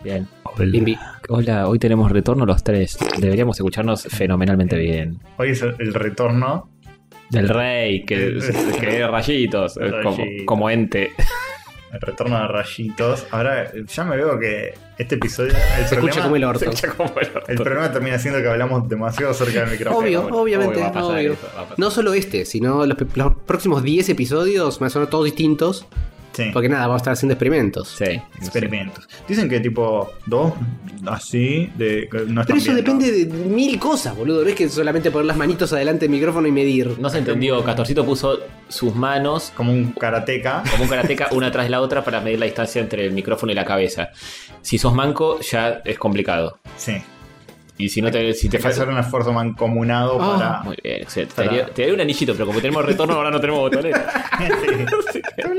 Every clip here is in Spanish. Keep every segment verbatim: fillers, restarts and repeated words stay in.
Bien. Hola. Hola, hoy tenemos retorno los tres. Deberíamos escucharnos fenomenalmente bien. Hoy es el, el retorno del rey, que, que es rayitos, rayitos. Como, como ente. El retorno de rayitos. Ahora ya me veo que este episodio el se, problema, escucha como el orto. se escucha como el orto. El problema termina siendo que hablamos demasiado cerca del micrófono. Obvio, bueno, obviamente. obvio, va a pasar obvio. eso, va a pasar. No solo este, sino los, los próximos diez episodios van a ser todos distintos. Sí. Porque nada, vamos a estar haciendo experimentos. Sí, experimentos. Dicen que tipo dos así de no Pero eso bien, depende ¿no? de mil cosas, boludo. No es que solamente poner las manitos adelante del micrófono y medir. No se entendió. Castorcito puso sus manos como un karateca. Como un karateca, una tras la otra para medir la distancia entre el micrófono y la cabeza. Si sos manco, ya es complicado. Sí. Y si no te, si te Hay que hacer un esfuerzo mancomunado oh, para. Muy bien, te, para... daría, te daría un anillito, pero como tenemos retorno, ahora no tenemos botonera. Sí.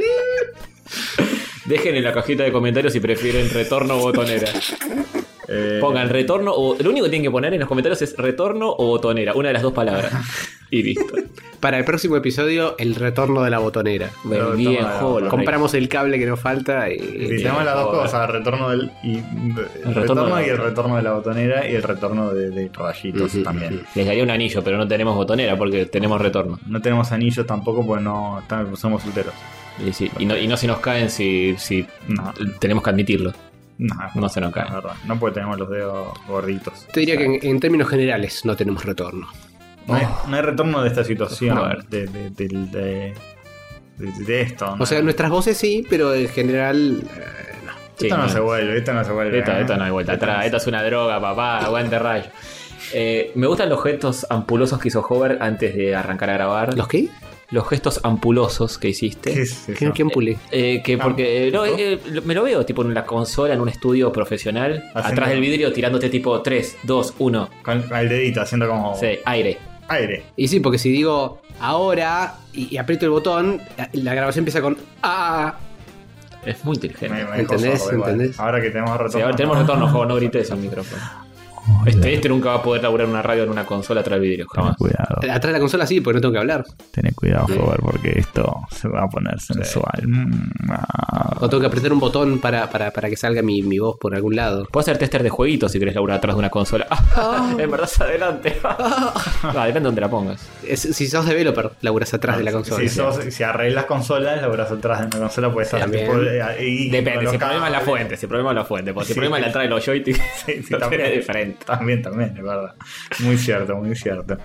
Dejen en la cajita de comentarios si prefieren retorno o botonera. Eh... Pongan retorno o. Lo único que tienen que poner en los comentarios es retorno o botonera. Una de las dos palabras. Y listo. Para el próximo episodio, el retorno de la botonera. El viejo. la... Compramos el cable que nos falta y. Sí, tenemos las dos cosas, el retorno del. Y, el, el retorno, retorno y el retorno de la botonera y el retorno de, de rayitos uh-huh, también. Uh-huh. Les daría un anillo, pero no tenemos botonera porque tenemos retorno. No tenemos anillos tampoco porque no estamos, somos solteros. Y, sí, y, no, y no se nos caen si, si no. tenemos que admitirlo. No, no se nos caen. No, verdad. No porque tenemos los dedos gorditos. Te diría o sea, que en, en términos generales no tenemos retorno. No, oh. hay, no hay retorno de esta situación, de, de, de, de, de, de esto. ¿no? O sea, nuestras voces sí, pero en general eh, no. Sí, esto no, no se vuelve, esto no se vuelve. Esta, esta no hay vuelta atrás, esta es una droga, papá, aguante rayo. Eh, me gustan los gestos ampulosos que hizo Hover antes de arrancar a grabar. ¿Los qué? Los gestos ampulosos que hiciste. ¿Qué es eso? ¿Qué, qué ampulé? Eh, que porque no, eh, me lo veo tipo en la consola, en un estudio profesional, haciendo... atrás del vidrio tirándote tipo tres, dos, uno. Con el dedito, haciendo como... Sí, aire. Aire. Y sí, porque si digo ahora y, y aprieto el botón, la grabación empieza con ah. Es muy inteligente. Me, me ¿Entendés? sordo, ¿Entendés? Ahora que tenemos retorno. Sí, ahora tenemos retorno, juego, no grites al micrófono. Este, este nunca va a poder laburar una radio en una consola atrás del vidrio, jamás. Ten cuidado. Atrás de la consola sí, porque no tengo que hablar. Ten cuidado, sí. Joder, porque esto se va a poner sensual. Sí. Mm, ah. O tengo que apretar un botón para, para, para que salga mi, mi voz por algún lado. Puedo hacer tester de jueguitos si querés laburar atrás de una consola. Oh. En verdad es adelante. Oh. No, depende de dónde la pongas. Es, si sos developer, laburas atrás no, de la consola. Si, sos, si arreglas consolas, laburas atrás de una consola, puedes estar tipo. Y depende, si el problema es la fuente. Si el problema es la fuente. Porque sí. Si el problema es la entrada de los joysticks, sí, sí, también es diferente. También, también. Es verdad. Muy cierto, muy cierto.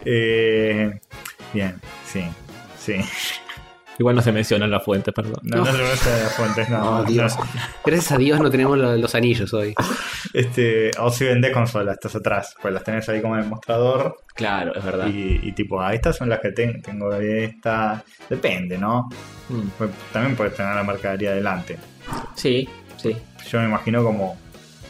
Eh, bien, sí, sí. Igual no se mencionan las fuentes, perdón. No, no, no se mencionan las fuentes, no. Oh, Dios. No. Gracias a Dios no tenemos los, los anillos hoy. Este, o si vendés consolas, estás atrás, pues las tenés ahí como en el mostrador. Claro, es verdad. Y, y tipo, ah, estas son las que tengo, tengo esta. Depende, ¿no? Mm. Pues, también puedes tener la mercadería adelante. Sí, sí. Yo me imagino como.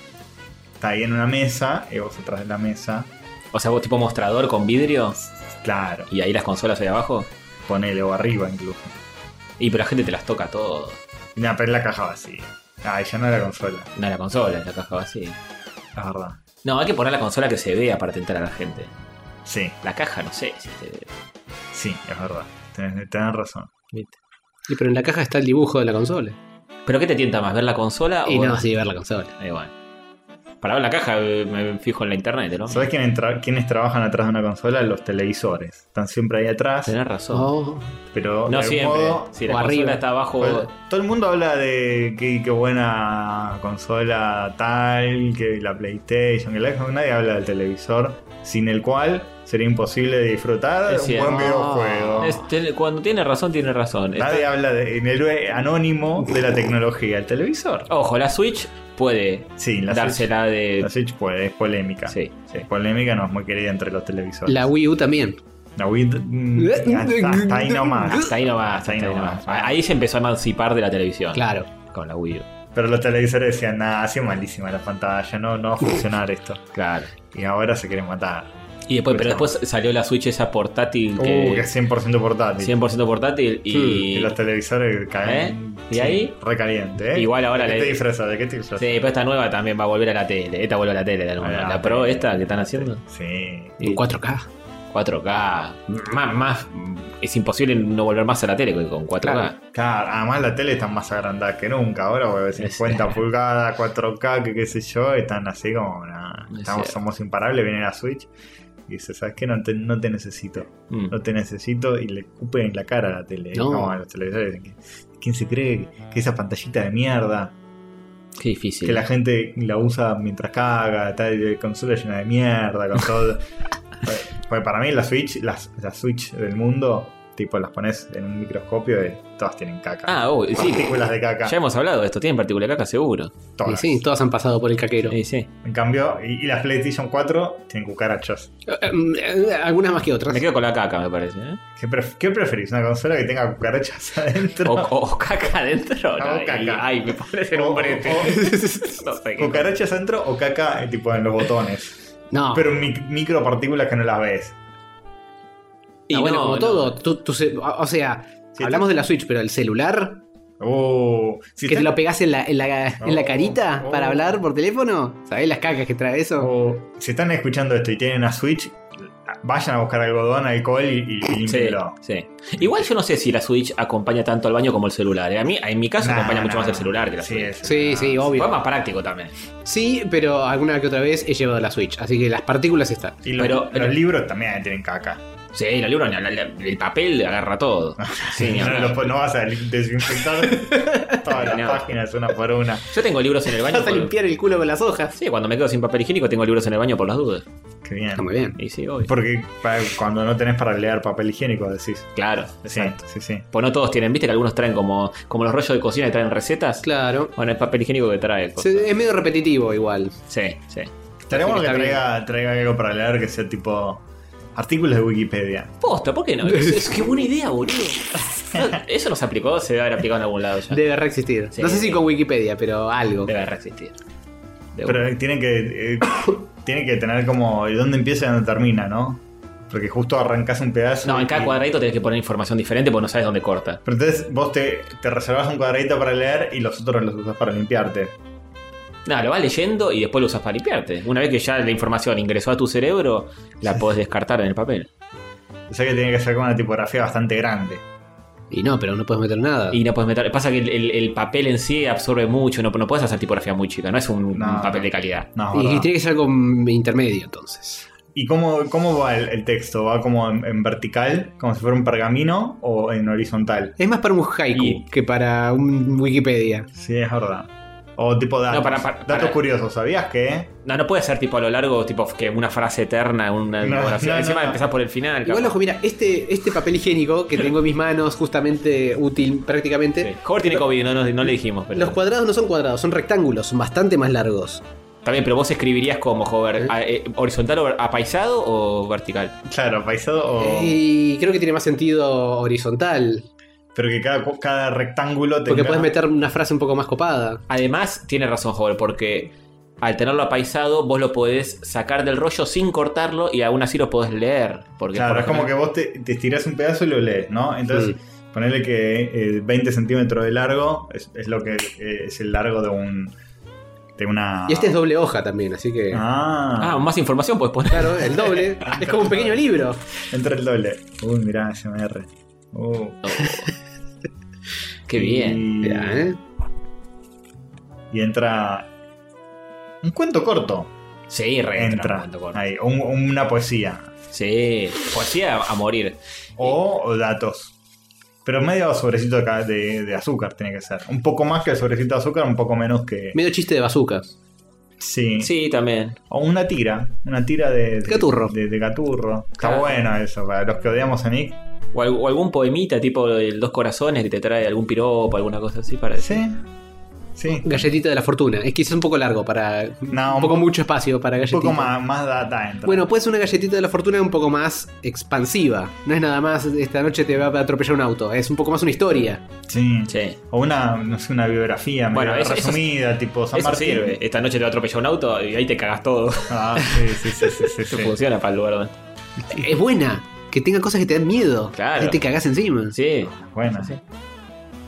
Está ahí en una mesa y vos atrás de la mesa. O sea, vos tipo mostrador con vidrio. Claro. Y ahí las consolas ahí abajo. Ponele o arriba incluso. Y pero la gente te las toca todo. Y nada, pero es la caja vacía. Ah, ya no es la consola. No es la consola, es la caja vacía. Es verdad. No, hay que poner la consola que se vea para tentar a la gente. Sí. La caja, no sé si te... Sí, es verdad. Tenés, tenés razón. ¿Viste? Y pero en la caja está el dibujo de la consola. ¿Pero qué te tienta más? ¿Ver la consola y o...? no, sí, ver la consola. Eh, bueno. Para ver la caja me fijo en la internet, ¿no? ¿Sabes quién entra- quiénes trabajan atrás de una consola? Los televisores. Están siempre ahí atrás. Tenés razón. Oh. Pero no de siempre. modo, si la o consola arriba está abajo. Pues, todo el mundo habla de qué, qué buena consola tal, que la PlayStation, que la Xbox. Nadie habla del televisor, sin el cual sería imposible de disfrutar es un buen oh. videojuego. Es, te, cuando tiene razón, tiene razón. Nadie Está... habla de en el héroe anónimo de la tecnología, el televisor. Ojo, la Switch puede sí, la dársela Switch, de... La Switch puede, es polémica. Sí, sí. Es polémica, no es muy querida entre los televisores. La Wii U también. La Wii mm, hasta, hasta ahí nomás. Hasta ahí nomás. Hasta ahí nomás. Ahí se empezó a emancipar de la televisión. Claro. Con la Wii U. Pero los televisores decían, nada, así malísima la pantalla, no, no va a funcionar esto. Claro. Y ahora se quieren matar. Y después, pero después salió la Switch esa portátil que, uh, que es cien por ciento portátil. cien por ciento portátil y... y los televisores caen. ¿Eh? ¿Y sí, ahí? Recaliente, ¿eh? Igual ahora ¿De qué le... te disfrazas? ¿De qué te disfrazas? Sí, pero esta nueva también va a volver a la tele. Esta vuelve a la tele, la, nueva. Ah, la Pro sí. esta que están haciendo. Sí. En cuatro K. cuatro K. Más, más, es imposible no volver más a la tele que con cuatro K. Claro. Claro, además la tele está más agrandada que nunca. Ahora, porque cincuenta pulgadas, cuatro K, que qué sé yo, están así como. Nah, Es estamos, cierto. somos imparables. Viene la Switch y dice: ¿Sabes qué? No te, no te necesito. Mm. No te necesito. Y le escupen en la cara a la tele. No. Como a los televisores. ¿Quién se cree que esa pantallita de mierda? Qué difícil. Que la gente la usa mientras caga, tal consola llena de mierda, con todo. Pues, pues para mí la Switch, las, la Switch del mundo, tipo las pones en un microscopio y todas tienen caca. Ah, oh, sí. Partículas de caca. Ya hemos hablado de esto. Tienen partícula de caca seguro. Y Todas. sí, todas han pasado por el caquero. Sí, sí. En cambio, y, y las PlayStation cuatro tienen cucarachas. Eh, eh, Algunas más que otras. Me quedo con la caca, me parece. ¿eh? ¿Qué, pref- qué preferís? ¿Una consola que tenga cucarachas adentro? O, o- o caca adentro. No, Ay, caca. Ay, me pones en O- un brete. o- No sé qué. ¿Cucarachas adentro o caca eh, tipo en los botones? No. Pero mi- micropartículas que no las ves. Y Ah, bueno, no, como no. todo. Tú- tú se- o o sea, Sí, hablamos está- de la Switch, pero el celular, Uh, si que te está- lo pegás en la, en la, en la Oh, carita oh. para hablar por teléfono. ¿Sabés las cacas que trae eso? O si están escuchando esto y tienen una Switch, vayan a buscar algodón, alcohol y, y Sí, límpienlo. sí. Igual yo no sé si la Switch acompaña tanto al baño como el celular. ¿eh? A mí, en mi caso, Nah, acompaña mucho nah, más el celular que la sí, Switch. es- Sí, sí, nah. obvio. Fue más práctico también. Sí, pero alguna que otra vez he llevado la Switch. Así que las partículas están. Y los, Pero- los pero- libros también tienen caca. Sí, la libro, la- la- la- el papel agarra todo. Sí, ni no, hablar. lo- no vas a desinfectar todas las No. páginas una por una. Yo tengo libros en el baño. Vas a por- limpiar el culo con las hojas. Sí, cuando me quedo sin papel higiénico tengo libros en el baño por las dudas. Qué bien. Está muy bien. Y sí, obvio. Porque pa- cuando no tenés para leer papel higiénico decís. Claro, Sí, exacto. sí, sí. Pues no todos tienen, viste que algunos traen como, como los rollos de cocina que traen recetas. Claro. Bueno, el papel higiénico que trae cosas. Se- es medio repetitivo igual. Sí, sí. Estaría bueno que está bien. traiga, traiga algo para leer que sea tipo artículos de Wikipedia. Posta, ¿por qué no? Es, es- qué buena idea, boludo. No, eso no se aplicó, se debe haber aplicado en algún lado ya. Debe reexistir. Sí, no sé sí. si con Wikipedia, pero algo. Debe resistir. Pero tiene que, eh, tiene que tener como dónde empieza y dónde termina, ¿no? Porque justo arrancás un pedazo. No, en y- cada cuadradito tenés que poner información diferente porque no sabes dónde corta. Pero entonces vos te, te reservas un cuadradito para leer y los otros los usas para limpiarte. Nada, lo vas leyendo y después lo usas para limpiarte. Una vez que ya la información ingresó a tu cerebro, la podés descartar en el papel. O sea que tiene que ser con una tipografía bastante grande. Y no, pero no puedes meter nada. Y no puedes meter. Pasa que el, el- el papel en sí absorbe mucho, no, no puedes hacer tipografía muy chica, no es un, No, un papel no. de calidad. No, Y ¿verdad? tiene que ser algo mm, intermedio, entonces. ¿Y cómo, cómo va el, el texto? ¿Va como en, en vertical, como si fuera un pergamino, o en horizontal? Es más para un haiku Y- que para un Wikipedia. Sí, es verdad. O tipo datos. No, para- para- datos para- curiosos. ¿Sabías que? No, no puede ser tipo a lo largo, tipo que una frase eterna, una No, oración. no, Encima no. empezás por el final. Igual, capaz. ojo, mira, este, este papel higiénico que tengo en mis manos, justamente útil prácticamente. Sí. Hover tiene COVID, no, no, no le dijimos. Pero... Los cuadrados no son cuadrados, son rectángulos, son bastante más largos. También, pero vos escribirías como Hover, a- eh, horizontal o apaisado o vertical. Claro, paisado o. Y creo que tiene más sentido horizontal. Pero que cada, cada rectángulo tenga. Porque puedes meter una frase un poco más copada. Además, tiene razón Hover, porque al tenerlo apaisado, vos lo podés sacar del rollo sin cortarlo y aún así lo podés leer. Porque Claro, por es como ejemplo- que vos te, te estirás un pedazo y lo lees, ¿no? Entonces, Sí. ponele que eh, veinte centímetros de largo es, es lo que eh, es el largo de un. de una. Y este es doble hoja también, así que. Ah, Ah, más información puedes poner. Claro, el doble. Es como un pequeño libro. entra el doble. Uy, mirá, S M R. Uh. Qué bien. Y, Mirá, ¿eh? y entra. Un cuento corto. Sí, re Entra. cuento corto. Ahí, un- una poesía. Sí, poesía a morir. O, o datos. Pero medio sobrecito de, ca- de, de azúcar tiene que ser. Un poco más que el sobrecito de azúcar, un poco menos que. Medio chiste de bazooka. Sí. Sí, también. O una tira. Una tira de. de Gaturro. De, de gaturro. Está Claro. bueno eso. Para los que odiamos a Nick. O, al- o algún poemita tipo el Dos Corazones que te trae algún piropo, alguna cosa así para decir. Sí. Sí. Galletita de la fortuna. Es quizás un poco largo para. No, un un poco po- mucho espacio para Un galletita. poco más, más data entra. Bueno, puede ser una galletita de la fortuna un poco más expansiva. No es nada más esta noche te va a atropellar un auto. Es un poco más una historia. Sí. Sí. O una, no sé, una biografía Bueno, medio eso- eso- resumida, tipo San Eso Martín. sirve. Esta noche te va a atropellar un auto y ahí te cagas todo. Ah, sí, sí, sí, sí, sí, Eso sí. funciona para el lugar donde. Es buena. Que tenga cosas que te dan miedo. Claro. Ahí te cagás encima. Sí. Bueno. Sí.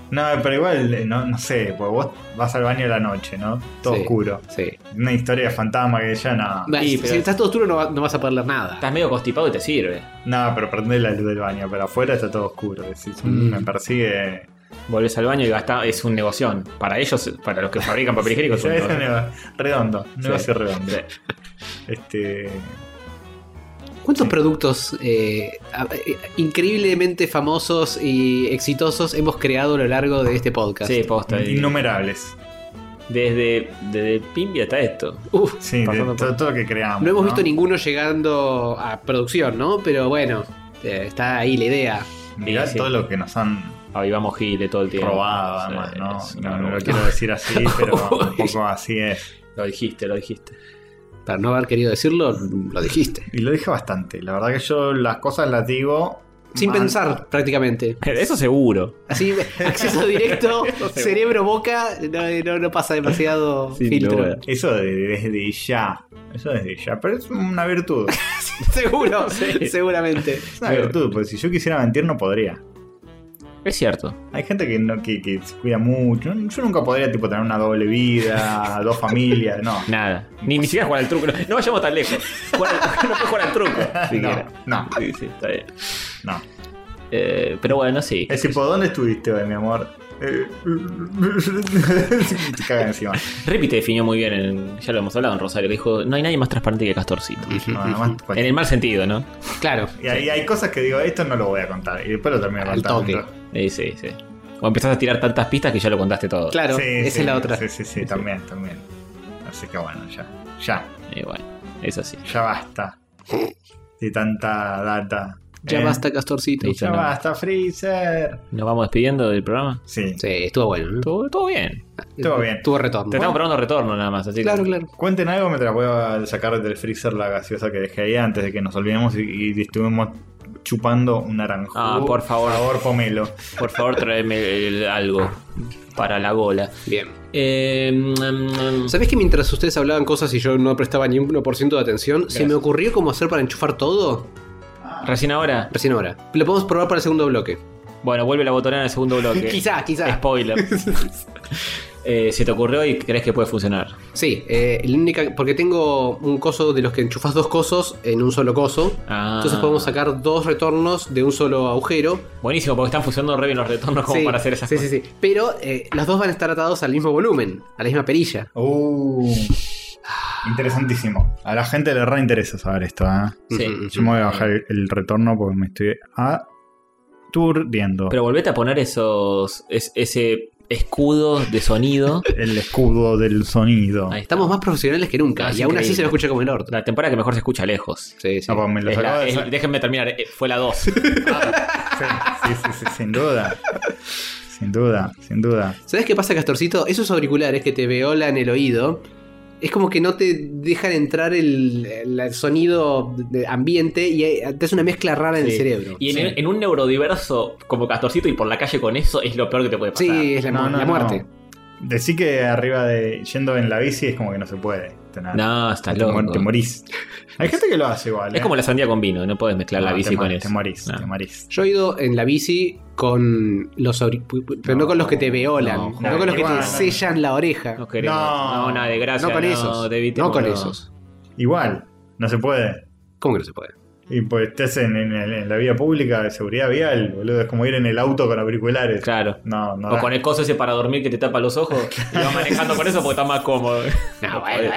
No, pero igual, eh, no, no sé, porque vos vas al baño a la noche, ¿no? Todo Sí, oscuro. Sí. Una historia de fantasma que ya no. Bah, Sí, si pero- estás todo oscuro no, va- no vas a poder leer nada. Estás medio constipado y te sirve. No, pero prende la luz del baño, pero afuera está todo oscuro. Decís, Mm. me persigue. Volvés al baño y gastás, es un negocio. Para ellos, para los que fabrican papel higiénico, es un Es un negocio. nego- redondo, un Sí. negocio redondo. Sí. Este. ¿Cuántos Sí. productos eh, a- eh, increíblemente famosos y exitosos hemos creado a lo largo de este podcast? Sí, posta. y- Innumerables. Desde, desde Pimbi hasta esto. Uf, Sí, de Pasando por- todo, todo lo que creamos. no hemos visto ninguno llegando a producción, ¿no? Pero bueno, eh, está ahí la idea. Mirá Sí, sí. todo lo que nos han Avivamos Gile todo el tiempo. robado, Sí, además, ¿no? es No, una no lo locura. quiero decir así, pero un poco así es. Lo dijiste, lo dijiste. Para no haber querido decirlo, lo dijiste. Y lo dije bastante. La verdad que yo las cosas las digo. Sin man- pensar, prácticamente. Eso seguro. Así, acceso directo, cerebro-boca, no, no, no pasa demasiado Sin filtro. duda. Eso de- desde ya. Eso desde ya. Pero es una virtud. Seguro, Sí. seguramente. Es una virtud, porque si yo quisiera mentir no podría. Es cierto. Hay gente que no que, que se cuida mucho. Yo nunca podría tipo tener una doble vida, dos familias, no. Nada. Ni, ni siquiera jugar al truco. No, no vayamos tan lejos. Jugar al- no puedes jugar al truco. Siquiera. No, no. Sí, sí, está bien. No. Eh, pero bueno, sí. Es tipo, ¿dónde estuviste hoy, mi amor? Eh, Te caga encima. Rippy te definió muy bien, en- ya lo hemos hablado en Rosario, que dijo, no hay nadie más transparente que Castorcito. No, además, En el mal sentido, ¿no? Claro. y hay, hay cosas que digo, esto no lo voy a contar. Y después lo termino Al contando. toque. Sí, sí, sí. O empezás a tirar tantas pistas que ya lo contaste todo. Claro, Sí, esa sí, es la otra. Sí, sí, sí, también, también. Así que bueno, ya. Ya. Y bueno, eso sí. Ya basta. De tanta data. Ya Eh, basta, Castorcito. Listo. Ya no. basta, Freezer. ¿Nos vamos despidiendo del programa? Sí. Sí, estuvo bueno. ¿no? Todo, todo bien. Todo bien. Tuvo retorno. Te estamos probando retorno nada más, así Claro, que... claro. Cuenten algo mientras voy a sacar del freezer la gaseosa que dejé ahí antes de que nos olvidemos y, y estuvimos chupando un naranjo. Ah, por favor. Sabor pomelo. Por favor, tráeme el- algo para la gola. Bien. Eh, mm, mm, ¿Sabés que mientras ustedes hablaban cosas y yo no prestaba ni un uno por ciento de atención, se Gracias. me ocurrió cómo hacer para enchufar todo? Recién ahora. Recién ahora. Lo podemos probar para el segundo bloque. Bueno, vuelve la botonera en el segundo bloque. Quizá, quizá. Spoiler. Eh, ¿Se te ocurrió y crees que puede funcionar? Sí, eh, la única, porque tengo un coso de los que enchufas dos cosos en un solo coso. Ah. Entonces podemos sacar dos retornos de un solo agujero. Buenísimo, porque están funcionando re bien los retornos como Sí, para hacer esas sí, cosas. sí, sí. Pero eh, los dos van a estar atados al mismo volumen, a la misma perilla. Uh, interesantísimo. A la gente le re interesa saber esto. ¿eh? Sí. Ujú, Yo me voy a bajar el, el retorno porque me estoy aturdiendo. Pero volvete a poner esos es- ese escudo de sonido. El escudo del sonido. Ahí está. Estamos más profesionales que nunca. Ah, es y aún así increíble. se lo escucha como el orto. La temporada que mejor se escucha lejos. Sí, sí. No, pues me lo Es sacaba la- de es- esa- déjenme terminar, eh, fue la dos. Sí, sí, sí, sí, sin duda. Sin duda, sin duda. ¿Sabes qué pasa, Castorcito? Esos auriculares que te veolan el oído, es como que no te dejan entrar el, el sonido de ambiente y eh, te hace una mezcla rara en el Sí. cerebro. Y en, Sí. en un neurodiverso como Castorcito y por la calle con eso es lo peor que te puede pasar. Sí, es la, No, mu- no, la no. muerte. Decí que arriba de. Yendo en la bici es como que no se puede tener. No, está te, loco. mor- te morís. Hay gente que lo hace igual. Es ¿eh? como la sandía con vino, no puedes mezclar la No, bici te con mor- eso. Te morís, No. te morís. Yo he ido en la bici con los auriculares, pero no, No, con los que te veolan, no, no, joder, con los que igual, te no. sellan la oreja. No queremos. No. No, nada de gracia. No con esos. David, No con no. esos. Igual, no se puede. ¿Cómo que no se puede? Y pues estés en, en- en la vía pública de seguridad vial, boludo. Es como ir en el auto con auriculares. Claro. No, no. O da. con el coso ese para dormir que te tapa los ojos y vas manejando con eso porque está más cómodo. No, bueno.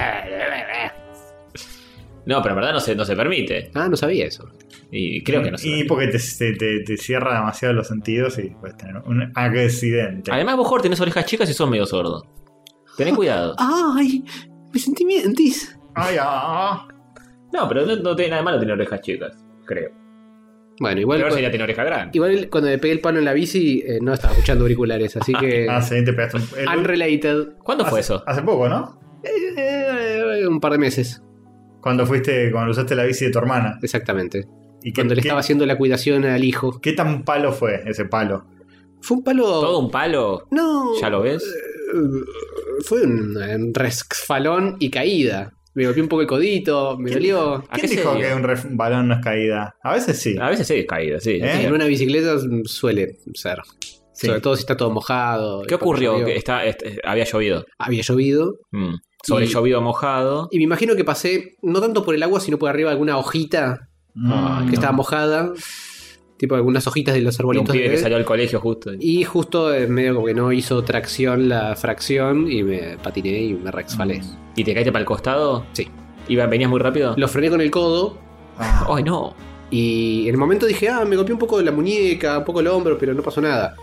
No, pero en verdad no se, no se permite. Ah, no sabía eso. Y creo que no se Y permite. porque te, te, te- te cierra demasiado los sentidos y puedes tener un accidente. Además, vos, Jorge, tenés orejas chicas y sos medio sordo. Tené cuidado. ¡Ay! Me sentí mientis. Ay, ah, No, pero no, no tiene nada de malo tener orejas chicas, creo. Bueno, igual, Peor cu- sería tener oreja grande. igual cuando me pegué el palo en la bici eh, no estaba escuchando auriculares, así que... ah, sí, te pegaste un. el- Unrelated. ¿Cuándo fue hace, eso? Hace poco, ¿no? Eh, un par de meses, Cuando fuiste, cuando usaste la bici de tu hermana. exactamente. ¿Y qué, Cuando le qué- estaba haciendo la cuidación al hijo. qué tan palo fue ese palo? Fue un palo... ¿Todo un palo? No. ¿Ya lo ves? Eh, Fue un, un resfalón y caída. Me golpeé un poco el codito, me dolió. ¿A ¿Quién qué se dijo dio? que un ref- balón no es caída? A veces sí. A veces sí es caída, sí. ¿Eh? En una bicicleta suele ser. Sí. Sobre todo si está todo mojado. ¿Qué y cuando ocurrió? llovió. Que está, est- había llovido. Había llovido. Mm. Sobre Y- llovido mojado. Y me imagino que pasé, no tanto por el agua, sino por arriba de alguna hojita Ah, que no. estaba mojada. Tipo algunas hojitas de los Y un arbolitos. pibe de que bebé. salió al colegio justo. Y justo en medio como que no hizo tracción la fracción y me patiné y me resbalé. ¿Y te caíste para el costado? Sí. ¿Iba, ¿Venías muy rápido? Lo frené con el codo Ah, ¡Ay, no! y en el momento dije, ah, me golpeé un poco la muñeca, un poco el hombro, pero no pasó nada.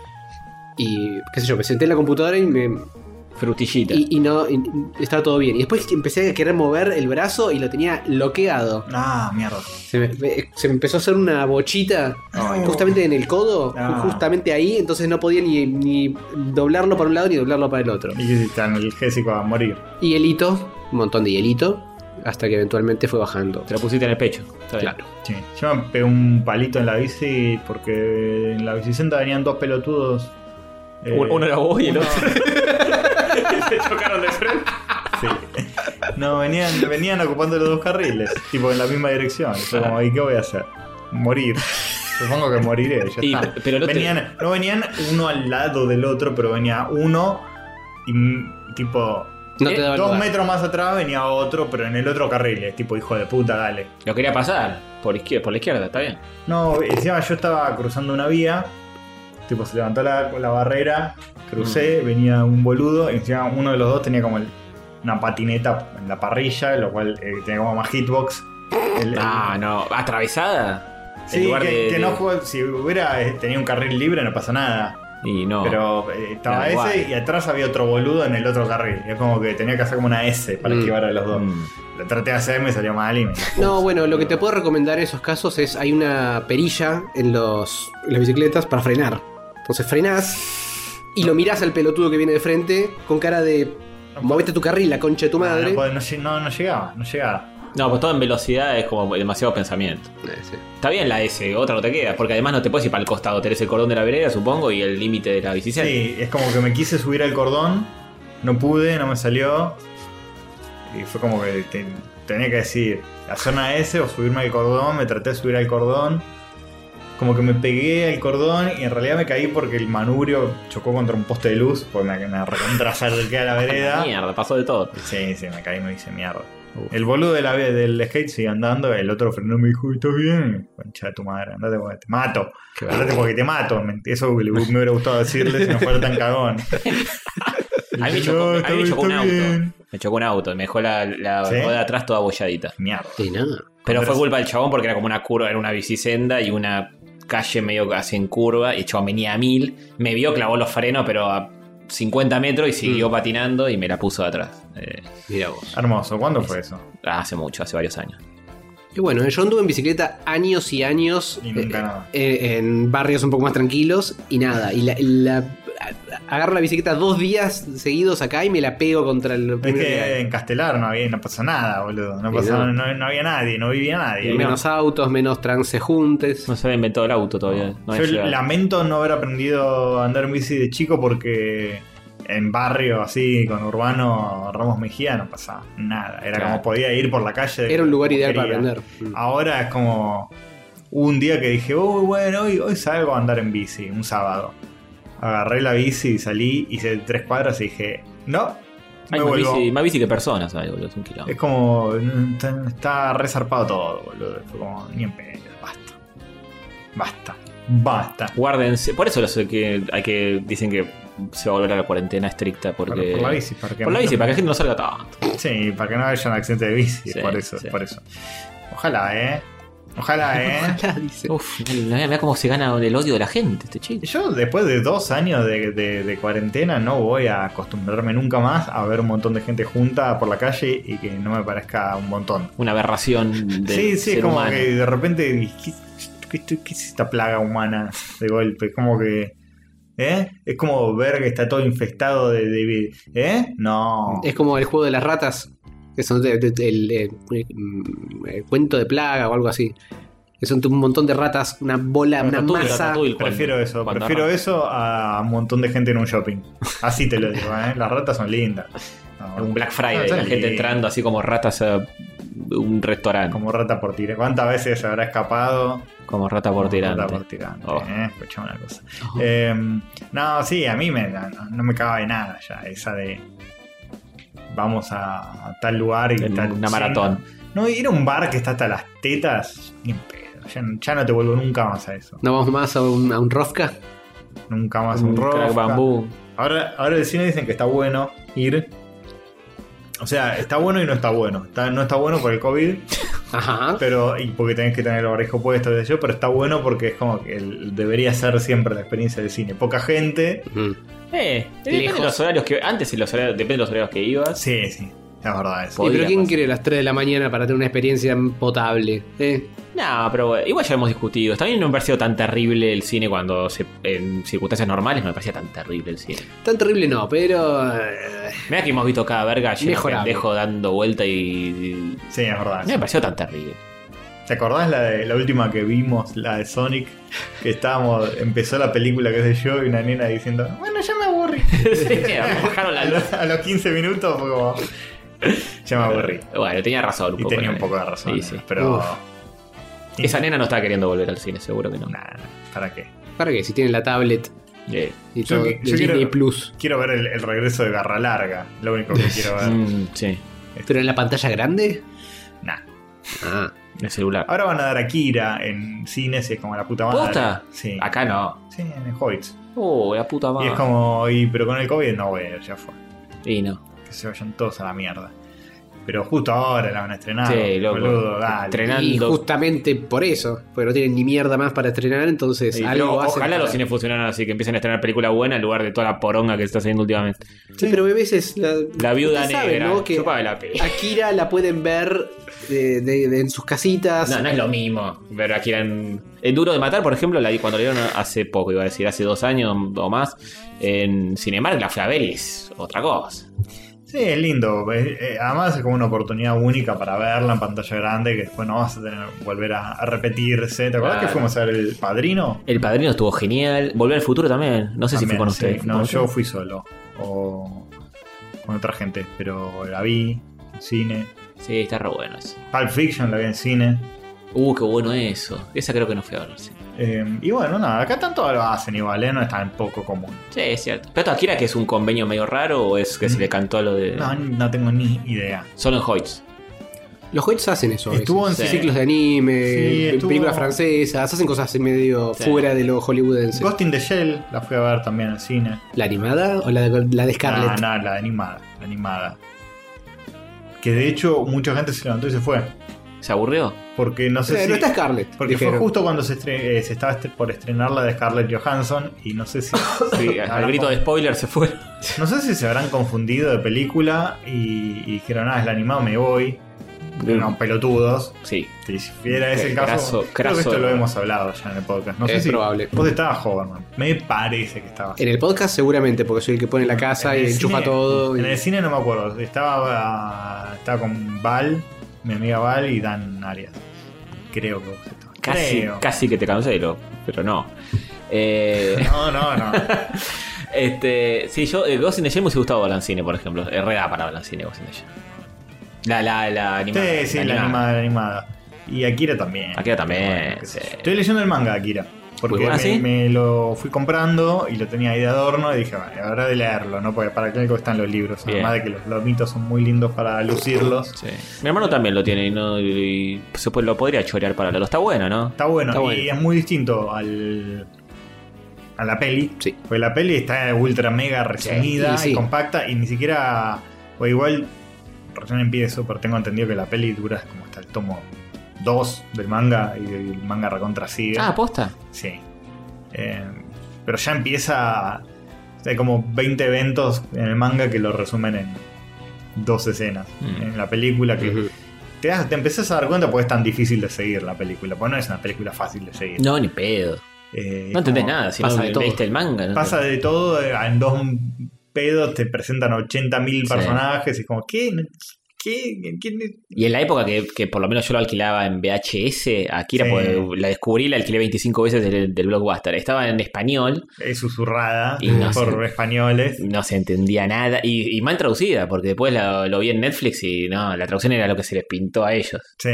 Y qué sé yo, me senté en la computadora y me... Frutillita. Y, y no, y- y estaba todo bien. Y después empecé a querer mover el brazo y lo tenía bloqueado. ah, mierda. Se me, me- se me empezó a hacer una bochita Ay. justamente en el codo, Ah. justamente ahí, entonces no podía ni, ni doblarlo para un lado ni doblarlo para el otro. Y que hiciste analgésico a morir. Y hielito, un montón de hielito, hasta que eventualmente fue bajando. Te lo pusiste en el pecho. Está bien. Claro. Sí. Yo me pegué un palito en la bici porque en la bicicenda venían dos pelotudos. eh, Uno uno era vos y el uno- otro. Se chocaron de frente. Sí. No, venían, venían ocupando los dos carriles, tipo en la misma dirección. Y fue como, ¿y qué voy a hacer? Morir. Supongo que moriré, ya Y, está. pero no te- venían, no venían uno al lado del otro, pero venía uno y mm, tipo No te Eh, daba dos lugar. metros más atrás venía otro, pero en el otro carril. Es tipo, hijo de puta, dale. Lo quería pasar por, izquier- por la izquierda, está bien. No, encima yo estaba cruzando una vía. Tipo, se levantó la, la barrera, crucé, venía un boludo. Y encima uno de los dos tenía como el- una patineta en la parrilla, lo cual eh, tenía como más hitbox. El- el- Ah, no. ¿Atravesada? En sí, lugar que, de- que no de- jugó- si hubiera eh, tenido un carril libre no pasa nada. Y no. Pero eh, estaba Era ese guay. y atrás había otro boludo en el otro carril. Y es como que tenía que hacer como una S para Mm. esquivar a los dos. Mm. Lo traté de hacer, me salió mal y me... No, bueno, lo que te puedo recomendar en esos casos es hay una perilla en, los, en las bicicletas para frenar. Entonces frenás y lo mirás al pelotudo que viene de frente con cara de movete tu carril, la concha de tu No, madre. no, puede- no lle- no, no llegaba, no llegaba. No, pues todo en velocidad es como demasiado pensamiento. Eh, sí. Está bien la S, otra no te queda, porque además no te puedes ir para el costado. Tenés el cordón de la vereda, supongo, y el límite de la bicicleta. Sí, es como que me quise subir al cordón, no pude, no me salió. Y fue como que te- tenía que decir, hacer una S o subirme al cordón, me traté de subir al cordón. Como que me pegué al cordón y en realidad me caí porque el manubrio chocó contra un poste de luz, porque me, me recontra acerqué a la vereda. Mierda, pasó de todo. Sí, sí, me caí y me hice mierda. El boludo de la, del skate sigue andando, el otro frenó y me dijo, ¿estás bien? Concha de tu madre, andate porque te mato. Qué Andate porque te mato. Eso me hubiera gustado decirle si no fuera tan cagón. A mí me chocó, No, a está mí me bien, chocó un está auto. bien. Me chocó un auto, me dejó la, la ¿Sí? rueda de atrás toda abolladita. Mierda. Y nada. Pero Pero fue es- culpa del chabón porque era como una curva, era una bicisenda y una calle medio así en curva. Y el chabón venía a mil, me vio, clavó los frenos, pero a cincuenta metros y siguió Mm. patinando y me la puso de atrás. Eh, Mira vos. Hermoso. ¿Cuándo fue eso? hace mucho, hace varios años. Y bueno, yo anduve en bicicleta años y años Y nunca eh, nada. eh, en barrios un poco más tranquilos y nada. Y la, la- agarro la bicicleta dos días seguidos acá y me la pego contra el Es primero que que hay. en Castelar no, había, no pasó nada, boludo. No, Y pasó, no. no. no había nadie, no vivía nadie. Y menos autos, menos transeúntes. No se había inventado el auto todavía. No había Yo llegado. lamento no haber aprendido a andar en bici de chico porque en barrio así, con urbano Ramos Mejía, no pasaba nada. Era Claro. como podía ir por la calle. Era un lugar como ideal para quería. aprender. Mm. Ahora es como hubo un día que dije, uy, bueno, hoy, hoy salgo a andar en bici, un sábado. Agarré la bici y salí, hice tres cuadras y dije, no, me Hay más vuelvo. bici, más bici que personas, ¿sabes, boludo? Es un kilómetro. Es como, mm, está, está resarpado todo, boludo. Fue como, ni en pedo, basta. Basta, basta. Guárdense. Por eso los que hay que. Dicen que se va a volver a la cuarentena estricta. Porque, Por, por la bici, para que Por la bici, para que la gente no salga tanto. Sí, para que no haya un accidente de bici, Sí, por eso, sí. por eso. Ojalá, eh. Ojalá, eh. Ojalá, dice. Uf, mira, mira cómo se gana el odio de la gente, este chico. Yo después de dos años de, de- de cuarentena no voy a acostumbrarme nunca más a ver un montón de gente junta por la calle y que no me parezca un montón. Una aberración de. Sí, sí, ser es como humano. que de repente, ¿qué, qué- qué es esta plaga humana de golpe? Es como que... ¿Eh? Es como ver que está todo infestado de... de- ¿Eh? No. Es como el juego de las ratas. Que son de- de- de- el, eh, mm, el cuento de plaga o algo así. Que son un montón de ratas, una bola, una Ratatouille, masa. Ratatouille, cuando- Prefiero eso, cuando prefiero arranca. eso a un montón de gente en un shopping. Así te lo digo, ¿eh? Las ratas son lindas. No, Un Black no, Friday, son la gente lindas. entrando así como ratas a un restaurante. Como rata por tirante. ¿Cuántas veces se habrá escapado? Como rata por Como tirante. Rata por tirante, Oh. eh, escuchame una cosa. Oh. Eh, no, sí, a mí me, no, no me caga de nada ya. Esa de. Vamos a, a tal lugar y En tal. una maratón. No, ir a un bar que está hasta las tetas. Ni en pedo. Ya, ya no te vuelvo nunca más a eso. ¿No vamos más a un, a un Rofka? Nunca más a un Un crack rock. bambú. Ahora, ahora el cine dicen que está bueno ir. O sea, está bueno y no está bueno. Está, no está bueno por el COVID, Ajá. pero y porque tenés que tener el barbijo puesto, qué sé yo, pero está bueno porque es como que el- debería ser siempre la experiencia del cine. Poca gente. Mm. Eh, depende Lejos. de los horarios que. Antes en los horarios, depende de los horarios que ibas. Sí, sí, es verdad eso. Sí, Podría pero ¿quién pasar. quiere a las tres de la mañana para tener una experiencia potable? ¿Eh? No, pero bueno, igual ya lo hemos discutido. También no me pareció tan terrible el cine cuando se, en circunstancias normales no me parecía tan terrible el cine. Tan terrible no, pero... eh, Mira que hemos visto cada verga lleno de Mejorable. pendejo dando vuelta y, y- Sí, es verdad. No me pareció tan terrible. ¿Te acordás la, de, la última que vimos, la de Sonic? Que estábamos, empezó la película, qué sé yo, y una nena diciendo, bueno, ya me aburrí. Sí, bajaron la A luz. los, a los quince minutos fue como, ya me aburrí. Bueno, tenía razón un Y poco. tenía un ¿no? poco de razón, Sí, ¿eh? sí. pero... Uf. Esa nena no estaba queriendo volver al cine, seguro que no. Nah, ¿para qué? ¿Para qué? Si tienen la tablet Eh, y Yo todo que- de yo quiero- Disney Plus. Quiero ver el, el regreso de Garra Larga. Lo único que quiero ver. mm, sí, ¿Pero en la pantalla grande? Nah. Ah. el celular. Ahora van a dar Akira en cines y es como la puta madre. ¿Posta? Sí. Acá no. Sí, en el Hoyts. Oh, la puta Y madre. es como, y, pero con el COVID no voy a ir, ya fue. Y no. Que se vayan todos a la mierda. Pero justo ahora la van a estrenar. Sí, loco. Boludo, dale. Estrenar- Y Fernando. justamente por eso, porque no tienen ni mierda más para estrenar, entonces Sí, algo pero hacen ojalá para- los cines funcionaran así, que empiecen a estrenar película buena en lugar de toda la poronga que se está haciendo últimamente. Sí, pero a veces la, La viuda ustedes saben, negra. ¿no? Que Chúpame la peli. Akira la pueden ver de- de- de- en sus casitas. No, no es lo mismo. Ver aquí en. En Duro de Matar, por ejemplo, la, cuando la dieron hace poco, iba a decir, hace dos años o más, en Cinemark la fui a ver y es otra cosa. Sí, es lindo. Eh, eh, Además es como una oportunidad única para verla en pantalla grande que después no vas a tener volver a, a repetirse. ¿Te acuerdas Claro. que fuimos a ver El Padrino? El Padrino estuvo genial. Volver al futuro también. No sé si fue También, con sí. ustedes. No, ¿Con yo ustedes? fui solo. O con otra gente. Pero la vi en cine. Sí, está re bueno eso. Pulp Fiction la vi en cine. Uh, qué bueno eso. Esa creo que no fui a ver. Sí, Eh, y bueno, nada, acá tanto lo hacen igual, ¿eh? No es tan poco común. sí es cierto. ¿Pero esto Akira que es un convenio medio raro o es que se le cantó a lo de. No, no tengo ni idea. Solo en Hoyts. Los Hoyts hacen eso. a veces. Estuvo en Sí. Ciclos de anime, Sí, estuvo- películas francesas, hacen cosas así medio Sí. fuera de lo hollywoodense. Ghost in the Shell la fui a ver también al cine. ¿La animada o la de, la de Scarlett? No, no, la animada, la animada. Que de hecho mucha gente se levantó y se fue. ¿Se aburrió? Porque no sé Eh, si... no está Scarlett. Porque dijeron. fue justo cuando se, estre- eh, se estaba estre- por estrenar la de Scarlett Johansson y no sé si... Sí, al grito de spoiler se fue. No sé si se habrán confundido de película y, y dijeron, ah, es la animada, me voy. No, pelotudos. Sí. Si era ese el caso, Craso- creo craso que esto lo error. hemos hablado ya en el podcast. No sé Es si probable. vos estabas joven, man. Me parece que estabas. En el podcast seguramente, porque soy el que pone la casa En y el enchufa cine- todo. y- En el cine no me acuerdo. Estaba, estaba con Val, mi amiga Val y Dan Arias. Creo que vos estabas. Casi, Creo. casi que te cancelo, pero no. Eh, No, no, no. este, sí, yo, eh, Ghost in the Shell me hubiese gustado Balancine, por ejemplo. Es re da para Balancine, Ghost in the Shell. La, la, la animada. Sí, sí, la animada, la animada. Y Akira también. Akira también, Bueno, qué sé sí. yo. Estoy leyendo el manga de Akira. Porque Muy bueno, me, ¿sí? me lo fui comprando y lo tenía ahí de adorno y dije, vale, ahora de leerlo, ¿no? Porque para qué algo están los libros. Bien. Además de que los lomitos son muy lindos para lucirlos. Sí. Mi hermano también lo tiene y, no, y se puede- lo podría chorear para lo. Está bueno, ¿no? Está bueno. Está y bueno. es muy distinto al a la peli. Sí. Porque la peli está ultra mega resumida Sí, sí. y compacta y ni siquiera... O igual, recién empiezo, pero tengo entendido que la peli dura como hasta el tomo dos del manga y el manga recontra sigue. Ah, posta. Sí. Eh, pero ya empieza... Hay como veinte eventos en el manga que lo resumen en dos escenas. Mm. En la película que... Ujú. Te, das- te empezás a dar cuenta porque es tan difícil de seguir la película. Porque no es una película fácil de seguir. No, ni pedo. Eh, No entendés como- nada si pasa no de todo. leíste el manga. ¿no? Pasa de todo, eh, en dos pedos te presentan ochenta mil Sí. personajes y como, ¿qué? ¿Qué? ¿Qué? Y en la época que, que por lo menos yo lo alquilaba en V H S, Akira, Sí. pues, la descubrí, la alquilé veinticinco veces del, del Blockbuster. Estaba en español, Es susurrada Y no por sé. españoles. no se entendía nada. Y, y mal traducida, porque después lo, lo vi en Netflix y no, la traducción era lo que se les pintó a ellos. Sí.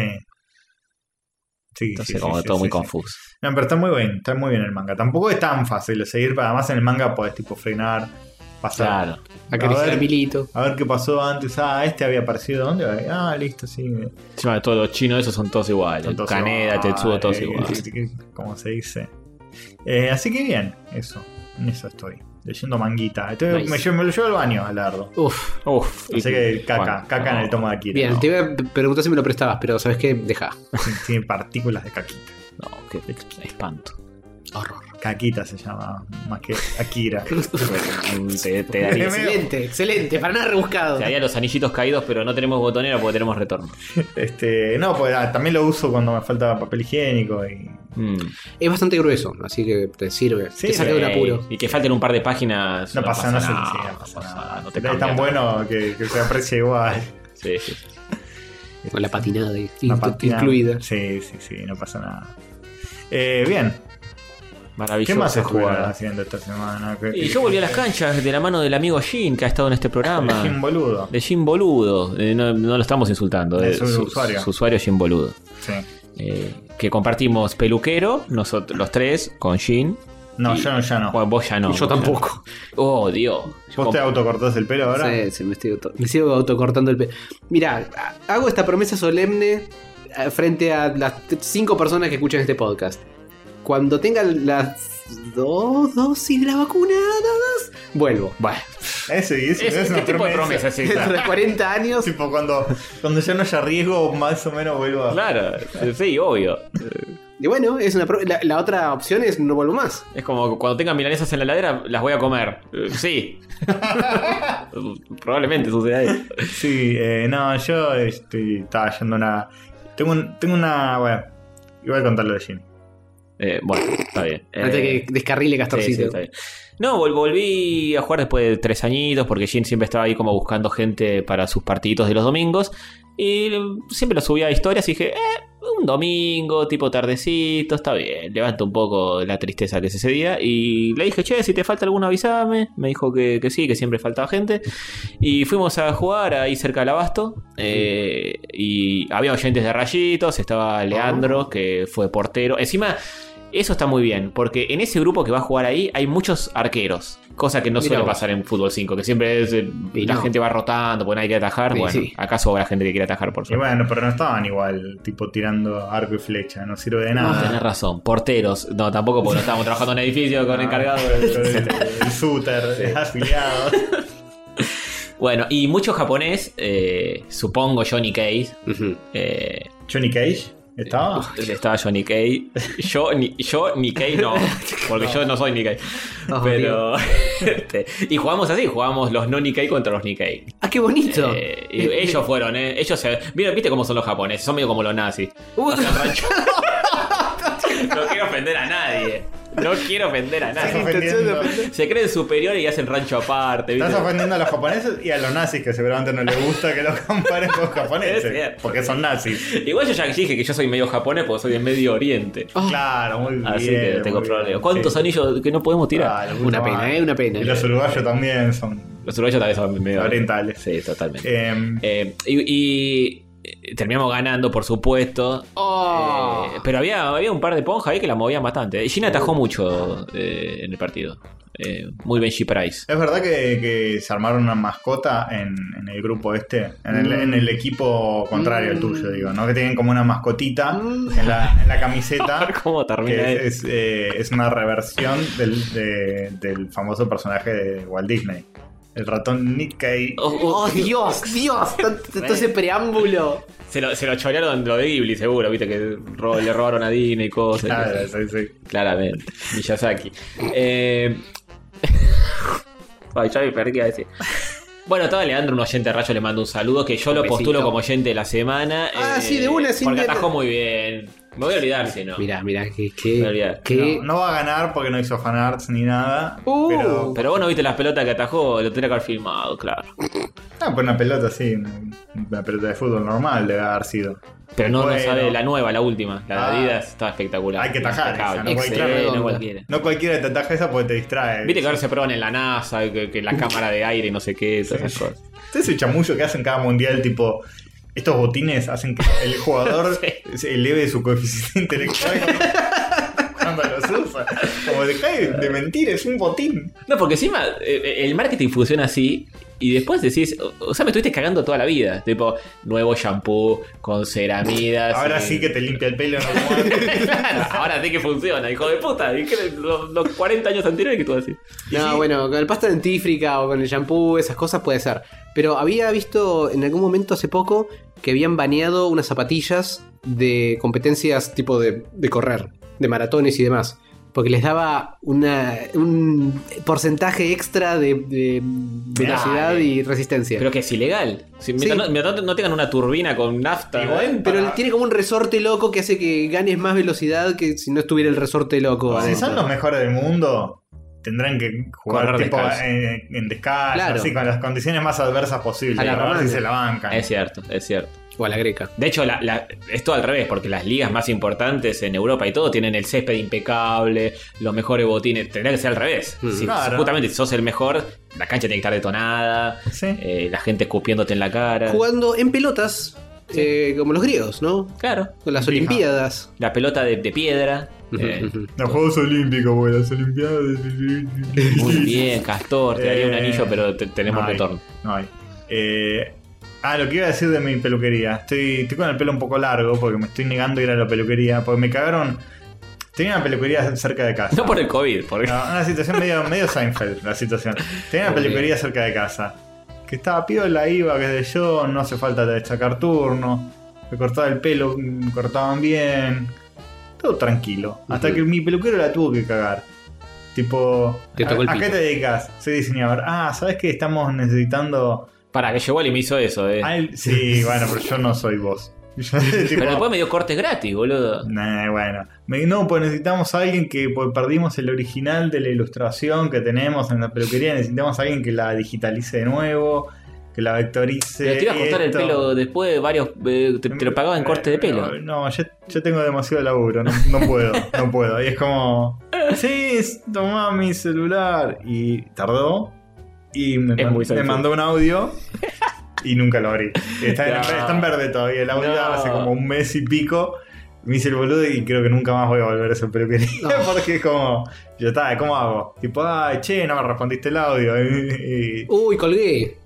Sí, Entonces, sí, como sí, todo sí, muy sí. confuso. No, pero está muy bien, está muy bien el manga. Tampoco es tan fácil de seguir, pero además en el manga podés tipo frenar, pasar. Claro. Acariciar A a ver. Milito. A ver qué pasó antes. Ah, este había aparecido. ¿Dónde? Ah, listo, sí. Encima de todos los chinos, esos son todos iguales. Son todos Kaneda, iguales, Tetsuo, todos eh, iguales. Como se dice. Eh, así que bien, eso. En eso estoy. Leyendo manguita. Estoy- Nice. me, llevo- me lo llevo al baño, Alardo. Uf. Uf. Así que caca, Bueno, caca en no. el tomo de Akira. Bien, ¿no? te iba a preguntar si me lo prestabas, pero ¿sabes qué? Deja. Tiene partículas de caquita. No, qué espanto. Horror. Caquita se llama, más que Akira. te, te daría, Excelente, excelente. Para nada rebuscado. te daría los anillitos caídos, pero no tenemos botonera porque tenemos retorno. Este, no, pues ah, también lo uso cuando me falta papel higiénico y. Mm. Es bastante grueso, así que te sirve. Sí, te saca de un Eh, apuro. Y que falten un par de páginas. No, pasa, no, se- nada. sí, no pasa nada. No te es cambia tan nada. bueno que, que se aprecia igual. Sí, sí. Con la patinada y- La in- patina- incluida. Sí, sí, sí, no pasa nada. Eh, bien, Maravilloso. ¿qué más se jugada. jugado haciendo esta semana? ¿Qué- Y qué- yo volví a las canchas de la mano del amigo Jin, que ha estado en este programa. Jim boludo. De Jin Boludo. Eh, no, no lo estamos insultando. Es eh, su su, usuario. su usuario Jin Boludo. Sí. Eh, que compartimos peluquero, nosotros los tres, con Jin. No, Y- yo no, ya no. Bueno, vos ya no. Yo vos ya tampoco. no. Oh, Dios. ¿Vos te autocortás el pelo ahora? Sí, sí, me, estoy auto- me sigo autocortando el pelo. Mira, a- hago esta promesa solemne eh, frente a las t- cinco personas que escuchan este podcast. Cuando tenga las dos dosis de la vacuna dadas, vuelvo. Bueno, Ese, ese, ese, es ¿qué una tipo de promesa. promesa es esa? Dentro de cuarenta años. Tipo, cuando, cuando ya no haya riesgo, más o menos vuelvo a. Claro, sí, obvio. Y bueno, es una pro- la, la otra opción es no vuelvo más. Es como cuando tenga milanesas en la heladera, las voy a comer. Eh, Sí. Probablemente suceda eso. Sí, eh, no, yo estoy, estaba yendo a una. Tengo, un- tengo una. Bueno, igual contar lo de Jim. Eh, bueno, está bien. Antes de Eh, que descarrile sí, Castorcito. sí, está bien. No, vol- volví a jugar después de tres añitos porque Jin siempre estaba ahí como buscando gente para sus partiditos de los domingos. Y siempre lo subía a historias y dije, eh, un domingo, tipo tardecito, está bien, levanta un poco la tristeza que es ese día. Y le dije, che, si te falta alguno avísame. Me dijo que, que sí, que siempre faltaba gente. Y fuimos a jugar ahí cerca del Abasto. eh, y había oyentes de rayitos, estaba Leandro, que fue portero. Encima, eso está muy bien, porque en ese grupo que va a jugar ahí hay muchos arqueros. Cosa que no Mirá suele vos. pasar en fútbol cinco, que siempre es, eh, Y la no. gente va rotando, porque nadie quiere atajar. Sí, bueno, sí. acá sobra gente que quiere atajar, por Y suerte. bueno, pero no estaban igual, tipo tirando arco y flecha, no sirve de No, nada. tenés razón. Porteros. No, tampoco porque no estábamos trabajando en edificio con Ah, encargados. El, el Suter, afiliados. Bueno, y mucho japonés, eh, supongo Johnny Cage. Ujú. Eh, Johnny Cage, ¿estaba? estaba Johnny Cage. Yo, ni, yo Nikkei no, porque yo no soy Nikkei. Oh, Pero. este, y jugamos así, jugamos los no Nikkei contra los Nikkei. Ah, qué bonito. Eh, y ellos fueron, ¿eh? Ellos se. Mira, ¿viste cómo son los japoneses? Son medio como los nazis. Uh. Hacen rancho. No quiero ofender a nadie. No quiero ofender a Estás nadie. ofendiendo, Se creen superiores y hacen rancho aparte. ¿viste? estás ofendiendo a los japoneses y a los nazis, que seguramente no les gusta que los comparen con los Es japoneses. cierto. Porque son nazis. Igual yo ya dije que yo soy medio japonés porque soy de Medio Oriente. Oh, Claro, muy bien. Así que tengo muy problemas. bien, ¿Cuántos sí. anillos que no podemos tirar? Ah, la puta una pena, madre. eh, una pena. Y los uruguayos también son Los uruguayos también son medio orientales. Sí, totalmente. Eh, Eh, y, y, eh, terminamos ganando, por supuesto. Oh. Eh, pero había, había un par de ponjas ahí que la movían bastante. Y Gin atajó mucho eh, en el partido. Eh, muy Benji Price. ¿Es verdad que, que se armaron una mascota en, en el grupo este? En el, Mm. en el equipo contrario al Mm. tuyo, digo, ¿no? Que tienen como una mascotita Mm. en, la, en la A camiseta. ver cómo termina Que esto. es, es, eh, es una reversión del, de- del famoso personaje de Walt Disney. El ratón Nick Cage. Oh, oh, Oh, Dios, Dios, todo, todo ese preámbulo. Se lo, se lo chorearon lo de Ghibli, seguro, viste que ro- le robaron a Disney y cosas. Claro, sí, sí. Claramente. Miyazaki. Eh... Ay, ya me perdí a decir. Bueno, estaba Leandro, un oyente de Rayo, le mando un saludo, que yo Un lo besito. postulo como oyente de la semana. Ah, eh, sí, de una, sin Porque letra. atajó muy bien. Me voy a olvidar si no. Mirá, mirá, que. Me voy a que, olvidar. que- No, no va a ganar porque no hizo fanarts ni nada. Uh. pero. Pero vos no viste las pelotas que atajó, lo tenía que haber filmado, claro. Ah, pues una pelota así. Una, una pelota de fútbol normal debe haber sido. Pero no, Bueno. no sabe la nueva, la última. La de Ah. Adidas estaba espectacular. Hay que tajar Impecable. esa, no Sí, cualquiera no redonda. cualquiera. No cualquiera te ataja esa porque te distrae. Viste que ahora se prueban en la NASA, que, que la cámara de aire y no sé qué, todas esas cosas. Este es el chamullo que hacen cada mundial, tipo. Estos botines hacen que el jugador Sí. se eleve su coeficiente intelectual cuando los usa. Como deja de, de mentir, es un botín. No, porque encima eh, el marketing funciona así y después decís, o sea, me estuviste cagando toda la vida. Tipo, nuevo shampoo con ceramidas. Ahora y- sí que te limpia el pelo, no como antes. Claro, ahora sí que funciona, hijo de puta. ¿Y qué, los, los cuarenta años anteriores que tú decís? No, sí. bueno, con el pasta dentífrica o con el shampoo, esas cosas puede ser. Pero había visto en algún momento hace poco que habían baneado unas zapatillas de competencias tipo de, de correr, de maratones y demás. Porque les daba una, un porcentaje extra de, de velocidad Dale. y resistencia. Pero que es ilegal. Si, mientras, Sí. no, mientras no tengan una turbina con nafta. Igual, ¿eh? Pero para- tiene como un resorte loco que hace que ganes más velocidad que si no estuviera el resorte loco. Si adentro. son los mejores del mundo, tendrán que jugar Correr tipo descalzo. en, en descalzo, Claro. así, con las condiciones más adversas posibles. A la A ver romana. si se la bancan. Es cierto, es cierto. O a la greca. De hecho, la, la- es todo al revés, porque las ligas más importantes en Europa y todo tienen el césped impecable, los mejores botines. Tendría que ser al revés. Mm. Si, Claro. si justamente si sos el mejor, la cancha tiene que estar detonada, Sí. eh, la gente escupiéndote en la cara. Jugando en pelotas, eh, como los griegos, ¿no? Claro. Con las Pija. Olimpiadas. La pelota de, de piedra. eh, Los Juegos Olímpicos, güey, las Olimpiadas. muy bien, Castor, te daría un Eh, anillo, pero te- tenemos no hay, retorno. No hay. Eh, ah, lo que iba a decir de mi peluquería. Estoy, estoy con el pelo un poco largo porque me estoy negando a ir a la peluquería. Porque me cagaron. Tenía una peluquería cerca de casa. No por el COVID, porque. No, una situación medio, medio Seinfeld, la situación. Tenía una Muy peluquería cerca de casa. Que estaba piola, iba, que sé yo, no hace falta destacar turno. Me cortaba el pelo, me cortaban bien. Todo tranquilo. Hasta Ujú. que mi peluquero la tuvo que cagar. Tipo, Te tocó el ¿a, ¿a qué pito. te dedicas? Soy diseñador. Ah, ¿sabes que estamos necesitando... Para que llegó y me hizo eso, eh. Al- Sí, bueno, pero yo no soy vos. Yo, tipo, Pero después me dio cortes gratis, boludo. Nah, bueno. Me, no, pues necesitamos a alguien que pues, perdimos el original de la ilustración que tenemos en la peluquería. Necesitamos a alguien que la digitalice de nuevo, que la vectorice. Pero te iba a cortar el esto. pelo después de varios. eh, te, te lo pagaba en corte de pelo. No, no, yo, yo tengo demasiado laburo, no, no puedo, no puedo. Y es como, sí, tomá mi celular. Y tardó. Y me, Es man- muy me Seinfeld. mandó un audio. Y nunca lo abrí. Está, en, No. está en verde todavía. El audio No. hace como un mes y pico. Me hice el boludo y creo que nunca más voy a volver a esa peluquería. No. Porque es como, yo estaba, ¿cómo hago? Tipo, ay, che, no me respondiste el audio. Y- y- Uy, colgué.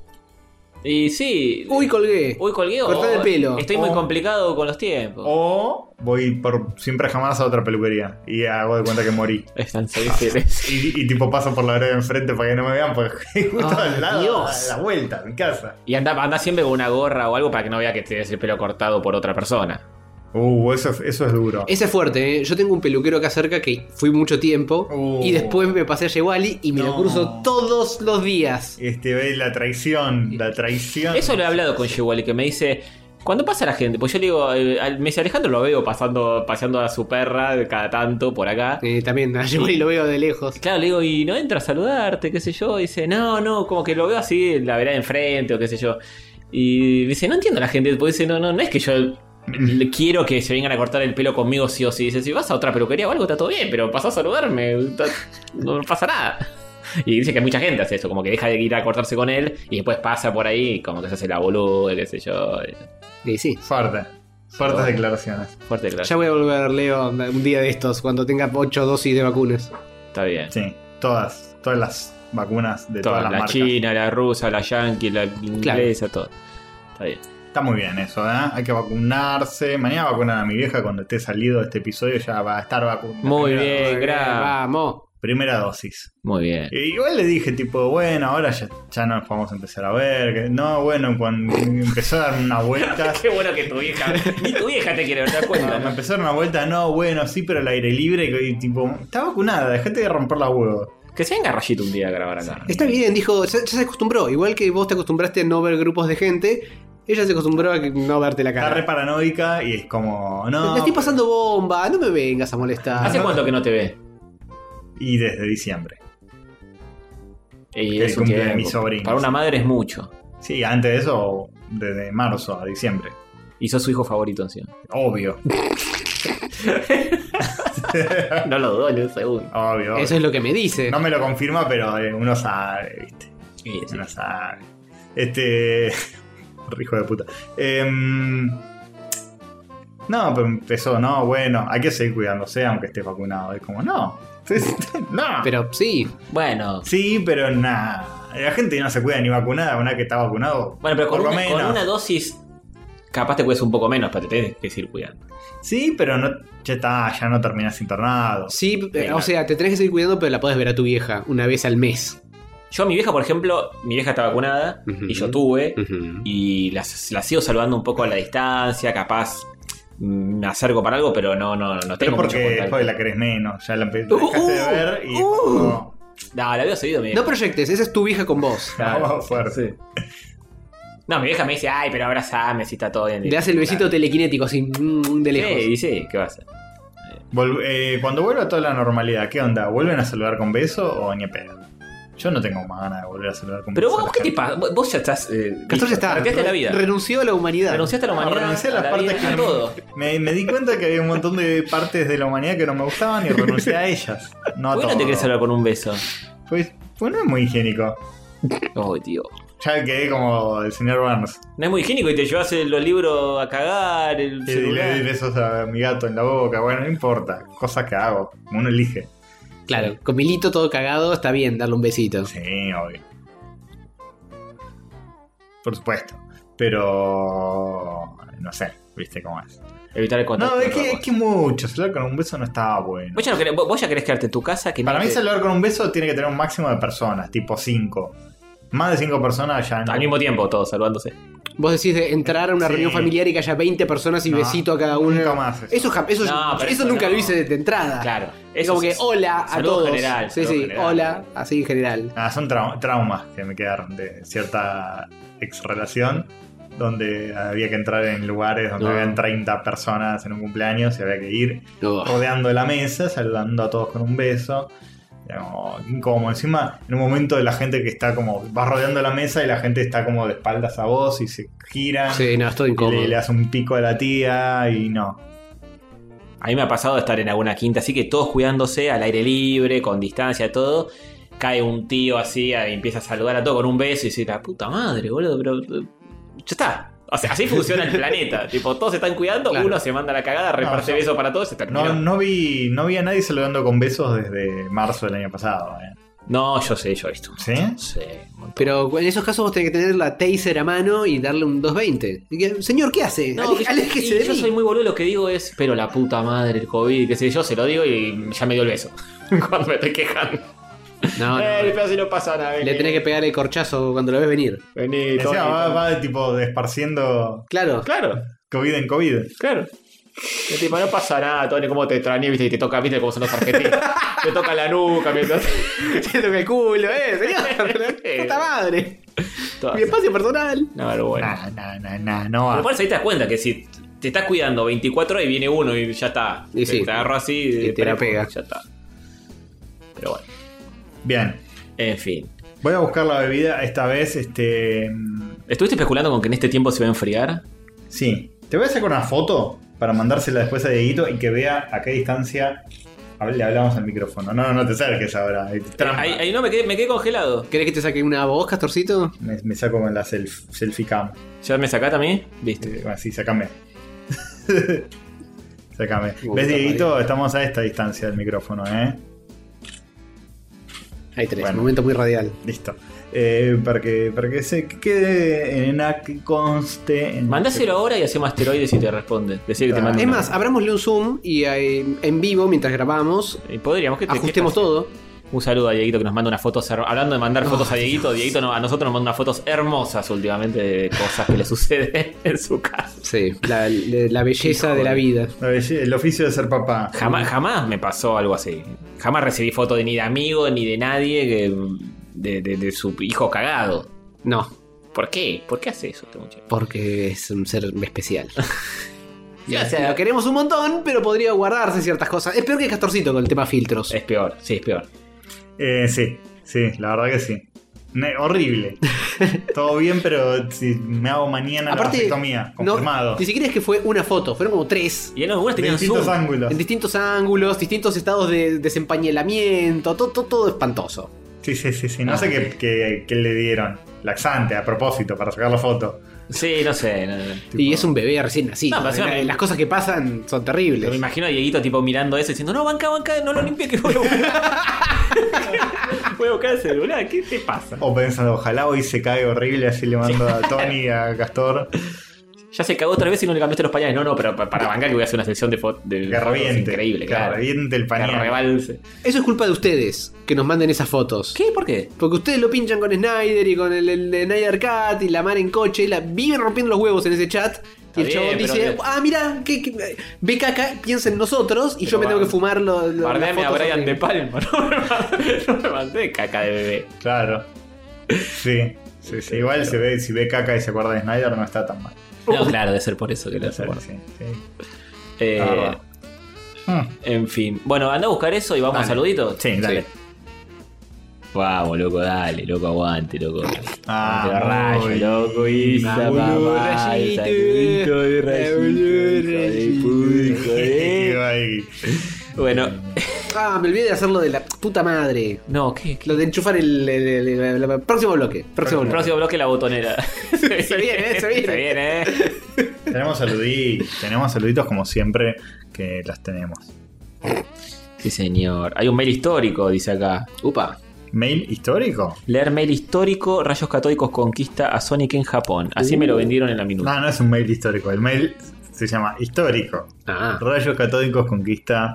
Y sí. Uy, colgué. Uy, colgué. Cortá o- el pelo. Estoy muy O- complicado con los tiempos. O voy por siempre jamás a otra peluquería. Y hago de cuenta que morí. Es tan difíciles. Y, y tipo paso por la vereda de enfrente para que no me vean, porque justo Ay, al lado, Dios. a la vuelta, a mi casa. Y anda, anda siempre con una gorra o algo para que no vea que tienes el pelo cortado por otra persona. Uh, eso, eso es duro. Ese es fuerte, ¿eh? Yo tengo un peluquero acá cerca que fui mucho tiempo Uh. y después me pasé a Yewali y me lo No. cruzo todos los días. Este, ve la traición, la traición. Eso lo he hablado con Shewali, que me dice. Cuando pasa la gente, pues yo le digo, eh, al- me dice Alejandro lo veo pasando, paseando a su perra cada tanto por acá. Eh, también a Yewali lo veo de lejos. Claro, le digo, y no entra a saludarte, qué sé yo. Y dice, no, no, como que lo veo así en la vereda de enfrente o qué sé yo. Y dice, no entiendo a la gente, porque dice, no, no, no es que yo le quiero que se vengan a cortar el pelo conmigo sí o sí. Dice, si vas a otra peluquería o algo está todo bien, pero pasá a saludarme, está- no pasa nada. Y dice que mucha gente hace eso, como que deja de ir a cortarse con él y después pasa por ahí y como que se hace la boluda, qué sé yo. Y sí. Fuerte. Fuertes Oh. declaraciones. Fuerte, claro. Ya voy a volver, Leo, un día de estos, cuando tenga ocho dosis de vacunas. Está bien. Sí, todas. Todas las vacunas de todas, Todas, las la marcas. china, la rusa, la yankee, la inglesa, todo. Está bien. Está muy bien eso, ¿eh? Hay que vacunarse. Mañana vacunan a mi vieja cuando esté salido de este episodio. Ya va a estar vacunada. Muy Primera- bien. Muy bien, gra- Vamos. Primera dosis. Muy bien. Y igual le dije, tipo, bueno, ahora ya, ya nos vamos a empezar a ver. Que, no, bueno, cuando empezó a dar una vuelta. Qué bueno que tu vieja, ni tu vieja te quiere dar cuenta. Me empezó a dar una vuelta, no, bueno, sí, pero al aire libre. Y tipo, está vacunada, dejate de romper las huevos. Que se venga Rayito un día a grabar acá. Está bien, dijo, ya, ya se acostumbró. Igual que vos te acostumbraste a no ver grupos de gente, Ella se acostumbró a que no verte la Está cara. re paranoica y es como. No. Le estoy pasando bomba, no me vengas a molestar. ¿Hace no. cuánto que no te ve? Y desde diciembre. Y El es un cumple de tiempo. mis sobrinos. Para una madre es mucho. Sí, antes de eso, desde marzo a diciembre. Y sos su hijo favorito encima. Obvio. No lo dudo ni un segundo. Obvio. Eso es lo que me dice. No me lo confirma, pero eh, uno sabe, ¿viste? Sí, sí. Uno sabe. Este. Hijo de puta. Em, no, pero empezó, no, bueno, hay que seguir cuidándose aunque esté vacunado. Es como, no. No. Pero sí. Bueno. Sí, pero nada. La gente no se cuida ni vacunada, una que está vacunado. Bueno, pero con por lo una, menos. con una dosis capaz te cuidas un poco menos, pero te tenés que seguir cuidando. Sí, pero no, ya está, ya no terminas internado. Sí, eh, Venga. o sea, te tenés que seguir cuidando, pero la podés ver a tu vieja una vez al mes. Yo, mi vieja, por ejemplo, mi vieja está vacunada Ujú. y yo tuve. Ujú. Y la, la sigo saludando un poco a la distancia, capaz mm, me acerco para algo, pero no, no, no Pero tengo mucho porque contacto. después la querés menos, ya la, empe- Uh, la dejaste de uh, ver y. uh. como, No, la veo seguido, mi vieja. No proyectes, esa es tu vieja con vos. Claro. Vamos fuerte. Sí. No, mi vieja me dice, ay, pero abrazame si está todo bien. Le das el besito telequinético así, mm, de lejos. Sí, sí, ¿qué va a hacer? Vol- eh, cuando vuelva a toda la normalidad, ¿qué onda? ¿Vuelven a saludar con beso o ni a pedo? Yo no tengo más ganas de volver a saludar con Pero beso. vos, ¿qué te pasa? Vos- Vos ya estás... Eh, Castor ya está. Renunciaste a la vida. Renunció a la humanidad. Renunciaste a la No, humanidad, renuncié a las la partes vida, que a no- todo. Me, me di cuenta que había un montón de partes de la humanidad que no me gustaban y renuncié a ellas. No a ¿Por qué no te todo. querés saludar con un beso? Pues, pues no es muy higiénico. Ay, tío. Ya quedé como el señor Burns. No es muy higiénico y te llevas el- los libros a cagar, el Y le celular. doy besos a mi gato en la boca. Bueno, no importa. Cosas que hago. Uno elige. Claro, con Milito todo cagado, está bien darle un besito. Sí, obvio. Por supuesto. Pero. No sé, viste cómo es. Evitar el contacto. No, es con que, otra es que mucho. Saludar con un beso no estaba bueno. ¿Vos ya, no querés, vos- vos ya querés quedarte en tu casa? Que Para no mí, te- saludar con un beso tiene que tener un máximo de personas, tipo cinco. Más de cinco personas ya no. Al mismo tiempo, todos saludándose. Vos decís de entrar a una Sí. reunión familiar y que haya veinte personas y No, besito a cada uno. nunca más eso. Eso, ja- eso, No, pero eso eso nunca no. lo hice de entrada. Claro. Es Eso como que es- hola a saludo todos. general, sí, saludo sí, general. hola, así en general. Ah, son trau- traumas que me quedaron de cierta ex relación donde había que entrar en lugares donde No. habían treinta personas en un cumpleaños y había que ir No. rodeando la mesa, saludando a todos con un beso. Era como incómodo. Encima, en un momento de la gente que está como. Vas rodeando la mesa y la gente está como de espaldas a vos y se gira. Sí, no, es todo y incómodo. le, le hace un pico a la tía y no. A mí me ha pasado de estar en alguna quinta, así que todos cuidándose, al aire libre, con distancia, todo. Cae un tío así y empieza a saludar a todo con un beso y dice, la puta madre, boludo, pero... eh, ya está. O sea, así funciona el planeta. Tipo, todos se están cuidando, Claro. uno se manda la cagada, reparte yo- besos para todos y se terminó. No, No, no, vi, no vi a nadie saludando con besos desde marzo del año pasado. ¿eh? yo sé, yo he visto. ¿Sí? Sí, un montón. Pero en esos casos vos tenés que tener la taser a mano y darle un doscientos veinte. Y que, señor, ¿qué hace? No, Ale- que- aléjese y de yo mí. soy muy boludo, lo que digo es, pero la puta madre, el COVID, qué sé yo, se lo digo y ya me dio el beso. Cuando me estoy quejando. No, no. Eh, pero si no pasa nada. Le tenés que pegar el corchazo cuando lo ves venir. Vení, O sea, Tony, va, Tony. va de tipo de esparciendo Claro. Claro, COVID en COVID. claro. Y tipo, no pasa nada, Tony, cómo te extrañé, viste, y te toca, viste, como son los argentinos. Te toca la nuca, mientras... Te toca el culo, eh, señor. Puta madre. Mi espacio personal. No, pero bueno. Nah, nah, nah, nah, no Pero va. por eso ahí te das cuenta que si te estás cuidando veinticuatro horas y viene uno y ya está. Y te, sí. te agarró así Y te la prepo, pega. Ya está. Pero bueno, Bien. en fin. Voy a buscar la bebida. Esta vez, este. ¿Estuviste especulando con que en este tiempo se va a enfriar? Sí. Te voy a sacar una foto para mandársela después a Dieguito y que vea a qué distancia. A ver, le hablamos al micrófono. No, no, no te acerques ahora. Es trampa. Ahí, ahí no, me quedé, me quedé congelado. ¿Querés que te saque una voz, Castorcito? Me, me saco con la self, selfie cam. ¿Ya me sacaste a mí? Listo. Eh, Bueno, sí, sacame. Sacame. Puta ¿Ves, Dieguito? madre. Estamos a esta distancia del micrófono, ¿eh? Ahí tenés, Bueno. un momento muy radial. Listo. Eh, para, que, para que se quede en la que conste. En Mandáselo ahora y hacemos asteroides y te responde. Decir que te Ah. mande Es una- más, abrámosle un Zoom y eh, en vivo, mientras grabamos, Y podríamos que te ajustemos que- todo. Un saludo a Dieguito que nos manda unas fotos. her- Hablando de mandar fotos a Dieguito, Dieguito no- a nosotros nos manda unas fotos hermosas últimamente de cosas que le suceden en su casa. Sí, la, la belleza Hijo de la de- vida. La belle- El oficio de ser papá. Jamás, jamás me pasó algo así. Jamás recibí fotos de ni de amigo ni de nadie que, de, de- de su hijo cagado. No. ¿Por qué? ¿Por qué hace eso este muchacho? Porque es un ser especial. Ya, o sea, lo queremos un montón, pero podría guardarse ciertas cosas. Es peor que Castorcito con el tema filtros. Es peor, sí, es peor. Eh, sí, sí, la verdad que sí. Ne- horrible. Todo bien, pero si me hago mañana la vasectomía, confirmado. No, ni siquiera es que fue una foto, fueron como tres. Y en algunas De tenían distintos zoom. ángulos. En distintos ángulos, distintos estados de desempañelamiento, todo, todo, todo espantoso. Sí, sí, sí, sí. No Ah. sé qué, qué- qué le dieron. Laxante, a propósito, para sacar la foto. Sí, no sé. No, no. Y es un bebé recién nacido. No, pero encima La- me- las cosas que pasan son Pero terribles. me imagino a Dieguito tipo mirando eso y diciendo, no, banca, banca, no lo limpie que voy a buscar. Voy a buscar el celular, ¿qué te pasa? O pensando, ojalá hoy se cae horrible, así le mando a Tony y a Castor. Ya se cagó otra vez y no le cambiaste los pañales. No, no, pero pa- para bancar que voy a hacer una sección de fotos. De Que reviente. Increíble, que claro. reviente el Que pañal. rebalse. Eso es culpa de ustedes, que nos manden esas fotos. ¿Qué? ¿Por qué? Porque ustedes lo pinchan con Snyder y con el, el de Snyder Cut y la mar en coche. La, viven rompiendo los huevos en ese chat. Y el Está chabón bien, dice, pero- ah, mira, que, que- ve caca, piensa en nosotros y Pero yo me va- tengo que fumar lo, lo, Bardeame las a fotos Brian De horribles. Palma. No me mandé, no me mandé caca de bebé. Claro. Sí, sí, sí. Igual se ve, si ve caca y se acuerda de Snyder, no está tan mal. No, claro, debe ser por eso que lo hace. Sí, Bueno. sí, sí. Eh, La verdad. Hmm. en fin. Bueno, anda a buscar eso y vamos Dale. a saluditos. Sí, dale. Vamos, loco, dale, loco, aguante, loco. Ah, Te rayo, muy loco, Isa, Boludo, papá, rayito. saludito de rayito, Boludo, hijo de rayito. puta, eh. Ay. Bueno, Ah, me olvidé de hacerlo de la puta madre. no, ¿qué? qué? Lo de enchufar el, el- el- el- el- próximo bloque. Próximo El bloque. próximo bloque la botonera. Se viene, eh, se viene. Se viene, eh. Tenemos saluditos, tenemos saluditos como siempre que las tenemos. Sí, señor. Hay un mail histórico, dice acá. Upa. ¿Mail histórico? Leer mail histórico, Rayos Catódicos conquista a Sonic en Japón. Así me lo vendieron en la minuta. No, no es un mail histórico. El mail se llama histórico. Ah. Rayos Catódicos conquista.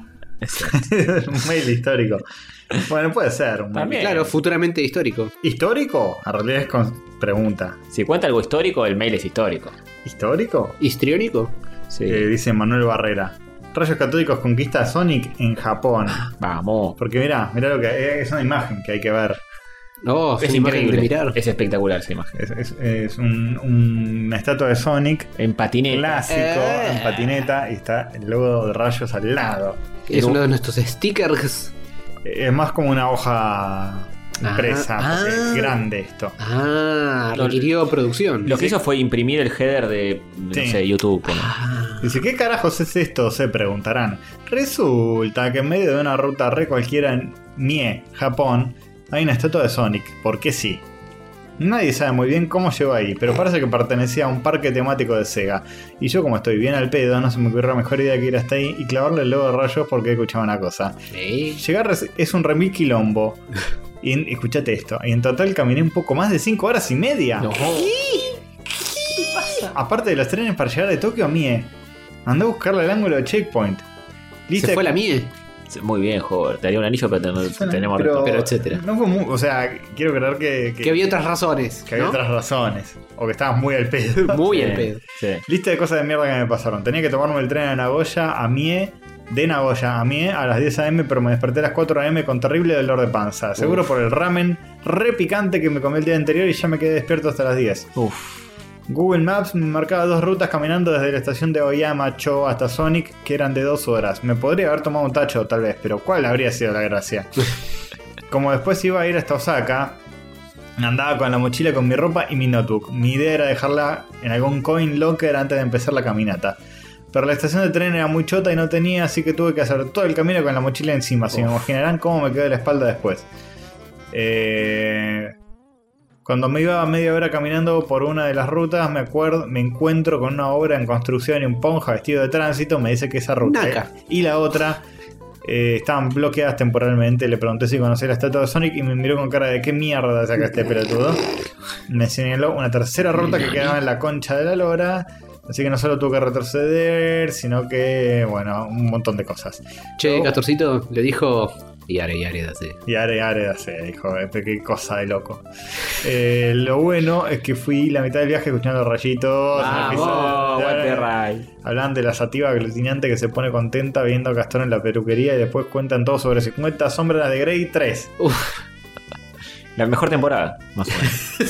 Un mail histórico. Bueno, puede ser. Un mail. También. Claro, futuramente histórico. ¿Histórico? En realidad es con pregunta. Si cuenta algo histórico, el mail es histórico. ¿Histórico? ¿Histriónico? Sí. Eh, dice Manuel Barrera. Rayos Catódicos conquista a Sonic en Japón. Vamos. Porque mirá, mirá lo que es una imagen que hay que ver. No, Es una imagen increíble. de mirar. Es espectacular esa imagen. Es, es- es un- un- una estatua de Sonic En patineta. clásico Eh. en patineta y está el logo de Rayos al lado. Es uno de nuestros stickers. Es más como una hoja impresa, Ah, porque ah. es grande esto. Ah, requirió producción. Lo que hizo fue imprimir el header de, no Sí. sé, YouTube. como- Ah, Dice, ¿qué carajos es esto? Se preguntarán. Resulta que en medio de una ruta re cualquiera en Mie, Japón, hay una estatua de Sonic, porque sí. Nadie sabe muy bien cómo llegó ahí, pero parece que pertenecía a un parque temático de Sega. Y yo, como estoy bien al pedo, no se me ocurrió mejor idea que ir hasta ahí y clavarle el logo de Rayos porque escuchaba una cosa. sí. Llegar es- es un remil quilombo. Y en- escuchate esto, y en total caminé un poco más de cinco horas y media. No. Aparte de los trenes para llegar de Tokio a Mie. Andé a buscarle el ángulo de checkpoint. Lista Se fue la mía. Muy bien, joder. Te haría un anillo, pero te- Bueno, tenemos pero, reto. pero etcétera. No fue muy, o sea, quiero creer que, que, Que había otras razones. que había ¿no? otras razones. O que estabas muy al pedo. Muy Sí, al pedo. sí. Lista de cosas de mierda que me pasaron. Tenía que tomarme el tren a Nagoya a Mie. De Nagoya a Mie a las diez a eme, pero me desperté a las cuatro a eme con terrible dolor de panza. Seguro Uf. por el ramen re picante que me comí el día anterior y ya me quedé despierto hasta las diez. Uf. Google Maps me marcaba dos rutas caminando desde la estación de Oyama Cho hasta Sonic, que eran de dos horas. Me podría haber tomado un tacho, tal vez, pero ¿cuál habría sido la gracia? Como después iba a ir hasta Osaka, andaba con la mochila con mi ropa y mi notebook. Mi idea era dejarla en algún coin locker antes de empezar la caminata. Pero la estación de tren era muy chota y no tenía, así que tuve que hacer todo el camino con la mochila encima. Si me imaginarán cómo me quedó de la espalda después. Eh... Cuando me iba a media hora caminando por una de las rutas, me acuerdo, me encuentro con una obra en construcción y un ponja vestido de tránsito. Me dice que esa ruta Naca. eh, y la otra eh, estaban bloqueadas temporalmente. Le pregunté si conocía la estatua de Sonic y me miró con cara de ¿qué mierda saca este pelotudo? Me señaló una tercera ruta que quedaba en la concha de la lora. Así que no solo tuve que retroceder, sino que, bueno, un montón de cosas. Che, Oh. Castorcito le dijo. Y are, y are, dase. Y are, are, hace, dijo, eh, qué cosa de loco. Eh, lo bueno es que fui la mitad del viaje escuchando rayitos. Vamos, what the right. Hablan de la sativa aglutinante que se pone contenta viendo a Castor en la peluquería y después cuentan todo sobre cincuenta sombras de Grey tres. Uf, La mejor temporada, más o menos.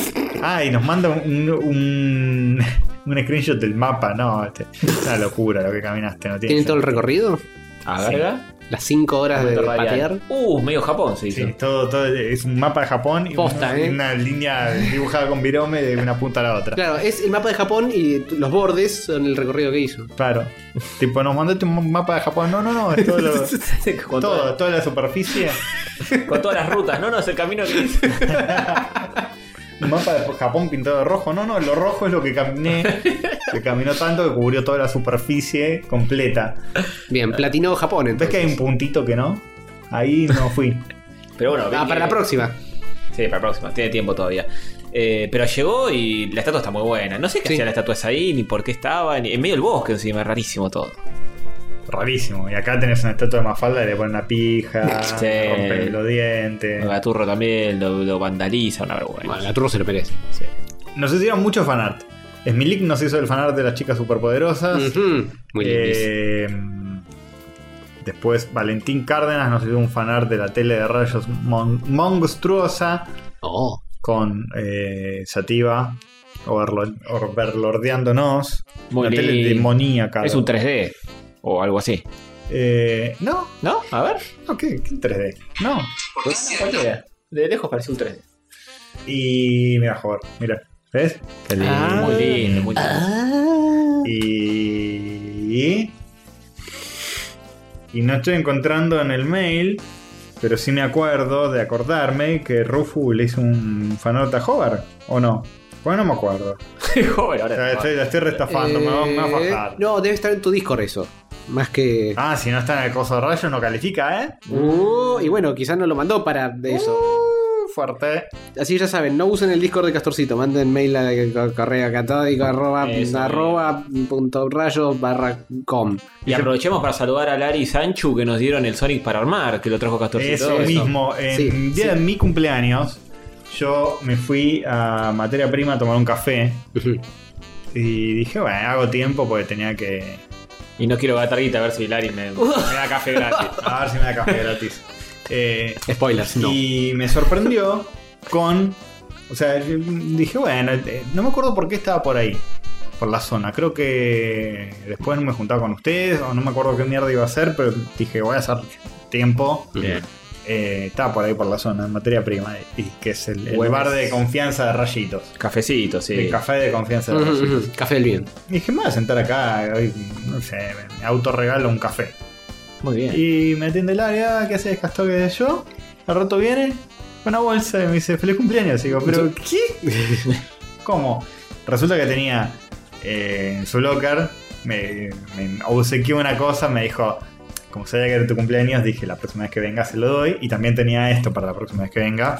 Ah, y nos manda un, un, un screenshot del mapa. No, este, es una locura lo que caminaste. No tiene ¿Tienen todo el sentido. recorrido? A Sí. verga. Las cinco horas de Momento radial. patear. Uh, medio Japón se hizo. Sí, todo, todo es un mapa de Japón y Posta, una, ¿eh? una línea dibujada con virome de una punta a la otra. Claro, es el mapa de Japón y los bordes son el recorrido que hizo. Claro. Tipo, nos mandaste un mapa de Japón. No, no, no, es todo, lo- con, todo, toda- toda la superficie. con todas las rutas. No, no, es el camino que hice. Un mapa de Japón pintado de rojo. No, no, lo rojo es lo que caminé. Que caminó tanto que cubrió toda la superficie completa. Bien, platinó Japón ¿Ves entonces. que hay un puntito que no? Ahí no fui. Pero bueno, vi Ah, que- para la próxima. Sí, para la próxima, tiene tiempo todavía. Eh, pero llegó y la estatua está muy buena. No sé qué Sí. hacía la estatua esa ahí, ni por qué estaba, ni en medio del bosque encima, rarísimo todo. Rarísimo. Y acá tenés una estatua de Mafalda y le ponen una pija, Sí. rompen los dientes. El Gaturro también lo, lo vandaliza, una vergüenza. Bueno, la turro se lo merece. Sí. Nos hicieron mucho fanart. Smilik nos hizo el fanart de las chicas superpoderosas. Ujú, muy lindis. Eh, después Valentín Cárdenas nos hizo un fanart de la tele de rayos mon- monstruosa Oh. con eh, Sativa overlo- overlordeándonos. Muy Una tele lindo. demoníaca. Es un tres D o algo así. Eh, no, ¿No? A ver. no, ¿qué, qué tres D? No. Cualquiera. De lejos parece un tres D. Y mira, joder, mira. ¿Ves? Qué lindo. Ah. Muy lindo, muy lindo. Y. Y no estoy encontrando en el mail, pero sí me acuerdo de acordarme que Rufu le hizo un fanart a Hover, ¿o no? Bueno, no me acuerdo. Joder, O sea, ahora. estoy, la estoy restafando, me, va, me va a Eh, fajar. No, debe estar en tu Discord eso. Más que. Ah, si no está en el coso de rayos, no califica, ¿eh? Uh, y bueno, quizás no lo mandó para de eso. Uh, fuerte. Así ya saben, no usen el Discord de Castorcito, manden mail a co- correo catódico arroba, Eso, arroba punto rayos barra com. Y aprovechemos para saludar a Lari y Sanchu que nos dieron el Sonic para armar, que lo trajo Castorcito. Eso mismo, en Sí, día sí. de mi cumpleaños, yo me fui a Materia Prima a tomar un café. Ujú. Y dije, bueno, hago tiempo porque tenía que. Y no quiero gastar guita a ver si Lari me, me da café gratis. A ver si me da café gratis. Eh, Spoilers, no. Y me sorprendió con. O sea, yo dije, bueno, eh, no me acuerdo por qué estaba por ahí, por la zona. Creo que después no me juntaba con ustedes, o no me acuerdo qué mierda iba a hacer, pero dije, voy a hacer tiempo. Bien. Eh, estaba por ahí por la zona, en Materia Prima, y que es el, el Güemes. bar de confianza de Rayitos. Cafecito, sí. El café de confianza de Ujú, Rayitos. ujú. Café del bien. Y dije, me voy a sentar acá, hoy, no sé, me autorregalo un café. Muy bien. Y me atiende el área, ¿qué haces, Castor? ¿Qué sé yo? Al rato viene con una bolsa y me dice, feliz cumpleaños. Y digo, ¿pero qué? ¿Cómo? Resulta que tenía eh, en su locker, me, me obsequió una cosa, me dijo, como sabía que era tu cumpleaños, dije, la próxima vez que venga se lo doy. Y también tenía esto para la próxima vez que venga.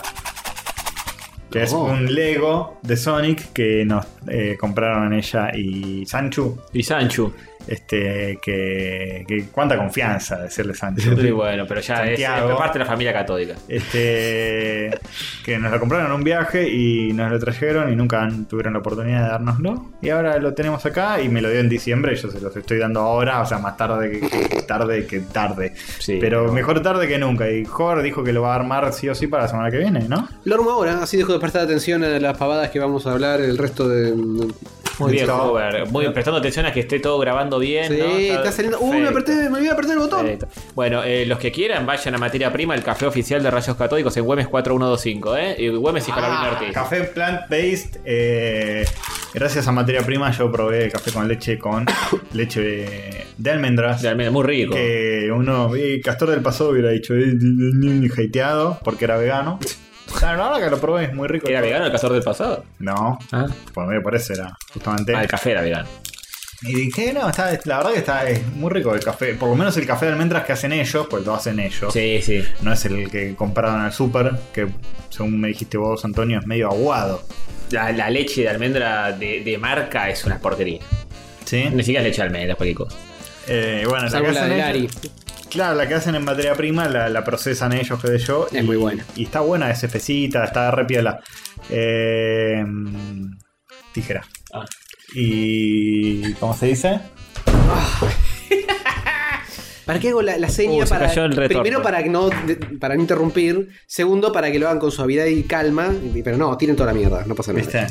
Que es Oh. un Lego de Sonic que nos eh, compraron ella y Sanchu. Y Sanchu. Este, que, que cuánta confianza decirle Sancho. Sí, bueno, pero ya es, es Santiago. parte de la familia católica. Este, que nos lo compraron en un viaje y nos lo trajeron y nunca han- tuvieron la oportunidad de dárnoslo. Y ahora lo tenemos acá y me lo dio en diciembre y yo se los estoy dando ahora, o sea, más tarde que, que tarde que tarde. Sí, pero pero- mejor tarde que nunca. Y Jorge dijo que lo va a armar sí o sí para la semana que viene, ¿no? Lo armo ahora, así dejo de prestar atención a las pavadas que vamos a hablar el resto de. Muy bien, Listo. Hover. Muy bien, prestando atención a que esté todo grabando bien. Sí, ¿no? está saliendo. Uh, me perfecto. apreté, me olvidé de apretar el botón. Perfecto. Bueno, eh, los que quieran, vayan a Materia Prima, el café oficial de Rayos Catódicos en Güemes cuatro uno dos cinco, ¿eh? Y Güemes y Ah, Carolina Ortiz. Café plant-based. eh, gracias a Materia Prima yo probé el café con leche con leche de, de almendras. De Almeida, muy rico. Que uno, y Castor del Paso hubiera dicho, eh, ni hateado porque era vegano. Claro, ahora que lo probé es muy rico. ¿Era vegano el castor del pasado? No, Ah, por medio por eso era justamente. ah el café era vegano. Y dije, no, está, la verdad que está es muy rico el café. Por lo menos el café de almendras que hacen ellos, pues lo hacen ellos. Sí, sí. No es el que compraron al súper, que según me dijiste vos, Antonio, es medio aguado. La, la leche de almendra de, de marca es una porquería. ¿Sí? Ni siquiera es leche de almendra, es cualquier cosa. Eh, bueno, la Salvo que la hacen de ellos- Lari. Claro, la que hacen en materia prima la, la procesan ellos, que de yo. Es y- muy buena. Y está buena, es espesita, está re piola. Eh, tijera. Ah. Y. ¿Cómo se dice? ¿Para qué hago la, la seña? Uh, se para, cayó el retorno. primero para que no de- para no interrumpir. Segundo, para que lo hagan con suavidad y calma. y- Pero no, tienen toda la mierda, no pasa nada. ¿Viste?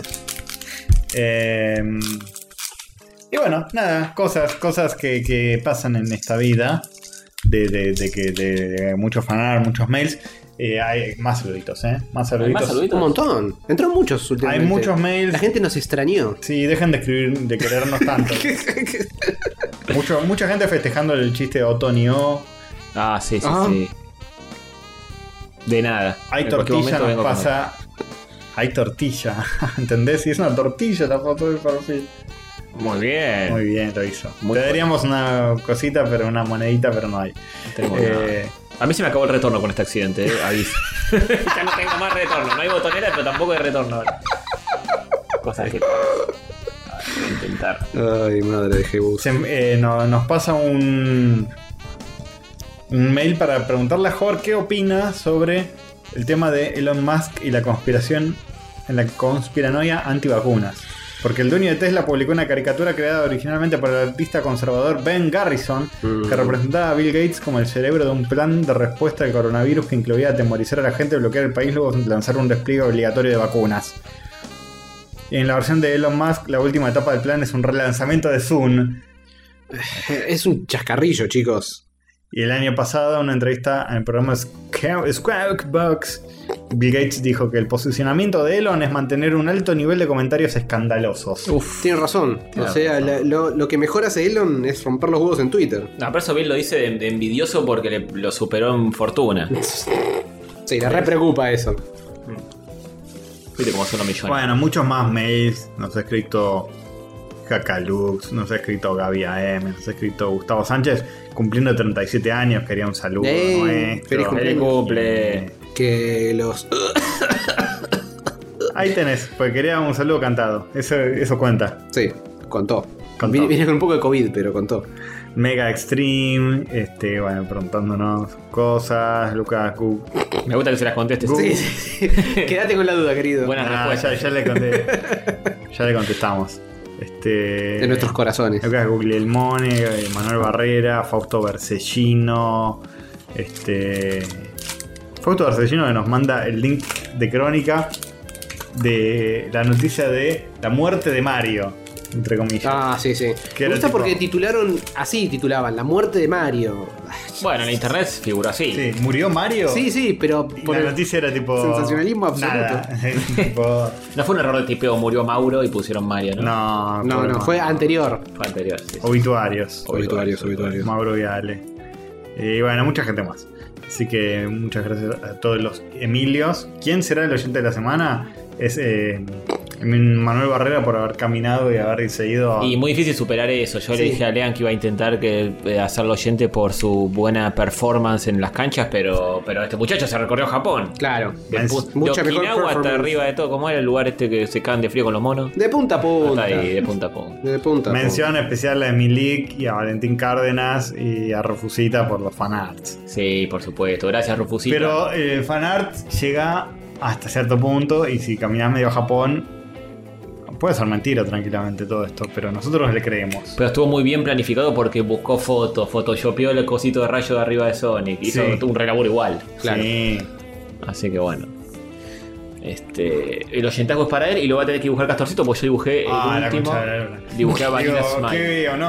Eh, y bueno, nada, cosas, cosas que, que pasan en esta vida. De, de, de que de, de muchos fanart, muchos mails. Eh, hay más saluditos, ¿eh? Más saluditos. más saluditos? Un montón. Entró muchos últimamente. Hay muchos mails. La gente nos extrañó. Sí, dejen de escribir, de querernos tanto. Mucho, mucha gente festejando el chiste de Otonio. Ah, sí, sí, Ah. sí. De nada. Hay En cualquier tortilla, momento nos vengo con pasa. Hay tortilla, ¿entendés? Si es una tortilla la foto de perfil. otro. Muy bien. Muy bien, lo hizo. Muy Te daríamos una cosita, pero una monedita, pero no hay. No tenemos Eh, nada. A mí se me acabó el retorno con este accidente, eh. Aviso. Ya no tengo más retorno. No hay botonera, pero tampoco hay retorno. Cosas que. A ver, voy a intentar. Ay, madre de Jebus. se- eh, no- nos pasa un. Un mail para preguntarle a Jorge qué opina sobre el tema de Elon Musk y la conspiración en la conspiranoia antivacunas. Porque el dueño de Tesla publicó una caricatura creada originalmente por el artista conservador Ben Garrison, Mm. que representaba a Bill Gates como el cerebro de un plan de respuesta al coronavirus que incluía atemorizar a la gente, bloquear el país, luego lanzar un despliegue obligatorio de vacunas. Y en la versión de Elon Musk, la última etapa del plan es un relanzamiento de Zoom. Es un chascarrillo, chicos. Y el año pasado, en una entrevista en el programa Squawk- Squawk Box, Bill Gates dijo que el posicionamiento de Elon es mantener un alto nivel de comentarios escandalosos. Uf. Tiene razón. Tiene o sea, razón. la- lo, lo que mejor hace Elon es romper los huevos en Twitter. No, pero eso Bill lo dice de, de envidioso porque le- lo superó en fortuna. Sí, la re preocupa eso. Viste cómo son los millones. Bueno, muchos más mails. Nos ha escrito Jacalux, nos ha escrito Gaby A M, nos ha escrito Gustavo Sánchez, cumpliendo treinta y siete años, quería un saludo ¡Ey! nuestro. ¡Feliz Feliz cumpleaños! cumple. Que los. Ahí tenés, pues quería un saludo cantado. Eso, eso cuenta. Sí, contó. Contó. Viene, viene con un poco de COVID, pero contó. Mega Extreme, este, bueno, preguntándonos cosas. Lucas Cook. Me gusta que se las contestes. Gu- Sí, sí, sí. Quédate con la duda, querido. Buenas Ah, respuestas. ya, ya le conté, ya le contestamos. Este, De nuestros corazones. Lucas Guglielmone, eh, Manuel Barrera, Fausto Bercellino. Este. Fausto Bercellino que nos manda el link de crónica de la noticia de la muerte de Mario, entre comillas. Ah, sí, sí. Que Me era gusta tipo- porque titularon así, titulaban, la muerte de Mario. Bueno, en la internet figura así. Sí, ¿murió Mario? Sí, sí, pero Y por la el- noticia era tipo. sensacionalismo absoluto. Nada. Tipo, No fue un error de tipeo, murió Mauro y pusieron Mario, ¿no? no, No, pobre no, Mauro. fue anterior. Fue anterior, sí. sí. Obituarios. Obituarios, obituarios. Mauro Viale. Y bueno, mucha gente más. Así que muchas gracias a todos los Emilios. ¿Quién será el oyente de la semana? Es eh, Manuel Barrera por haber caminado y haber seguido. Y muy difícil superar eso. Yo Sí. le dije a Lean que iba a intentar que, eh, hacerlo oyente por su buena performance en las canchas, pero, pero este muchacho se recorrió Japón. Claro. De, Es pu- de mucha mejor Okinawa hasta performance. arriba de todo. ¿Cómo era el lugar este que se caen de frío con los monos? De punta a punta. Hasta ahí, de punta a punta. De punta a punta. Mención especial a Milik y a Valentín Cárdenas y a Rufusita por los fanarts. Sí, por supuesto. Gracias, Rufusita. Pero el fanart llega hasta cierto punto y si caminas medio a Japón, puede ser mentira tranquilamente todo esto, pero nosotros le creemos. Pero estuvo muy bien planificado porque buscó fotos, photoshopeó el cosito de rayo de arriba de Sonic. Hizo Sí. un relaburo igual. Claro. Sí. Así que bueno. Este, el oyentazgo es para él y lo va a tener que dibujar Castorcito porque yo dibujé el Ah, la último. concha de la luna. Dibujé a Vanilla Digo, Smile. qué honor.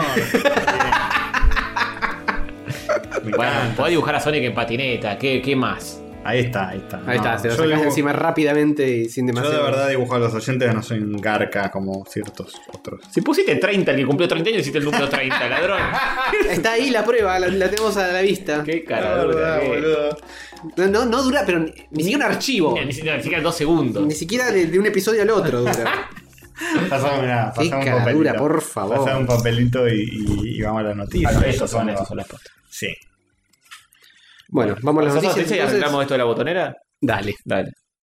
Me Bueno, encanta. podés dibujar a Sonic en patineta. ¿Qué, qué más? Ahí está, ahí está. Ahí está, No, se lo yo sacas dibujo- encima rápidamente y sin Yo demasiado. de verdad dibujo a los oyentes, no soy un garca como ciertos otros. Si pusiste treinta, el que cumplió treinta años, hiciste el número treinta, ladrón. Está ahí la prueba, la, la tenemos a la vista. Qué La cara dura. verdad, qué- boludo. No, no, no dura, pero ni, ni siquiera un archivo. Ni, ni siquiera ni siquiera dos segundos. Ni siquiera de, de un episodio al otro dura. Pasame, mirá, Qué pasame un cara papelito. dura, por favor. Pasame un papelito y, y- y vamos a la noticia. Ah, estos son, Eso estos son las postas. Sí. Bueno, vamos a las ¿Pasamos noticias. y entonces. arreglamos esto de la botonera? Dale. Dale.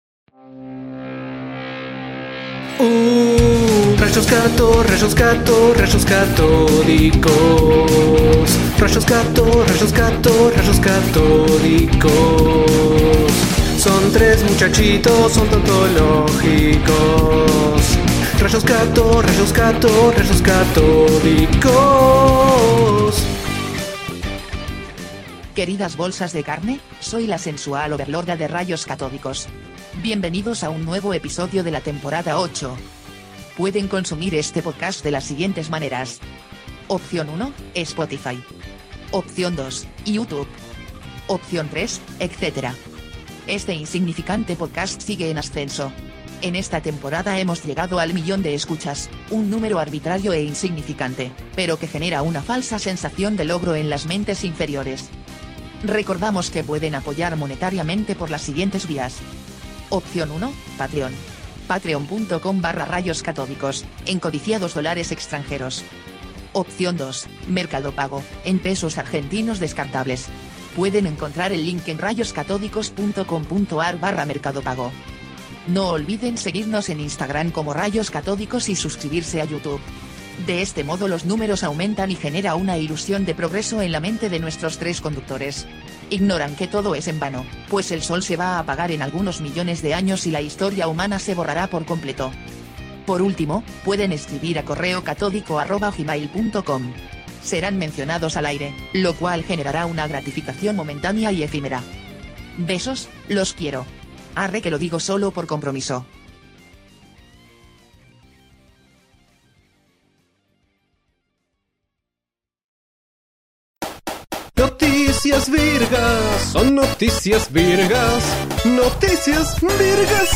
Uh, rayos gato, rayos gato, rayos catódicos. Rayos gato, rayos gato, rayos catódicos. Son tres muchachitos odontológicos. Rayos gato, rayos gato, rayos catódicos. Queridas bolsas de carne, soy la sensual overlorda de rayos catódicos. Bienvenidos a un nuevo episodio de la temporada ocho. Pueden consumir este podcast de las siguientes maneras. Opción uno, Spotify. Opción dos, YouTube. Opción tres, etcétera. Este insignificante podcast sigue en ascenso. En esta temporada hemos llegado al millón de escuchas, un número arbitrario e insignificante, pero que genera una falsa sensación de logro en las mentes inferiores. Recordamos que pueden apoyar monetariamente por las siguientes vías. Opción uno, Patreon. Patreon.com barra rayos catódicos, en codiciados dólares extranjeros. Opción dos, Mercado Pago, en pesos argentinos descartables. Pueden encontrar el link en rayoscatódicos.com.ar barra Mercado Pago. No olviden seguirnos en Instagram como Rayos Catódicos y suscribirse a YouTube. De este modo los números aumentan y genera una ilusión de progreso en la mente de nuestros tres conductores. Ignoran que todo es en vano, pues el sol se va a apagar en algunos millones de años y la historia humana se borrará por completo. Por último, pueden escribir a correo catódico arroba gmail punto com. Serán mencionados al aire, lo cual generará una gratificación momentánea y efímera. Besos, los quiero. Arre que lo digo solo por compromiso. Noticias virgas, son noticias virgas, noticias virgas.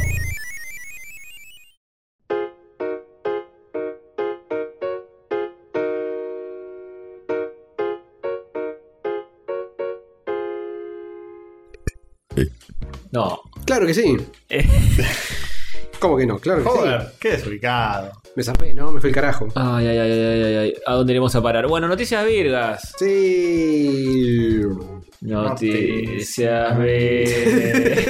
No. Claro que sí. Eh. ¿Cómo que no? Claro que Joder, sí. qué desubicado. Me zafé, ¿no? Me fui el carajo. Ay, ay, ay, ay, ay, ay. ¿A dónde iremos a parar? Bueno, noticias virgas. Sí. Noticias virgas.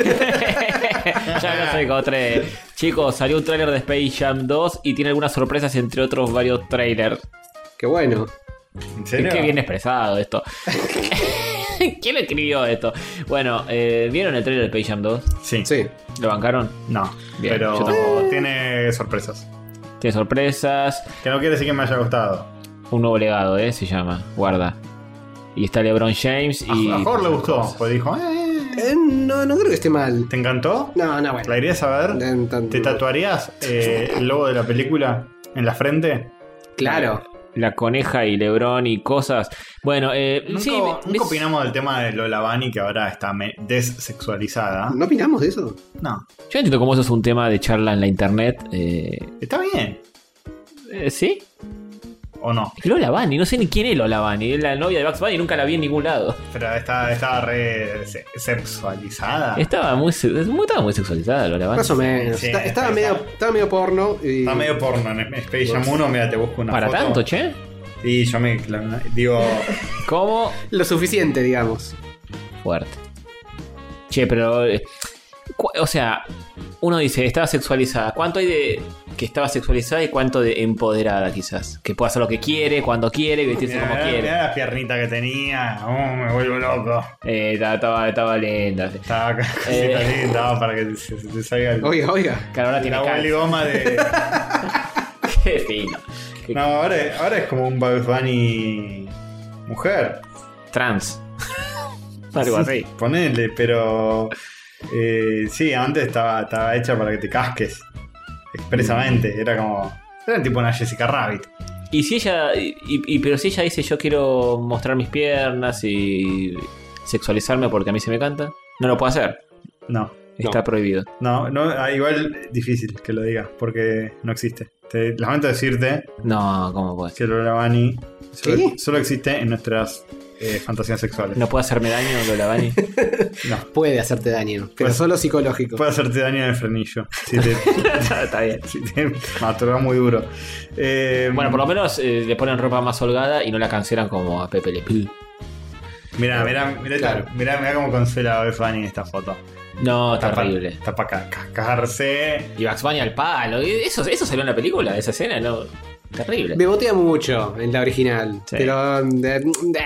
Ya no sé cómo trae. Chicos, salió un tráiler de Space Jam dos y tiene algunas sorpresas, entre otros varios trailers. Qué bueno. ¿En serio? Qué bien expresado esto. ¿Quién escribió esto? Bueno, eh, ¿vieron el trailer de Space Jam dos? Sí. Sí. ¿Lo bancaron? No, Bien, pero yo tampoco. tiene sorpresas. Tiene sorpresas. Que no quiere decir que me haya gustado. Un nuevo legado, ¿eh? Se llama. Guarda. Y está LeBron James y... A, a Jorge le gustó, pues dijo, eh, Eh, no, no creo que esté mal. ¿te encantó? No, no, bueno. ¿La irías a ver? En tanto- ¿Te tatuarías eh, el logo de la película en la frente? Claro. La coneja y LeBron y cosas. Bueno, eh, Nunca, sí, nunca me- opinamos del tema de Lola Bunny, que ahora está me- dessexualizada. ¿No opinamos de eso? No, yo entiendo cómo eso es un tema de charla en la internet. Eh, está bien. eh, ¿Sí? ¿O no? Lola Bunny, no sé ni quién es Lola Bunny. Es la novia de Bugs Bunny, nunca la vi en ningún lado. Pero está, estaba re se- sexualizada. Estaba muy, se- muy- estaba muy sexualizada Lola Bunny. Más o menos. Sí, Está- estaba, sí, medio, está. estaba medio porno. Y... Está medio porno en Space Jam uno. Mira, te busco una ¿Para foto. tanto, che? Y yo me la- digo... ¿Cómo? Lo suficiente, digamos. Fuerte. Che, pero... eh, cu- o sea, uno dice, estaba sexualizada. ¿Cuánto hay de que estaba sexualizada y cuánto de empoderada, quizás? Que puede hacer lo que quiere, cuando quiere, vestirse Mirá, como mirá, quiere. mirá la piernita que tenía. Oh, me vuelvo loco. Eh, estaba, estaba, estaba linda. Estaba casi Eh. linda para que se, se te salga el, Oiga, oiga. Claro, ahora tiene la calcio. goma de... Qué fino. Qué No, ahora, ahora es como un Bugs Bunny mujer. trans. Algo así. Ponele, pero... Eh, sí, antes estaba, estaba hecha para que te casques. Expresamente. Era como... Era tipo una Jessica Rabbit. Y si ella. Y, y- pero si ella dice yo quiero mostrar mis piernas y sexualizarme porque a mí se me canta, no lo puede hacer. No. Está No. prohibido. No, no, ah, igual difícil que lo digas, porque no existe. Te lamento decirte No, ¿cómo puede ser? que Lola Bunny solo, ¿Qué? solo existe en nuestras eh, fantasías sexuales. No puede hacerme daño, Lola Bunny. No. Puede hacerte daño, pero Pues- solo psicológico. Puede hacerte daño en el frenillo. Si te, Está bien. si te masturba muy duro. Eh, Bueno, por lo menos eh, le ponen ropa más holgada y no la cancelan como a Pepe Le Pew. Mira, mira, mira, Claro. mira, mira cómo cancela a Bugs Bunny en esta foto. No, Está pa- terrible. Está para cascarse. Y Bugs Bunny al palo. ¿Y ¿Eso, ¿Eso salió en la película? ¿Esa escena? No. Terrible. Me botea mucho en la original. Sí. Pero. eh,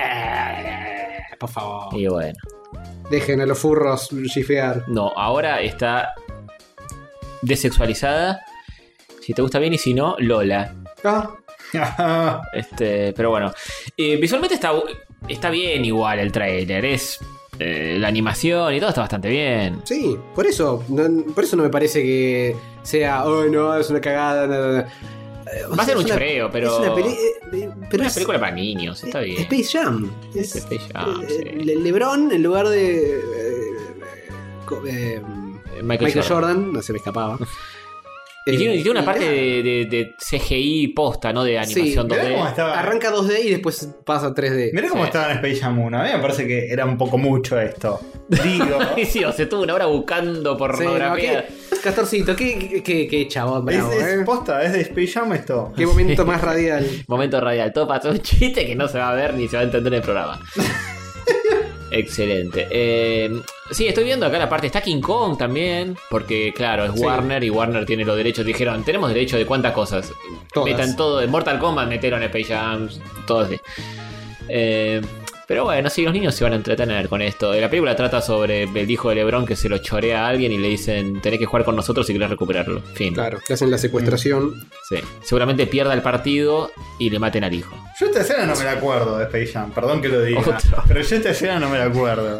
eh, por favor. Y bueno. Dejen a los furros gifear. No, ahora está desexualizada. Si te gusta bien y si no, Lola. Ah, Este, pero bueno. Eh, visualmente está. está bien igual el trailer. Es eh, la animación y todo está bastante bien. Sí, por eso, no, por eso no me parece que sea, oh no, es una cagada. No, no, no. O Va a sea, ser un es una- choreo, pero. Es una, peli- eh, pero una es- película para niños, está bien. Space Jam. Es, Space Jam, eh, sí. Le- LeBron en lugar de. eh, co- eh, Michael, Michael Jordan. Jordan. no se me escapaba. Y tiene, y tiene una Eh, parte nada. de, de- de C G I posta, ¿no? De animación Mirá cómo dos D. estaba. Arranca dos D y después pasa a tres D. Mirá cómo Sí. estaba en Space Jam uno. A mí me parece que era un poco mucho esto. Digo. Y sí, o sea, estuvo una hora buscando Sí, no, pornografía. qué- Castorcito, qué, qué, qué chabón, es, bravo, es eh. posta, es de Space Jam esto. Qué momento más radial. Momento radial. Todo pasó un chiste que no se va a ver ni se va a entender en el programa. Excelente. Eh, sí, estoy viendo acá la parte. Está King Kong también. Porque, claro, es Sí. Warner y Warner tiene los derechos. Dijeron, tenemos derecho de cuántas cosas. Todas. Metan todo. En Mortal Kombat metieron Space Jams. Todo así. Eh, pero bueno, sí, los niños se van a entretener con esto. La película trata sobre el hijo de LeBron que se lo chorea a alguien y le dicen, tenés que jugar con nosotros si querés recuperarlo. Fin. Claro, le hacen la secuestración. Sí. Seguramente pierda el partido y le maten al hijo. Yo esta escena no me la acuerdo de Space Jam, perdón que lo diga. Otro. Pero yo esta escena no me la acuerdo.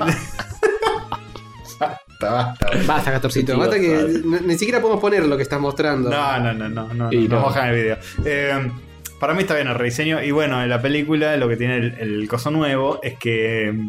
basta, basta. Basta, Castorcito. Sí, Basta que basta. n- ni siquiera podemos poner lo que estás mostrando. No, no, no, no, no, Y no, no. bajan el video. Eh, para mí está bien el rediseño. Y bueno, en la película lo que tiene el, el coso nuevo es que. eh,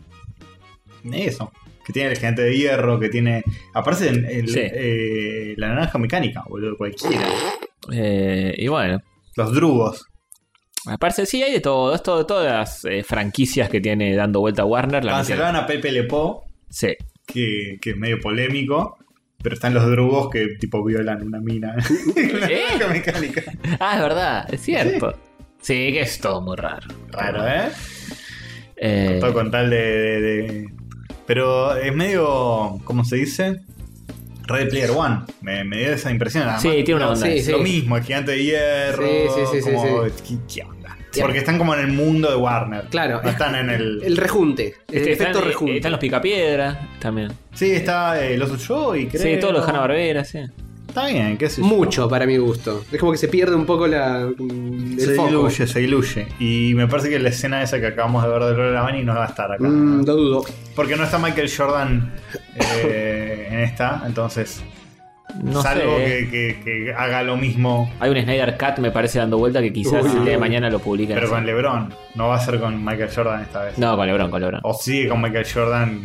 Eso. Que tiene el gigante de hierro, que tiene. Aparece en el- Sí. eh, la naranja mecánica, boludo, cualquiera. Eh, y bueno. Los drugos. Aparte, sí, hay de todo. Es todo- todas las eh, franquicias que tiene dando vuelta Warner. La metieron. Cancelaron a Pepe Le Pew, Sí. que, que es medio polémico. Pero están los drugos que tipo violan una mina. La ¿Eh? naranja mecánica. Ah, es verdad, es cierto. Sí, que es todo muy raro. Raro, ¿eh? Eh, Todo con tal de, de- de- Pero es medio. ¿Cómo se dice? Ready Player One. Me, me dio esa impresión. Además, Sí, tiene una no, onda. Sí, es sí. Lo mismo, el gigante de hierro. Sí, sí, sí, sí, como, sí. ¿Qué, qué onda? Porque están como en el mundo de Warner. Claro. No están en el. El rejunte. El este, efecto están, rejunte. están los picapiedras también. Sí, está eh, Los Ocho y creo. Sí, todos los Hanna-Barbera, sí. Está bien, qué sé yo. Mucho para mi gusto. Es como que se pierde un poco la, el Se foco. diluye, se diluye. Y me parece que la escena esa que acabamos de ver de Lola Bunny no va a estar acá. Mm, lo dudo. Porque no está Michael Jordan eh, en esta, entonces. No salvo sé. que, que- que haga lo mismo, Hay un Snyder Cut, me parece, dando vuelta que quizás Uy, el día de uy. mañana lo publiquen. pero así. con LeBron. No va a ser con Michael Jordan esta vez. No, con LeBron, con LeBron. O sigue con Michael Jordan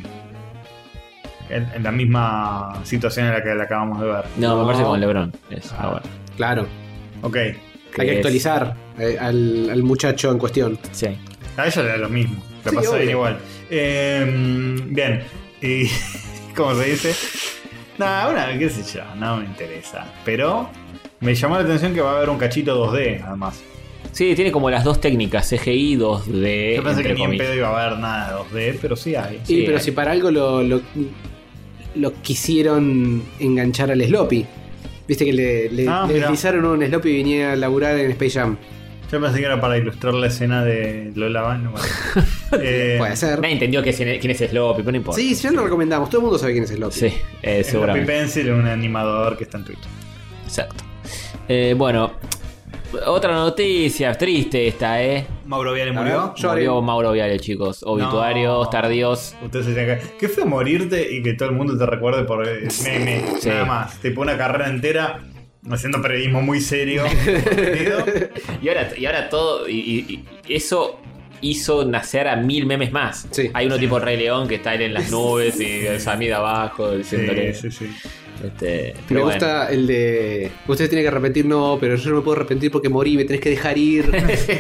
en, en la misma situación en la que la acabamos de ver. No, me No. parece que con LeBron. Es, ah, bueno. Claro. Ok. Hay que es- actualizar eh, al, al muchacho en cuestión. Sí. A ella le da lo mismo. Le Sí, pasa bien obvio. igual. Eh, bien. Y. ¿Cómo se dice? Nada, una, qué sé yo, no me interesa. Pero me llamó la atención que va a haber un cachito dos D, además. Sí, tiene como las dos técnicas, C G I, dos D. Yo pensé entre que ni en comillas. pedo iba a haber nada de dos D, pero sí hay. Sí, Sí, pero hay. si para algo lo, lo, lo quisieron enganchar al Sloppy. Viste que le, le, Ah, le mirá. deslizaron un Sloppy y venía a laburar en Space Jam. Yo pensé que era para ilustrar la escena de Lola Bunny. Bueno. Eh, Puede ser. Nadie entendió que, quién es Sloppy, pero no importa. Sí, ya lo recomendamos. Todo el mundo sabe quién es Sloppy. Sí, eh, es Sloppy seguramente. Pencil, un animador que está en Twitch. Exacto. Eh, bueno, otra noticia triste esta, ¿eh? Mauro Viale A murió. ver, yo- Murió Mauro Viale, chicos. Obituarios, No. tardíos. Ustedes se tienen que... Qué fue morirte y que todo el mundo te recuerde por el meme. Sí. Nada más. Tipo una carrera entera haciendo periodismo muy serio. divertido. Y ahora, y ahora todo. Y, y- y eso hizo nacer a mil memes más. Sí. Hay uno tipo Rey León que está él en las nubes y el Sammy de abajo diciéndole. Sí, sí, sí. Este, Me pero bueno. gusta el de. Usted tiene que arrepentir, no, pero yo no me puedo arrepentir porque morí, me tenés que dejar ir.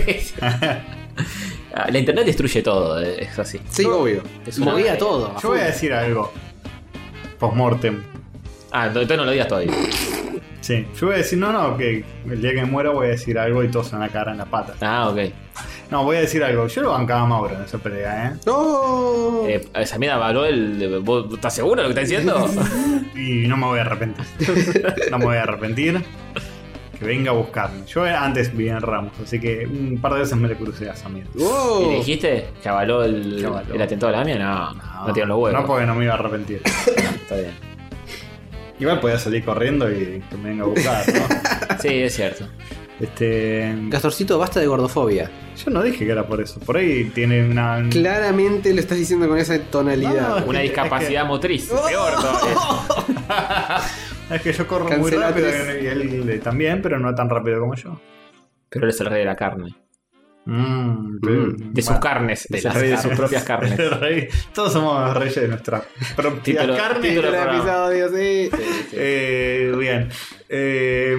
Ah, la internet destruye todo, eh, es así. Sí, obvio. Es una- Movía todo. Yo voy a decir algo. Postmortem. Ah, entonces no lo digas todavía. Sí. Yo voy a decir, no, no, que el día que me muera voy a decir algo y todos en la cara, en la pata. Ah, ok. No, voy a decir algo. Yo lo bancaba a Mauro en esa pelea, ¿eh? ¡No! Eh, Sammy habló el. ¿Vos estás seguro de lo que está diciendo? Y no me voy a arrepentir. No me voy a arrepentir. Que venga a buscarme. Yo antes vivía en Ramos, así que un par de veces me le crucé a Samir. ¡Wow! ¿Y le dijiste que avaló el, Que avaló. el atentado a la mía? No, no, tienen los huevos. No, porque no me iba a arrepentir. Está bien. Igual podía salir corriendo y que me venga a buscar, ¿no? Sí, es cierto. Este. Castorcito, basta de gordofobia. Yo no dije que era por eso. Por ahí tiene una. Claramente lo estás diciendo con esa tonalidad. No, Una es que- discapacidad es que- motriz. Peor todavía. Es que yo corro muy Cancelates. rápido y él eh, también, pero no tan rápido como yo. Pero él es el rey de la carne. Mm, De sus carnes. de Es el las rey de sus carnes. propias carnes. El rey- Todos somos reyes de nuestra propia Título- carne. título El episodio, sí. Eh, bien. Eh,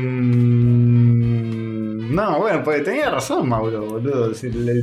mm, no, bueno, pues tenía razón, Mauro, boludo. Si le-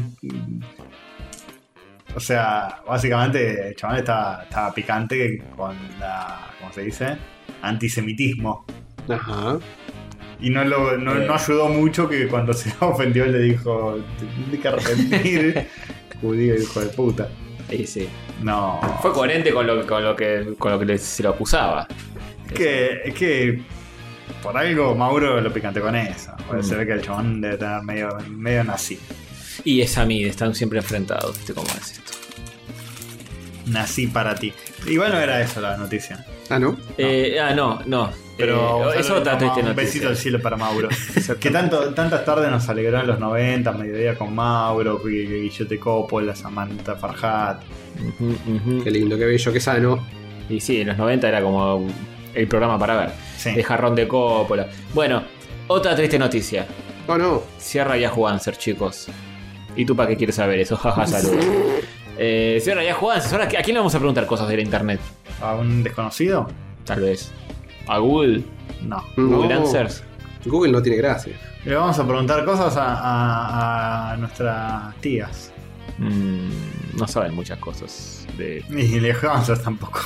o sea, básicamente el chaval estaba, estaba picante con la. ¿Cómo se dice? Antisemitismo. Ajá. Y no, lo, no, Eh. no ayudó mucho que cuando se ofendió le dijo: te tienes que arrepentir. Judío, hijo de puta. Sí, sí. No. Fue coherente con lo, con lo que, con lo que le- se lo acusaba. Es que, es que por algo Mauro lo picante con eso. Puede Mm. ser que el chabón debe tener medio, medio nazi. Y es a mí, están siempre enfrentados. ¿Viste cómo es esto? Nací para ti. Igual no era eso la noticia. Ah, ¿no? Eh, ah, no, no. Pero Eh, es otra triste un noticia. besito al cielo para Mauro. Que tanto, tantas tardes nos alegró en los noventa, mediodía con Mauro, que- que Guillote Coppola, Samantha Farhat. Ujú, ujú. Qué lindo, qué bello, qué sano. Y sí, en los noventa era como el programa para ver. Sí. El jarrón de Coppola. Bueno, otra triste noticia. Oh, no. Cierra Yahoo Answer, chicos. ¿Y tú para qué quieres saber eso? Jaja, salud. Eh, cierra Yahoo Answers. Ahora, ¿a quién le vamos a preguntar cosas de la internet? ¿A un desconocido? Tal vez. ¿A Google? No. ¿Google No. Answers? Google no tiene gracia. Le vamos a preguntar cosas a, a- a nuestras tías. Mm, no saben muchas cosas de... Y le vamos a hacer tampoco.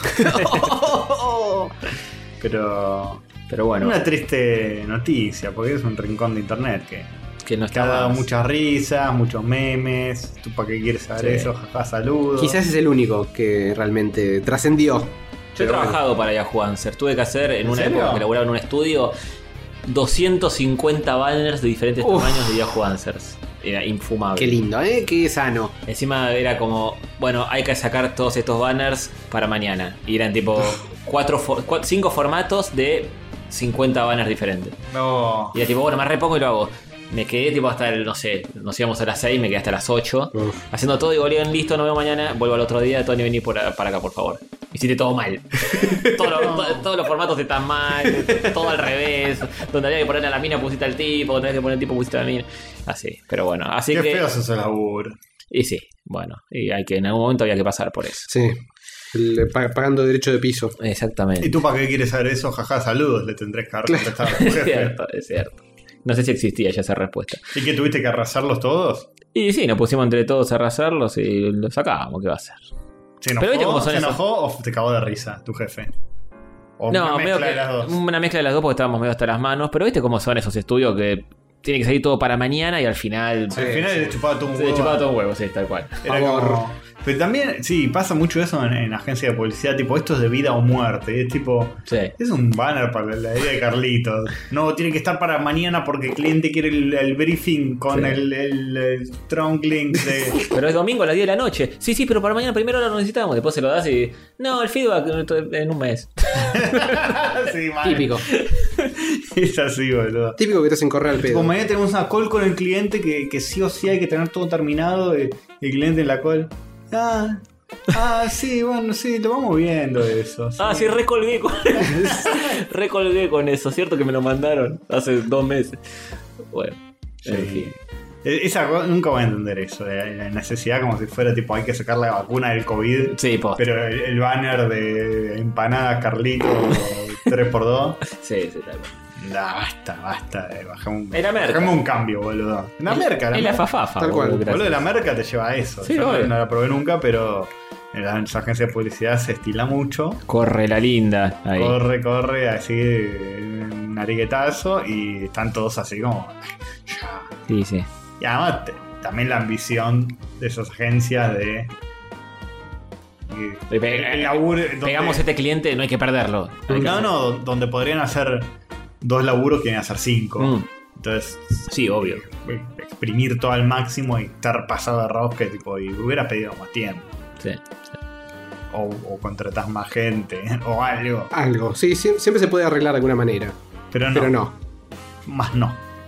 Pero. Pero bueno, Una triste noticia, porque es un rincón de internet que, que no que está ha dado más. muchas risas, muchos memes. ¿Tú para qué quieres saber Sí. eso? Jaja, saludos. Quizás es el único que realmente trascendió. Yo he Pero bueno. trabajado para Yahoo Answers. Tuve que hacer en ¿En una serio? época que laburaba en un estudio doscientos cincuenta banners de diferentes Uf. tamaños de Yahoo Answers. Era infumable. Qué lindo, ¿eh? Qué sano. Encima era como, bueno, hay que sacar todos estos banners para mañana. Y eran tipo cuatro, fo- cua- cinco formatos de cincuenta banners diferentes. No. Y era tipo, bueno, me repongo y lo hago. Me quedé tipo hasta el, no sé, nos íbamos a las seis, me quedé hasta las ocho. Uf. Haciendo todo y volvían listo, nos vemos mañana, vuelvo al otro día, Tony, vení por a- para acá, por favor. Hiciste todo mal. Todo lo- to- todos los formatos están mal, todo al revés. Donde había que poner a la mina pusiste al tipo, donde había que poner al tipo pusiste a la mina. Así, pero bueno, así Qué que... feo es ese laburo. Y sí, bueno, y hay que en algún momento había que pasar por eso. Sí. El- pa- pagando derecho de piso. Exactamente. ¿Y tú para qué quieres saber eso? Jaja, saludos. Le tendrás que haber contestado a tu Es jefe. cierto, es cierto. No sé si existía ya esa respuesta. ¿Y que tuviste que arrasarlos todos? Y sí, nos pusimos entre todos a arrasarlos y los sacábamos, ¿qué va a hacer? ¿Se enojó, Pero viste cómo son ¿Se esos- enojó o te cagó de risa tu jefe? O No, una medio mezcla que de las dos. una mezcla de las dos porque estábamos medio hasta las manos, pero viste cómo son esos estudios que tiene que salir todo para mañana y al final Al final le chupaba todo un se le huevo. chupaba todo un huevo, sí, tal cual. Era Favor. como... Pero también, sí, pasa mucho eso en, en agencia de publicidad, tipo, esto es de vida o muerte. Es tipo, Sí. es un banner para la idea de Carlitos. No, tiene que estar para mañana porque el cliente quiere el, el briefing con Sí. el, el, el trunk link de... Pero es domingo a las diez de la noche. Sí, sí, pero para mañana primero lo necesitamos. Después se lo das y. No, el feedback en un mes. sí, man. Típico. Es así, boludo. Típico que te hacen correr al Tipo, pedo. mañana tenemos una call con el cliente que, que sí o sí hay que tener todo terminado. Y el cliente en la call. Ah, ah, sí, bueno, sí, lo vamos viendo eso. Ah, sí, recolgué con recolgué con eso. Cierto que me lo mandaron hace dos meses. Bueno, en Sí. fin. E- Esa, co- nunca voy a entender eso, de la necesidad como si fuera tipo hay que sacar la vacuna del COVID, Sí, posta. pero el, el banner de empanadas Carlito tres por dos, Sí, sí, tal cual. nah, basta, basta, eh, bajame un, Es la merca. bajame un cambio, boludo. La merca, la Es la merca, fafafa. Tal cual. boludo, boludo, gracias. la merca te lleva a eso. Sí, Yo no, obvio. no la probé nunca, pero en las agencias de publicidad se estila mucho. Corre la linda. Ahí. Corre, corre, así un ariguetazo y están todos así como ya. Sí, sí. Y además te- también la ambición de esas agencias de... Pe- pe- el laburo donde- Pegamos este cliente, no hay que perderlo. Hay que No, hacer- no, donde podrían hacer dos laburos quieren hacer cinco. Mm. Entonces, Sí, obvio. eh, exprimir todo al máximo y estar pasado de rosca, tipo, y hubiera pedido más tiempo. Sí. O, o contratás más gente, o algo. Algo. Sí, sie- siempre se puede arreglar de alguna manera. Pero no. Pero no. Más no.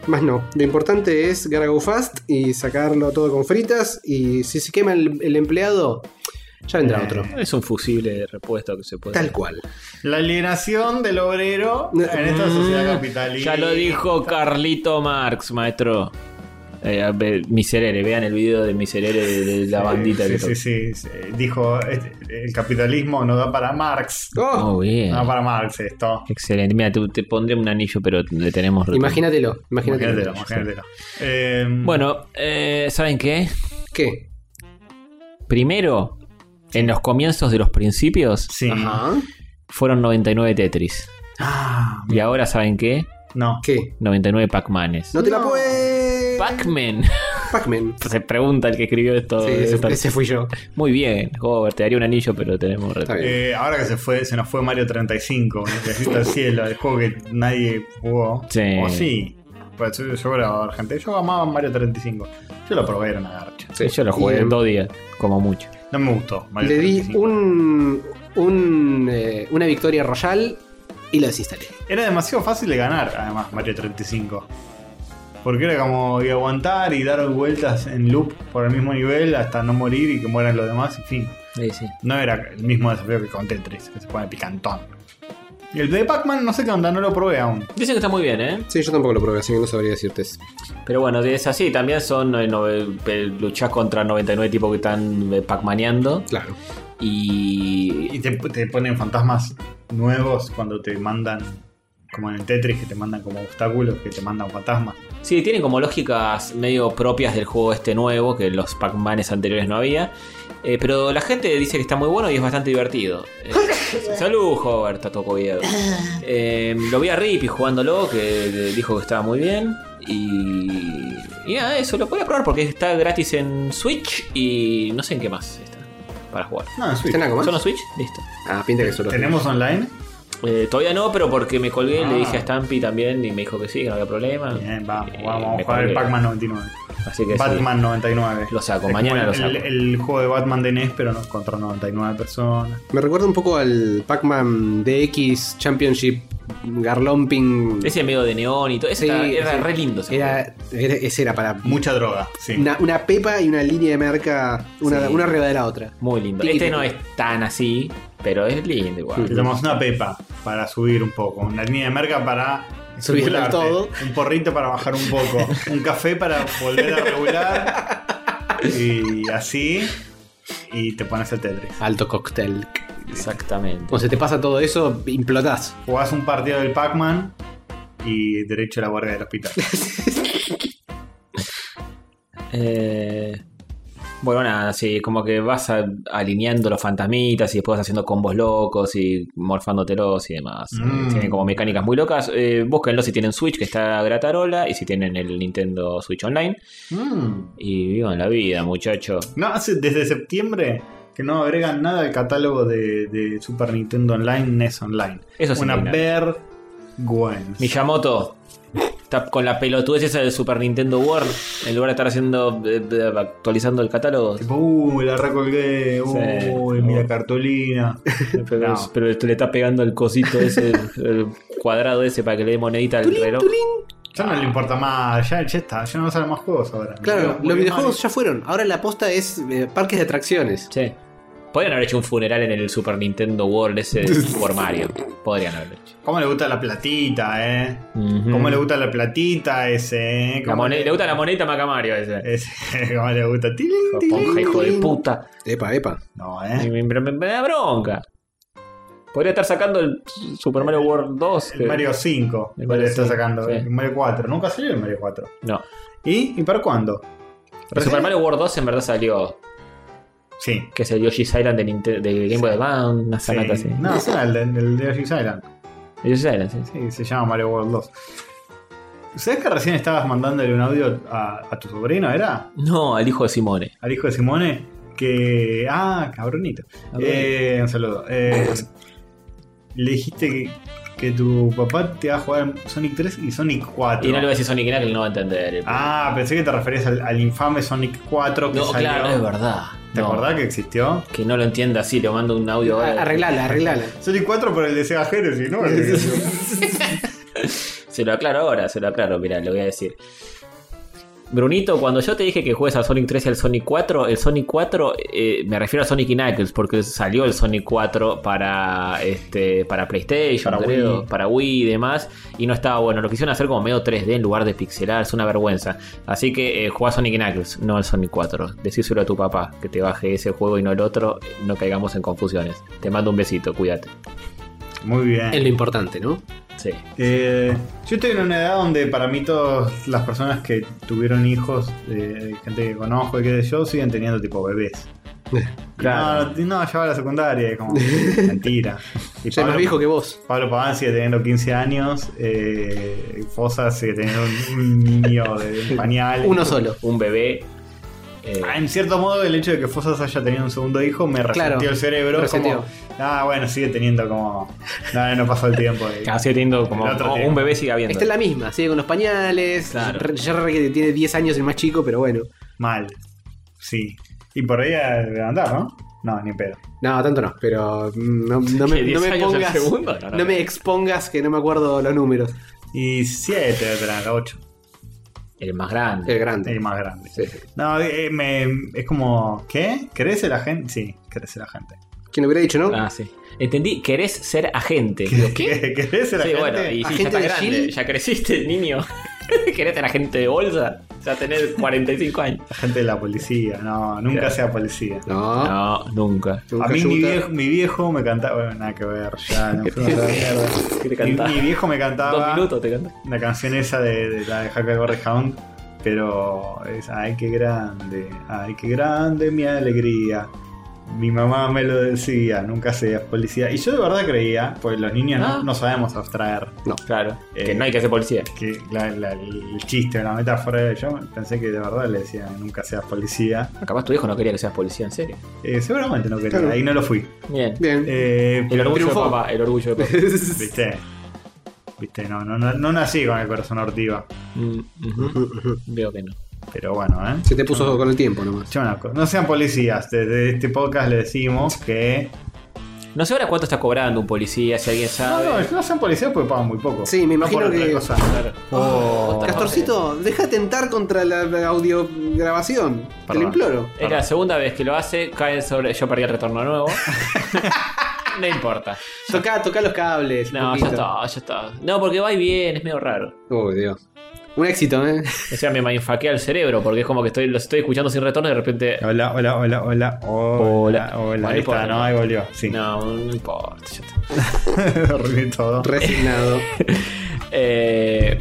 Más no. Lo importante es gotta go fast y sacarlo todo con fritas. Y si se quema el, el empleado, ya vendrá Eh, otro. Es un fusible de repuesto que se puede. Tal cual. La alienación del obrero en esta sociedad capitalista. Ya lo dijo Carlito Marx, maestro. Eh, ve- Miserere, vean el video de Miserere de, de la bandita Sí, que sí, sí, sí. Dijo: este, el capitalismo no da para Marx. Oh, Oh, bien. No da para Marx esto. Excelente. Mira, te, te pondré un anillo, pero le tenemos. imagínatelo. Imagínatelo. Imagínatelo, imagínatelo. Eh, Bueno, eh, ¿saben qué? ¿Qué? Primero, en los comienzos de los principios, sí. Ajá. fueron noventa y nueve Tetris. Ah, Y ahora, ¿saben qué? no. ¿Qué? noventa y nueve Pac-Manes. No te la No. puedes. Pac-Man. Pac-Man. Se pregunta el que escribió esto. Sí, ese, Esta- ese fui yo. Muy bien, Hover, te daría un anillo, pero tenemos Está bien. Eh, ahora que se fue, se nos fue Mario treinta y cinco, Necesito el cielo, el juego que nadie jugó. Sí. O sí. Pues yo, yo era gente. Yo amaba Mario treinta y cinco. Yo lo probé, era una garcha. Sí. Yo lo jugué Y, en dos días, como mucho. No me gustó. Mario Le di treinta y cinco. un, un, eh, una victoria royal y lo desinstalé. Era demasiado fácil de ganar, además, Mario treinta y cinco. Porque era como y aguantar y dar vueltas en loop por el mismo nivel hasta no morir y que mueran los demás, en fin. Sí, sí. No era el mismo desafío que con Tetris, que se pone picantón. Y el de Pac-Man no sé qué onda, no lo probé aún. Dicen que está muy bien, ¿eh? Sí, yo tampoco lo probé, así que no sabría decirte eso. Pero bueno, es así. También son eh, nove- pe- luchás contra noventa y nueve tipos que están eh, Pac-maneando. Claro. Y. Y te, te ponen fantasmas nuevos cuando te mandan, como en el Tetris, que te mandan como obstáculos, que te mandan fantasmas. Sí, tienen como lógicas medio propias del juego este nuevo, que los Pac-Manes anteriores no había. Eh, pero la gente dice que está muy bueno y es bastante divertido. Eh, salud, Hover, está todo cobiado. Eh, lo vi a Rippy jugándolo, que dijo que estaba muy bien. Y, y nada, eso lo voy a probar porque está gratis en Switch y no sé en qué más está para jugar. No, en Switch. ¿Está en algo más? ¿Solo Switch? Listo. Ah, pinta que solo. ¿Tenemos online? Eh, todavía no, pero porque me colgué, Ah. le dije a Stampy también y me dijo que sí, que no había problema. Bien, vamos, Eh, vamos me a jugar el colgué. Pac-Man noventa y nueve. Así que sí. Batman noventa y nueve. Lo saco, Es mañana como lo el, saco. El, el juego de Batman de N E S, pero no contra noventa y nueve personas. Me recuerda un poco al Pac-Man D X Championship Garlomping. Ese medio de neón y todo. Ese Sí, era, era sí. re lindo. ese Era, juego. era- ese era para Mucha droga, sí. una, una pepa y una línea de merca, una, Sí. una arriba de la otra. Muy lindo. Tiene Este que- no es tan así, pero es lindo igual. Te tomamos una pepa para subir un poco, una línea de merca para Subir del estimularte, todo. un porrito para bajar un poco, un café para volver a regular y así y te pones el Tetris. Alto cóctel. Exactamente. Cuando se te pasa todo eso, implotás. Jugás un partido del Pac-Man y derecho a la guardia del hospital. Eh, bueno, nada, sí, como que vas a- alineando los fantasmitas y después vas haciendo combos locos y morfándotelos y demás. Mm. Eh, tienen como mecánicas muy locas. Eh, búsquenlo si tienen Switch, que está gratarola, y si tienen el Nintendo Switch Online. Mm. Y vivan la vida, muchachos. No, hace desde septiembre que no agregan nada al catálogo de, de Super Nintendo Online, N E S Online. Eso es una indignante. vergüenza. Miyamoto está con la pelotudez esa del Super Nintendo World. En lugar de estar haciendo eh, eh, actualizando el catálogo. Tipo, uy, la recolgué, uy, Sí. mira cartulina. Pero, No. pero esto le está pegando el cosito ese, el cuadrado ese para que le dé monedita al reloj. Ya no le importa más, ya, ya está, ya no salen más juegos ahora. Claro, Muy los mal. videojuegos ya fueron. Ahora la aposta es eh, parques de atracciones. Sí. Podrían haber hecho un funeral en el Super Nintendo World ese por Mario. Podrían haberlo hecho. ¿Cómo le gusta la platita, eh? Ujú. ¿Cómo le gusta la platita ese, eh? La ¿Cómo moneda- le gusta la monedita Maca Mario ese. ese ¿Cómo le gusta? Tilín, tilín, Ponja, hijo de tilín. puta. Epa, epa. No, Y eh. me, me- me da bronca. Podría estar sacando el Super Mario World dos. El que- Mario cinco. El El Mario Mario está cinco, sacando. sí. El Mario cuatro. Nunca salió el Mario cuatro. No. ¿Y? ¿Y para cuándo? El Super Mario World dos en verdad salió. Sí. Que es el Yoshi's Island de, Ninte- de Game Boy Advance. Una sí. sanata así. No, ese era el de, el de Yoshi's Island. El Yoshi's Island, sí. Sí, se llama Mario World dos. ¿Sabes que recién estabas mandándole un audio a, a tu sobrino, era? No, al hijo de Simone. Al hijo de Simone. Que. Ah, cabronito. Cabronito. Eh, un saludo. Eh, le dijiste que, que tu papá te va a jugar Sonic tres y Sonic cuatro. Y no le voy a decir Sonic nada que él no va a entender. Ah, pensé que te referías al, al infame Sonic cuatro que no, salió. claro, es verdad. ¿Te No, acordás que existió? Que no lo entienda así, le mando un audio ahora. Arreglala, arreglala. Sonic cuatro por el de Sega Genesis, ¿no? Se lo aclaro ahora, se lo aclaro, mirá, le voy a decir. Brunito, cuando yo te dije que juegues al Sonic tres y al Sonic cuatro, el Sonic cuatro, eh, me refiero a Sonic y Knuckles, porque salió el Sonic cuatro para este para PlayStation, Para creo, Wii. para Wii y demás, y no estaba bueno. Lo quisieron hacer como medio tres D en lugar de pixelar, es una vergüenza. Así que eh, jugá Sonic y Knuckles, no al Sonic cuatro. Decíselo a tu papá, que te baje ese juego y no el otro, no caigamos en confusiones. Te mando un besito, cuídate. Muy bien. Es lo importante, ¿no? Sí. Eh, yo estoy en una edad donde para mí todas las personas que tuvieron hijos, eh, gente que conozco y qué sé yo, siguen teniendo tipo bebés. Claro. No, no, ya va a la secundaria, es como mentira. Y Soy más viejo que vos. Pablo Paván sigue teniendo quince años, eh, Fosa sigue teniendo un, un niño de un pañal. Uno solo. Un bebé. eh, Ah, en cierto modo, el hecho de que Fosas haya tenido un segundo hijo me resentió Claro, el cerebro. reseteó. Como, ah, bueno, sigue teniendo como. No, no pasó el tiempo. de- Casi teniendo como El otro como tiene- un bebé sigue habiendo. Está en la misma, sigue con los pañales. Claro. Re- Ya re que tiene diez años el más chico, pero bueno. Mal. Sí. Y por ahí a levantar, ¿no? No, ni pedo. No, tanto no, pero no, no me, ¿Qué, diez no me años el pongas. segundo? No, no, No me no. expongas que no me acuerdo los números. Y siete debe tener, ocho. El más grande. El grande. El más grande. Sí, sí. No, eh, me, es como. ¿Qué? ¿Crece la gente? Sí, crece la gente. ¿Quién lo hubiera dicho, no? Ah, sí. Entendí, querés ser agente. Digo, ¿qué? ¿Crece la Sí, gente? bueno, y sí, ya ¿Agente estás de grande. Shield? Ya creciste, niño. ¿Querés ser agente de bolsa? Ya tenés cuarenta y cinco años. La gente de la policía. No, nunca Claro. sea policía. No. No, nunca. Nunca A mí mi ayuda. viejo, mi viejo me cantaba. Bueno, nada que ver, ya nos fuimos a la mierda. ¿Qué te Mi, cantaba? mi viejo me Dos cantaba minutos te canta. la canción esa de, de la de Haka Gorre Hound, pero es ay qué grande, ay qué grande mi alegría. Mi mamá me lo decía, nunca seas policía. Y yo de verdad creía, pues los niños Ah. no, no sabemos abstraer. Claro. Eh, que no hay que ser policía. Que la- la- el chiste, la metáfora, yo pensé que de verdad le decía nunca seas policía. Capaz tu hijo no quería que seas policía, en serio. Eh, seguramente no quería, Claro. ahí no lo fui. Bien. Bien. Eh, El orgullo Triunfó. de papá, el orgullo de papá. Viste, viste, no, no, no, no nací con el corazón ortiva. Mm, ujú. Veo que no. Pero bueno, ¿eh? Se te puso con el tiempo nomás. Yo una cosa, no sean policías. Desde este podcast le decimos que. No sé ahora cuánto está cobrando un policía, si alguien No, sabe. no, no sean policías porque pagan muy poco. Sí, me No imagino por otra que- cosa. Claro. Oh. Castorcito, deja tentar contra la la audiograbación. Te lo Perdón. imploro. Es la segunda vez que lo hace, cae sobre. Yo perdí el retorno nuevo. No importa. Toca, toca los cables. un No, ya poquito. está, ya está. No, porque va y viene, es medio raro. Uy, Dios. Un éxito, ¿eh? O sea, me mindfuckea el cerebro porque es como que estoy, los estoy escuchando sin retorno y de repente. Hola, hola, hola, hola, hola, Hola. hola. Bueno, Ahí importa, está, no, no. ahí volvió. Sí. No, no importa. Ya está. Arruiné todo. Resignado. Eh,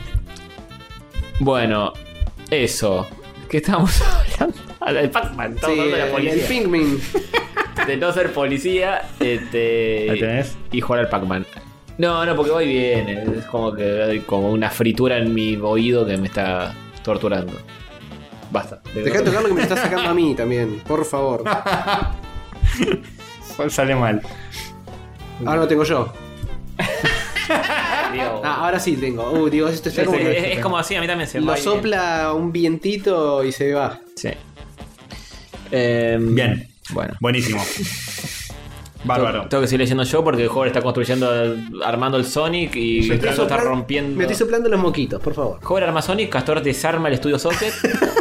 bueno, eso. ¿Qué estábamos hablando? Ah, El Pac-Man, estamos Sí, hablando de la el policía. Pinkmin. De no ser policía este, Ahí tenés. y jugar al Pac-Man. No, no, porque va y viene. Es como que hay como una fritura en mi oído que me está torturando. Basta. Dejá de tocar lo que me está sacando a mí también. Por favor. ¿Cuál sale mal? Ahora lo tengo yo. Digo, Ah, ahora sí tengo. Uh, digo, esto está es, como es- que es como así, a mí también se lo va y viene. sopla un vientito y se va. Sí. Em, Bien. Bueno. Buenísimo. Bárbaro. Tengo que seguir leyendo yo porque el juego está construyendo, armando el Sonic y Me estoy Castor está soplan- rompiendo. Me estoy soplando los moquitos, por favor. Joven arma Sonic, Castor desarma el estudio Socket.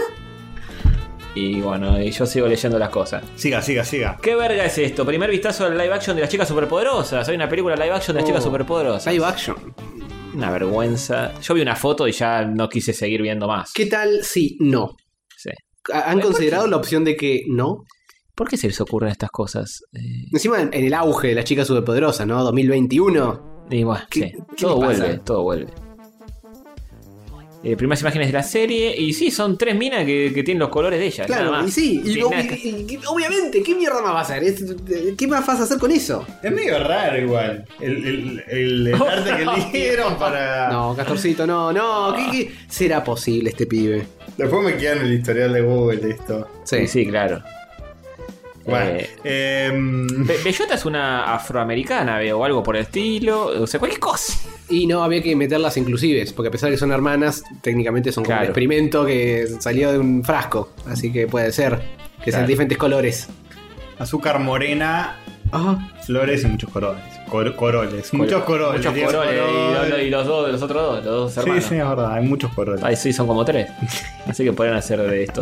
Y bueno, y yo sigo leyendo las cosas. Siga, siga, siga. ¿Qué verga es esto? Primer vistazo al live action de las chicas superpoderosas. Hay una película live action de las chicas Oh, superpoderosas. Live action. Una vergüenza. Yo vi una foto y ya no quise seguir viendo más. ¿Qué tal si no? Sí. ¿Han ¿Por considerado qué? la opción de que no? ¿Por qué se les ocurren estas cosas? Eh, Encima en en el auge de la chica superpoderosa, ¿no? dos mil veintiuno. y bueno, ¿Qué- sí. qué Todo le pasa? vuelve, todo vuelve. Eh, primeras imágenes de la serie. Y sí, son tres minas que, que tienen los colores de ellas. Claro, nada más. y sí, y, Sin ob- nada que- y- y- obviamente, ¿qué mierda más va a hacer? Es- ¿Qué más vas a hacer con eso? Es medio raro igual. El, el, el, el arte que eligieron para. No, Castorcito, no, no. ¿Qué, qué será posible este pibe? Después me quedan en el historial de Google esto. Sí, sí, claro. Bueno. Eh, em, Be- Bellota es una afroamericana, veo, o algo por el estilo. O sea, cualquier cosa. Y no había que meterlas inclusives, porque a pesar de que son hermanas, técnicamente son como Claro. un experimento que salió de un frasco. Así que puede ser que sean Claro. diferentes colores. azúcar morena, Ajá. flores y muchos colores. cor- coroles. Muchos coroles. Muchos tío, coroles. Y, coroles. los- y los dos, los otros dos, los dos Sí, hermanos. sí, es verdad, hay muchos coroles. Ay, sí, son como tres. Así que podrían hacer de esto.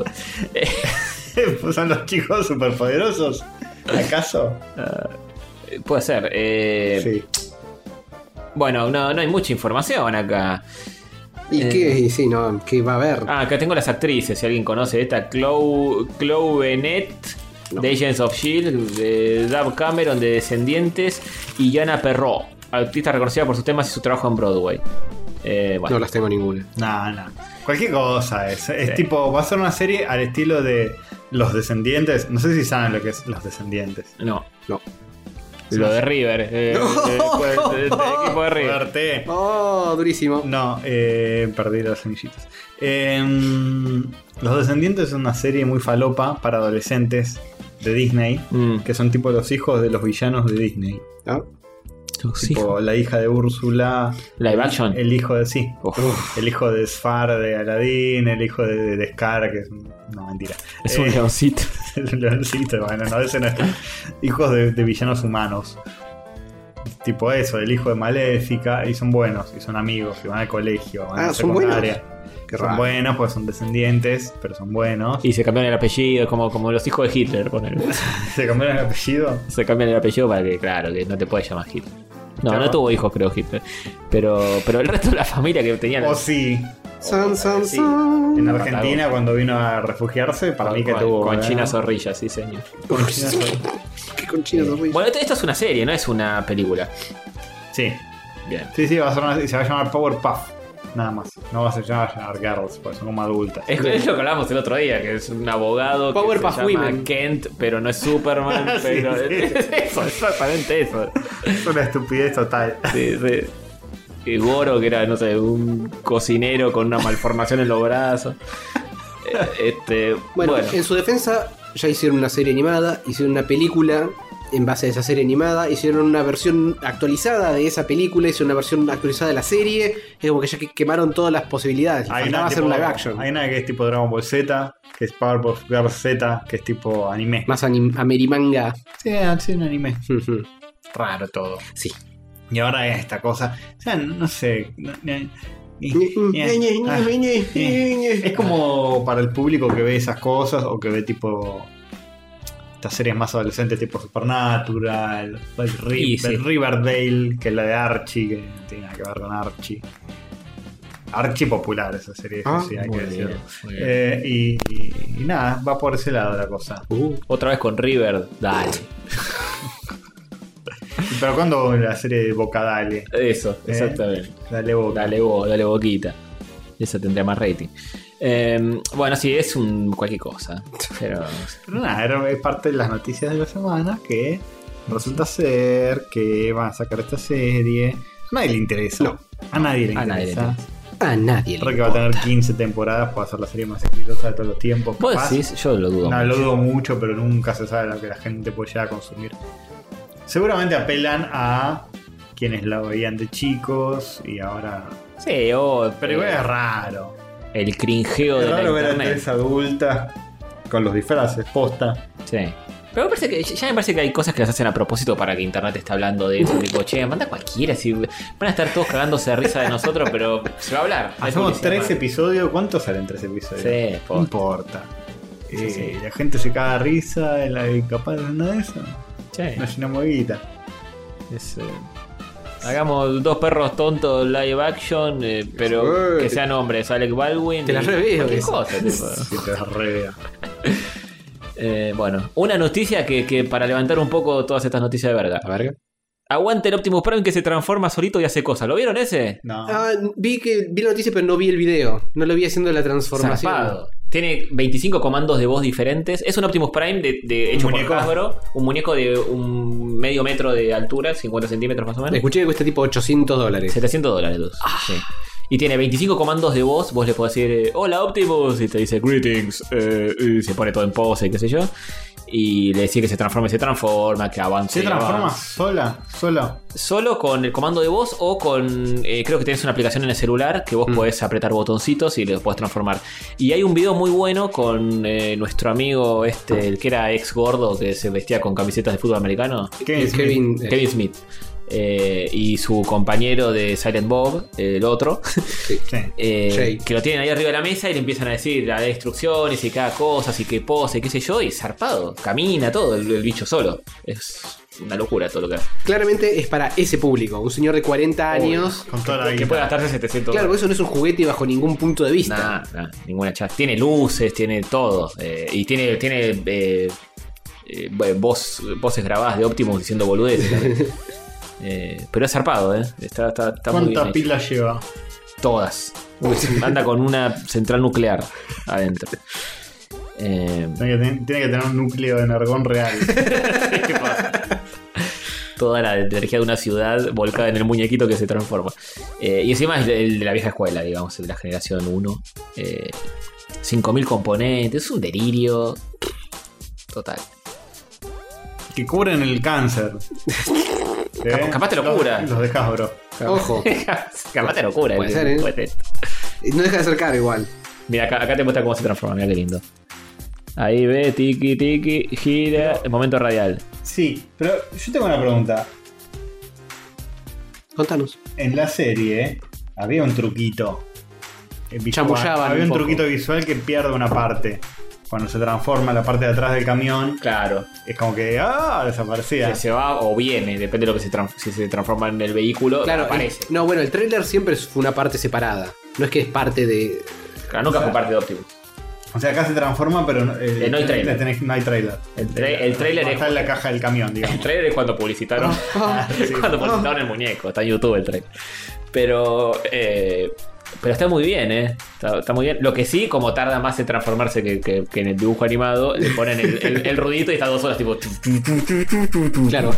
Pues son los chicos superpoderosos. ¿Acaso? Puede ser. Eh, Sí. Bueno, no, no hay mucha información acá. ¿Y Eh. qué? Sí, no, ¿qué va a haber? Ah, acá tengo las actrices, si alguien conoce esta. Chloe, Chloe Bennett, No. de Agents of S H I E L D, de Dave Cameron, de Descendientes, y Jana Perrault, artista reconocida por sus temas y su trabajo en Broadway. Eh, bueno. No las tengo ninguna. No, no. Cualquier cosa es. Es Sí. tipo, va a ser una serie al estilo de Los Descendientes. No sé si saben lo que es Los Descendientes. No. No. Lo de River, eh, No. de- de- de- del equipo de River. Fuerte. Oh, durísimo. No, eh, perdí los semillitas. Eh, Los Descendientes es una serie muy falopa para adolescentes de Disney, Mm. que son tipo los hijos de los villanos de Disney. ¿No? Tipo la hija de Úrsula. Live action. El hijo de sí. Uf. El hijo de Sfar de Aladdin. El hijo de, de Scar, que es un- no, mentira. Es un Eh, leoncito. el leoncito, bueno, no, ese no es. Hijos de, de villanos humanos. Tipo eso, el hijo de Maléfica. Y son buenos, y son amigos, y van al colegio, van a Ah, la ¿son secundaria. Qué Son raro. buenos, pues son descendientes, pero son buenos. Y se cambiaron el apellido, como, como los hijos de Hitler, ponele. Se cambiaron el apellido. Se cambian el apellido para que, claro, que no te puedes llamar Hitler. No, Claro. no tuvo hijos, creo, Hitler. Pero, pero el resto de la familia que tenía. O sí. San, san, Sí. san. En Argentina, cuando vino a refugiarse, para mí que con, tuvo. con ¿eh? China Zorrilla, sí, señor. Con China Zorrilla. Qué conchino sos, güey. Bueno, esto, esto es una serie, no es una película. Sí. Bien. Sí, sí, va a ser una- y se va a llamar Powerpuff. Nada más. No va a ser llamar Girls, porque son como adultas. Es, es lo que hablamos el otro día, que es un abogado que Powerpuff se llama Women. Kent, pero no es Superman, Sí, pero sí. es eso, exactamente eso. Es una estupidez total. Sí, sí. Y Goro, que era, no sé, un cocinero con una malformación en los brazos. Eh, Este, Bueno, bueno, en su defensa ya hicieron una serie animada, hicieron una película en base a esa serie animada, hicieron una versión actualizada de esa película, hicieron una versión actualizada de la serie, es como que ya que quemaron todas las posibilidades, y Hay faltaba una, hacer tipo- un live action. hay una que es tipo Dragon Ball Z, que es Powerpuff Girls Z, que es tipo anime. Más anim amerimanga. Sí, sí, un anime. Ujú. Raro todo. Sí. Y ahora es esta cosa. O sea, no sé. no- no- Ah, es como para el público que ve esas cosas o que ve tipo estas series más adolescentes tipo Supernatural, el, Ri- Y sí. el Riverdale, que es la de Archie, que no tiene nada que ver con Archie. Archie popular esa serie, eso Ah, sí, hay muy que bien, decirlo. muy bien. Eh, y, y- y nada, va por ese lado la cosa. Uh, otra vez con River, dale. Pero cuando la serie de Boca Dale, Eso, Eh. exactamente. dale Boca. Dale vos, dale boquita. Eso tendría más rating. Eh, bueno, sí, es un cualquier cosa. Pero. Pero nada, era- es parte de las noticias de la semana que resulta ser que van a sacar esta serie. A nadie le interesa. No. A nadie le A nadie le interesa. a nadie Creo le que va a tener importa. quince temporadas, puede ser la serie más exitosa de todos los tiempos. Vos capaz. decís, yo lo dudo. No, lo mucho. dudo mucho, pero nunca se sabe lo que la gente puede llegar a consumir. Seguramente apelan a quienes la veían de chicos y ahora. Sí, o. Pero igual es raro. El cringeo Es de la raro ver a internet. tres adultas con los disfraces, posta. Sí. Pero me parece que ya me parece que hay cosas que las hacen a propósito para que internet esté hablando de eso. Tipo, che, manda cualquiera. Si van a estar todos cagándose de risa de nosotros, pero se va a hablar. Hay Hacemos publicidad, tres man. episodios. ¿Cuántos salen tres episodios? Sí, No posta. importa. Sí, Eh, sí. La gente se caga de risa, y la capaz de nada de eso. Sí. No llenamos de guita. Es, eh, hagamos dos perros tontos live action, eh, pero Sí. que sean hombres. Alec Baldwin. Te la y reveo cualquier esa. cosa, tipo. Si te das re bien. Eh, bueno, una noticia que, que para levantar un poco todas estas noticias de verga. A ver. Aguante el Optimus Prime que se transforma solito y hace cosas. ¿Lo vieron ese? No. Ah, vi que vi la noticia, pero no vi el video. No lo vi haciendo la transformación. Zarpado. Tiene veinticinco comandos de voz diferentes. Es un Optimus Prime de, de- hecho ¿Un por muñeco? Hasbro. Un muñeco de un medio metro de altura, cincuenta centímetros más o menos. Escuché que cuesta tipo ochocientos dólares. setecientos dólares dos. Ah. Sí. Y tiene veinticinco comandos de voz. Vos le podés decir, eh, hola Optimus. Y te dice, greetings. eh, y se pone todo en pose y qué sé yo. Y le decís que se transforme, se transforma, que avance. ¿Se transforma avance. sola? ¿Solo? Solo con el comando de voz o con. eh, creo que tenés una aplicación en el celular que vos Mm. podés apretar botoncitos y le podés transformar. Y hay un video muy bueno con eh, nuestro amigo, este, el que era ex gordo que se vestía con camisetas de fútbol americano. Kevin Kevin, eh, Kevin Smith. Eh, y su compañero de Silent Bob, el otro, Sí. Sí. eh, que lo tienen ahí arriba de la mesa y le empiezan a decir las instrucciones y cada cosa, y qué pose, qué sé yo, y zarpado, camina todo el, el bicho solo. Es una locura todo lo que hace. Claramente es para ese público, un señor de cuarenta años. Con toda la Que guita. puede gastarse setecientos Claro, dólares. eso no es un juguete bajo ningún punto de vista. Nah, nah, ninguna chance. Tiene luces, tiene todo. eh, y tiene, tiene eh, eh, voz, voces grabadas de Optimus diciendo boludeces también. Eh, pero es zarpado, ¿eh? Está, está, está muy bien ¿Cuántas hecho. pilas lleva? Todas. Anda con una central nuclear adentro. Eh, Tiene que, ten- tiene que tener un núcleo de energón real. ¿Qué pasa? Toda la energía de una ciudad volcada en el muñequito que se transforma. Eh, y encima es el de la vieja escuela, digamos, el de la generación uno. Eh, cinco mil componentes, es un delirio. Total. Que cubren el cáncer. ¿Eh? Cap- capaz te lo Los- cura. Los dejas, bro. Ojo, Capaz te locura. Puede ser, ¿eh? no deja de ser caro igual. Mira, acá, acá te muestra cómo se transforma, mira qué lindo. Ahí ve, tiki tiki, gira, el momento radial. Sí, pero yo tengo una pregunta. Contanos. En la serie había un truquito eh, visual. Chamullaban Había un un poco. truquito visual que pierde una parte. Cuando se transforma la parte de atrás del camión, Claro. es como que ¡ah! Desaparecía. Se, se va o viene, depende de lo que se transforma. Si se transforma en el vehículo, Claro, aparece. el- no, bueno, el trailer siempre fue una parte separada. No es que es parte de. Claro, nunca fue parte de Optimus. O sea, acá se transforma, pero no, eh, Eh, no hay trailer. le tenés- no hay trailer. El, tra- el trailer No es. está en la caja del camión, El digamos. trailer es cuando publicitaron. Sí. cuando publicitaron el muñeco. Está en YouTube el trailer. Pero. Eh, pero está muy bien, ¿eh? Está, está muy bien. Lo que sí, como tarda más en transformarse que, que- que en el dibujo animado, le ponen el, el, el ruidito y está dos horas tipo. Claro.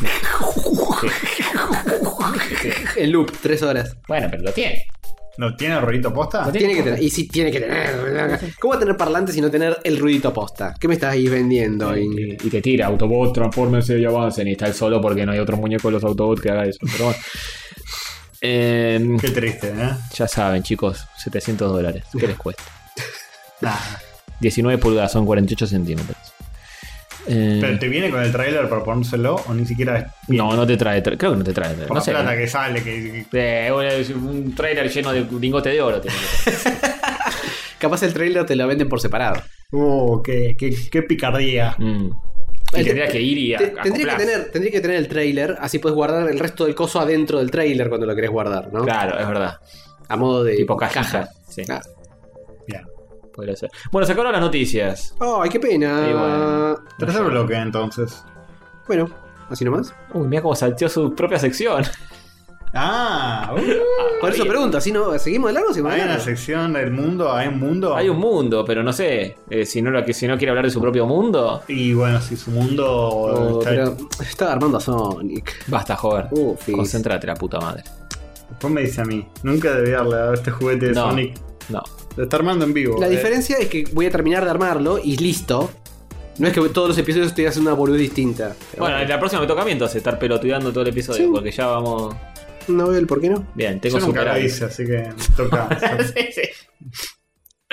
El loop, tres horas. Bueno, pero lo tiene. ¿No tiene el ruidito posta? No Tiene que tener. Y sí, tiene que tener. ¿Cómo va a tener parlantes y no tener el ruidito posta? ¿Qué me estás ahí vendiendo? Y, y te tira, Autobot, transfórmense y avancen. Y está él solo porque no hay otro muñeco de los Autobots que haga eso. Pero bueno. Eh, Qué triste, ¿eh? ya saben, chicos, setecientos dólares. ¿Qué les cuesta? Nada. diecinueve pulgadas, son cuarenta y ocho centímetros. Eh, ¿Pero te viene con el trailer para ponérselo o ni siquiera es bien? no, no te trae. tra- Creo que no te trae. Por No la sé. plata que sale, que, que- Eh, un, un trailer lleno de lingote de oro. Tiene que ser. Capaz el trailer te lo venden por separado. Uh, qué, qué, qué picardía. Mm. Y El- tendría que ir y a, Te- tendría, que acoplarse. tener, tendría que tener el trailer, así puedes guardar el resto del coso adentro del trailer cuando lo querés guardar, ¿no? Claro, es verdad. A modo de Tipo cajita. Sí, Claro. Bien. podría ser. Bueno, se acabaron las noticias. Ay, qué pena. Y bueno. Tercer bloque, entonces. Bueno, así nomás. Uy, mira cómo salteó su propia sección. Ah, uh, Por eso Hay- pregunto, ¿así no? ¿Seguimos de largo o seguimos de hay una largo? sección del mundo, hay un mundo. Hay un mundo, pero no sé. eh, si, no, lo que- si no quiere hablar de su propio mundo, Y bueno, si su mundo Oh, está... pero está armando a Sonic. basta, joven. Ufis. Concéntrate, la puta madre. Después me dice a mí, nunca debí darle a este juguete de No. Sonic. No. Lo está armando en vivo. La eh. diferencia es que voy a terminar de armarlo y listo. No es que todos los episodios estoy haciendo una boludez distinta. Pero Bueno, en la próxima me toca a mí entonces estar pelotudeando todo el episodio, Sí. porque ya vamos. no veo el por qué no. Bien, Yo tengo nunca lo superado. hice, así que toca. Sí, sí.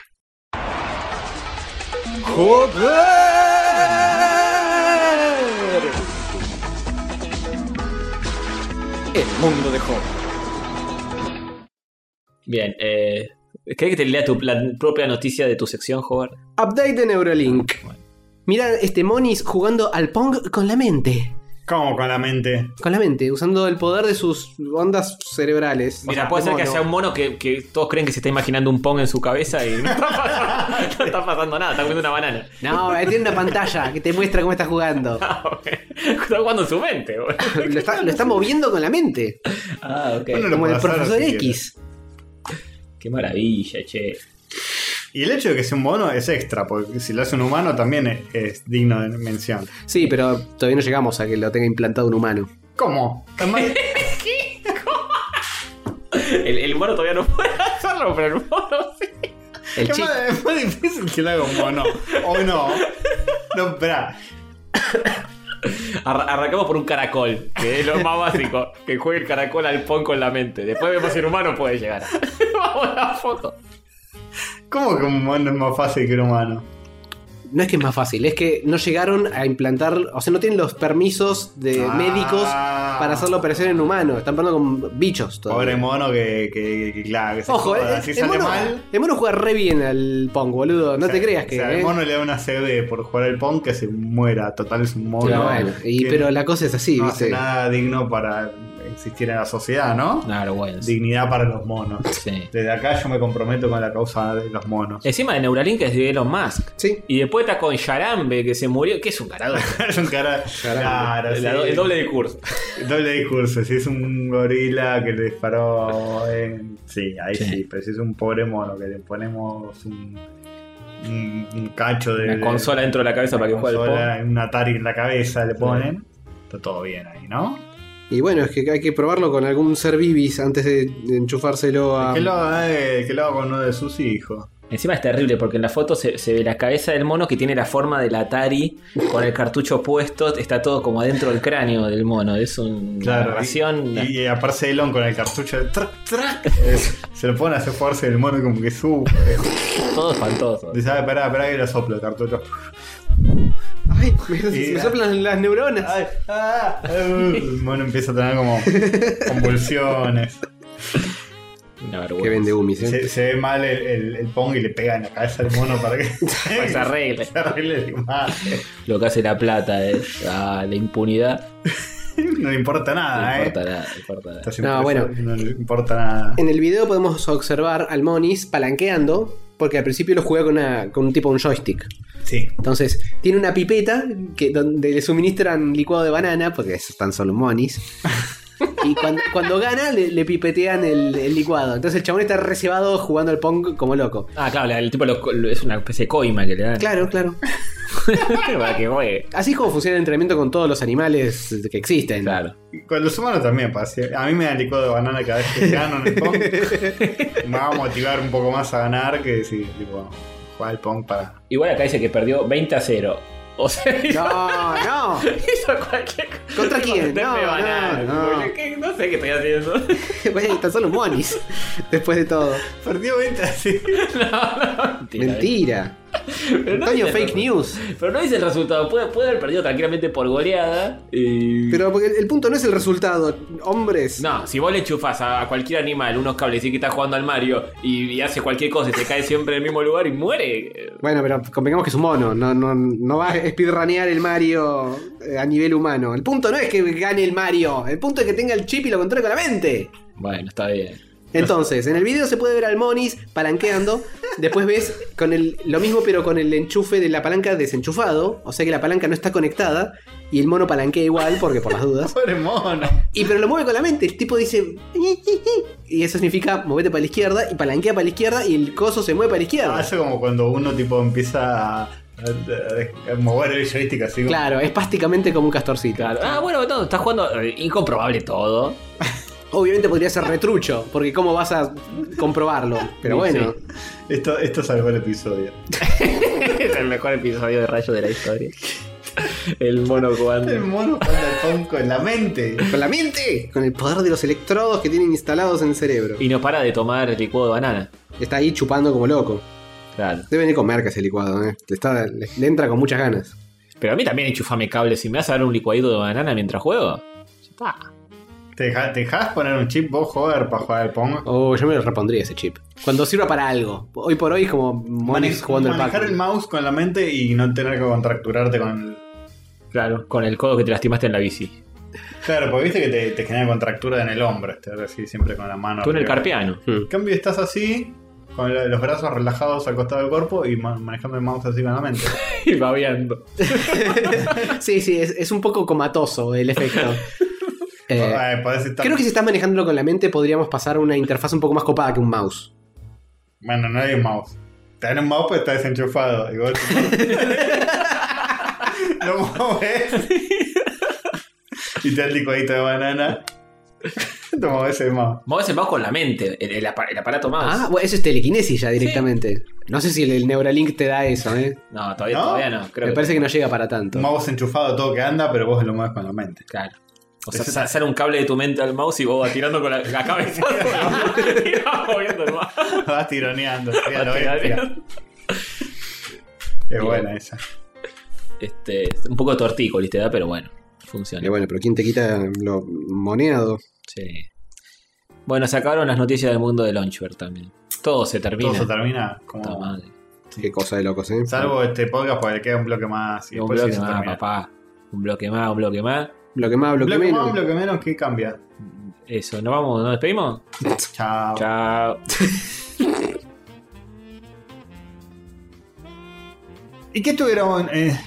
El mundo de Job. Bien, eh. ¿Querés que te lea tu, la propia noticia de tu sección, Hover? Update de Neuralink. Bueno. Mira este Monis jugando al Pong con la mente. ¿Cómo con la mente? Con la mente, usando el poder de sus ondas cerebrales. Mira, O sea, puede ser de que mono. sea un mono que, que todos creen que se está imaginando un Pong en su cabeza y no está pasando, no está pasando nada, está comiendo una banana. No, eh, tiene una pantalla que te muestra cómo está jugando. Ah, ok. Está jugando en su mente, boludo. Lo está, lo está moviendo con la mente. Ah, ok. Bueno, lo Como el puede hacer profesor si X. Qué maravilla, che. Y el hecho de que sea un mono es extra, porque si lo hace un humano también es, es digno de mención. Sí, pero todavía no llegamos a que lo tenga implantado un humano. ¿Cómo? Además, El, el mono todavía no puede hacerlo, pero el mono sí. El es, chip. más, es más difícil que lo haga un mono. O no. No, espera. Arra- arrancamos por un caracol, que es lo más básico. Que juegue el caracol al Pong con la mente. Después vemos si el humano puede llegar. Vamos a la foto. ¿Cómo que un mono es más fácil que un humano? no es que es más fácil, es que no llegaron a implantar, o sea, no tienen los permisos de Ah. médicos para hacer la operación en humanos. Están probando con bichos todavía. Pobre mono que, que, que, claro, que se Ojo, joda. el, Si el sale mono, mal. el mono juega re bien al Pong, boludo. No o sea, te creas que. O sea, eh. el mono le da una C B por jugar al Pong que se muera. Total, es un mono. Pero bueno, y, que pero la cosa es así, no ¿viste? hace nada digno para existir en la sociedad, ¿no? Claro, bueno. sí. Dignidad para los monos. Sí. Desde acá yo me comprometo con la causa de los monos. Encima de Neuralink es de Elon Musk. Sí. Y después está con Yarambe, que se murió. ¿Qué es un carajo? Es un cara. Claro, sí. El doble de curso. Doble discurso. Si es un gorila que le disparó. En... Sí, ahí sí. Sí. Pero si es un pobre mono que le ponemos un. Un, un cacho de. Una consola dentro de la cabeza una para que juegue al consola, Pong. un Atari en la cabeza le ponen. Está todo bien ahí, ¿no? Y bueno, es que hay que probarlo con algún ser vivis antes de, de enchufárselo a. Que lo haga, eh, que lo haga con uno de sus hijos. Encima es terrible porque en la foto se, se ve la cabeza del mono que tiene la forma del Atari con el cartucho puesto. Está todo como adentro del cráneo del mono. Es una Claro. narración. Y, y aparece Elon con el cartucho de trac, trac. Eh, se lo pone a hacer fuerza el mono y como que sube. Todo espantoso. Dice, ah, esperá, esperá que lo soplo el cartucho. Ay, me, Y- me soplan las neuronas. Ay, ah, uh, el mono empieza a tener como convulsiones. Una vergüenza. Que vende Umis, ¿eh? Se, se ve mal el, el, el Pong y le pega en la cabeza al mono para que Para que se arregle. se arregle la imagen. Lo que hace la plata es ah, la impunidad. No le importa No nada, importa eh. nada, no importa nada. Estás No, impreso, bueno. no le importa nada. En el video podemos observar al Monis palanqueando, porque al principio lo juega con, una, con un tipo un joystick. Sí. Entonces, tiene una pipeta que, donde le suministran licuado de banana, porque esos están solo Monis. Y cuando, cuando gana, le, le pipetean el, el licuado. Entonces el chabón está recebado jugando al Pong como loco. Ah, claro, el tipo lo- lo- es una especie de coima que le dan. Claro, claro. Para que juegue. Así es como funciona el entrenamiento con todos los animales que existen. Claro. Y con los humanos también pasa. A mí me dan licuado de banana cada vez que gano en el Pong. Me va a motivar un poco más a ganar que si tipo, jugar al Pong para. Igual acá dice que perdió veinte a cero. O sea, hizo, No, no. hizo cualquier cosa. ¿Contra quién? Tipo, No, denme banana, no, tipo, no. ¿qué- No sé qué estoy haciendo. Güey, están solo Monis. Después de todo. Perdió veinte así. Mentira. Mentira. Pero no Antonio, dice el fake resu- news. Pero no dice el resultado. Puede, puede haber perdido tranquilamente por goleada. Y... Pero porque el punto no es el resultado, hombres. No, si vos le enchufás a, a cualquier animal unos cables y que está jugando al Mario y, y hace cualquier cosa y se cae siempre en el mismo lugar y muere. eh, Bueno, pero convengamos que es un mono. No, no, no va a speedrunear el Mario eh, a nivel humano. El punto no es que gane el Mario. El punto es que tenga el chip y lo controle con la mente. Bueno, está bien. Entonces, en el video se puede ver al Monis palanqueando. Después ves con el, lo mismo, pero con el enchufe de la palanca desenchufado. O sea que la palanca no está conectada. Y el mono palanquea igual, porque por las dudas. Pobre mono. Y pero lo mueve con la mente. El tipo dice. Y eso significa movete para la izquierda. Y palanquea para la izquierda. Y el coso se mueve para la Ah, izquierda. eso como cuando uno tipo empieza a, a- a mover el joystick así. como- Claro, es prácticamente como un castorcito. Claro. Ah, bueno, no, está jugando eh, incomprobable todo. Obviamente podría ser retrucho, porque ¿cómo vas a comprobarlo? Pero Sí, bueno, Esto, esto salvó el episodio. Es el mejor episodio de Rayo de la historia. El mono jugando. El mono jugando al Pong con la mente. con la mente, con el poder de los electrodos que tienen instalados en el cerebro. Y no para de tomar licuado de banana. Está ahí chupando como loco. Claro. Deben de comer que ese licuado, ¿eh? Le, está- le- le entra con muchas ganas. Pero a mí también enchufame cables. Si me vas a dar un licuadito de banana mientras juego. ya está. ¿Te deja- te dejás poner un chip vos, joder, para jugar al Pong? Oh, yo me lo repondría ese chip. Cuando sirva para algo. Hoy por hoy es como Monis Mane- jugando el manejar pack. el mouse con la mente y no tener que contracturarte con el... Claro. Con el codo que te lastimaste en la bici. Claro, porque viste que te, te genera contractura en el hombro, estar así siempre con la mano. Tú en el arriba. carpiano. Hmm. En cambio estás así, con la- los brazos relajados al costado del cuerpo y ma- manejando el mouse así con la mente. Y babeando. Sí, sí, es, es un poco comatoso el efecto. Eh, Ay, podés estar... creo que si estás manejándolo con la mente podríamos pasar a una interfaz un poco más copada que un mouse. Bueno, no hay un mouse. Te dan un mouse pues está desenchufado. Y vos lo mueves y te da el licuadito de banana. Te mueves el mouse. Mueves el mouse con la mente. El, el apa- el aparato mouse. Ah, bueno, eso es telequinesis ya directamente. No sé si el, el Neuralink te da eso, ¿eh? No, todavía ¿No? todavía no. Creo Me que parece que no llega para tanto. Un mouse enchufado todo que anda, pero vos lo mueves con la mente. Claro. O sea, Ese- sa- sale un cable de tu mente al mouse y vos vas tirando con la, la cabeza. y vas moviendo el mouse. Vas tironeando. sí, a Vas lo bestia. tironeando. Es buena esa. Este, un poco tortícolis te da, pero bueno, funciona. Pero bueno, pero ¿quién te quita lo moneado? Sí. Bueno, se acabaron las noticias del mundo de Launchpad también. Todo se termina. Todo se termina como... Puta madre. Qué cosa de locos, ¿eh? Salvo este podcast porque le queda un bloque más. Y Un después sí bloque se más, termina. papá. Un bloque más, un bloque más. Bloque más, bloque, Bloque menos. más, bloque menos, ¿qué cambia? Eso, ¿nos vamos? ¿Nos despedimos? Chao. Chao. ¿Y qué tuvieron? Eh,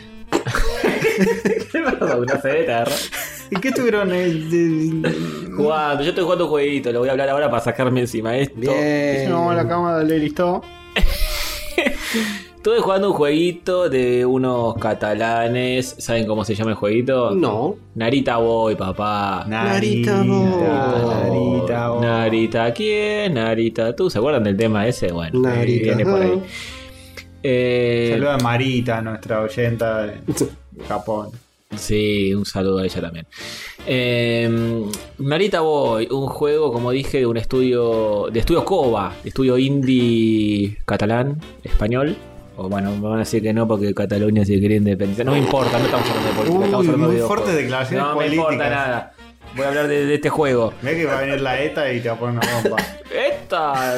Una feta, ¿Y qué tuvieron? Eh, de- de- Jugando, yo estoy jugando un jueguito, lo voy a hablar ahora para sacarme encima esto. Bien. No, la cama de listo. Estuve jugando un jueguito de unos catalanes. ¿Saben cómo se llama el jueguito? No. Narita Boy, papá. Narita Boy. Narita Boy. Narita, ¿quién? Narita, ¿tú? ¿Se acuerdan del tema ese? Bueno, Narita, viene por ahí. Eh, Saluda a Marita, nuestra oyenta de Japón. Sí, un saludo a ella también. Eh, Narita Boy, un juego, como dije, de un estudio, de estudio Koba, de estudio indie catalán, español. O bueno, me van a decir que no porque Cataluña se quiere independizar. No me importa, no estamos hablando de política, Uy, estamos hablando muy de fuertes videojuegos. declaraciones No me importa políticas. nada. Voy a hablar de, de este juego. Ve que va a venir la ETA y te va a poner una bomba. ¡Esta!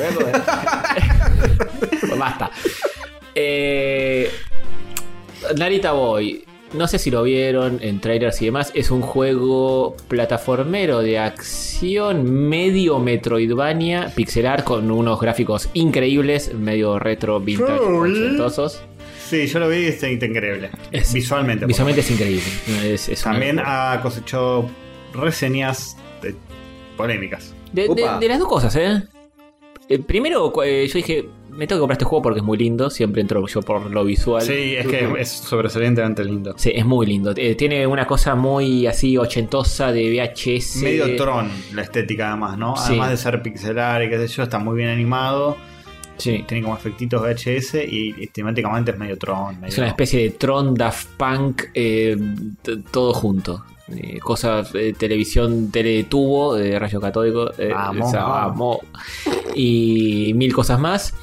Pues basta. Eh, Narita Boy. No sé si lo vieron en trailers y demás. Es un juego plataformero de acción medio Metroidvania, pixelar con unos gráficos increíbles, medio retro, vintage, ochentosos. Sí, yo lo vi y es increíble. Es- Visualmente. por Visualmente es increíble. Es, es una También locura. ha cosechado reseñas de- polémicas. De, de- Opa. de las dos cosas, ¿eh? Eh, primero, cu- eh, yo dije, me tengo que comprar este juego porque es muy lindo. Siempre entro yo por lo visual. Sí, es que es sobresalientemente lindo. Sí, es muy lindo. Eh, tiene una cosa muy así ochentosa de V H S. Medio Tron la estética además, ¿no? Sí. Además de ser pixelar y qué sé yo, está muy bien animado. Sí. Tiene como efectitos V H S y, y temáticamente es medio Tron. Medio... Es una especie de Tron, Daft Punk, eh, t- todo junto. Eh, cosas, eh, televisión, teletubo, de rayo catódico, eh, Vamos. o sea, vamos. Y mil cosas más.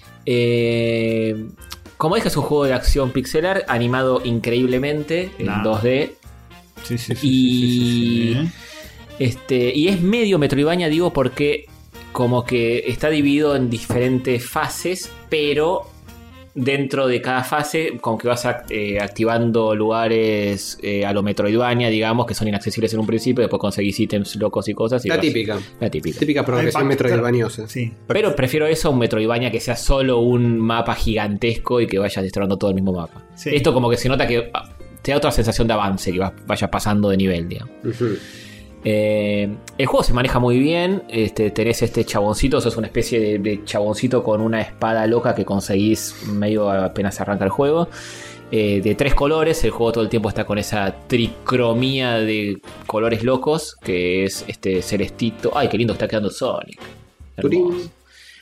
Eh, como dije, es un juego de acción pixelar animado increíblemente en Nah. dos D. Sí, sí, sí. Y- sí, sí, sí. Este, y es medio Metroidvania, digo, porque como que está dividido en diferentes fases, pero dentro de cada fase, como que vas act- eh, activando lugares eh, a lo Metroidvania, digamos, que son inaccesibles en un principio, después conseguís ítems locos y cosas. Y La vas- típica. La típica. Típica progresión Ay, pa- metroidvaniosa. Sí. Pero prefiero eso a un Metroidvania que sea solo un mapa gigantesco y que vayas destrozando todo el mismo mapa. Sí. Esto como que se nota que ah, te da otra sensación de avance, que vas- vayas pasando de nivel, digamos. Ujú. Eh, el juego se maneja muy bien. Este, tenés este chaboncito, sos una especie de, de chaboncito con una espada loca que conseguís medio apenas arranca el juego. Eh, de tres colores, el juego todo el tiempo está con esa tricromía de colores locos, que es este celestito. Ay, qué lindo está quedando Sonic. Turín. Hermoso.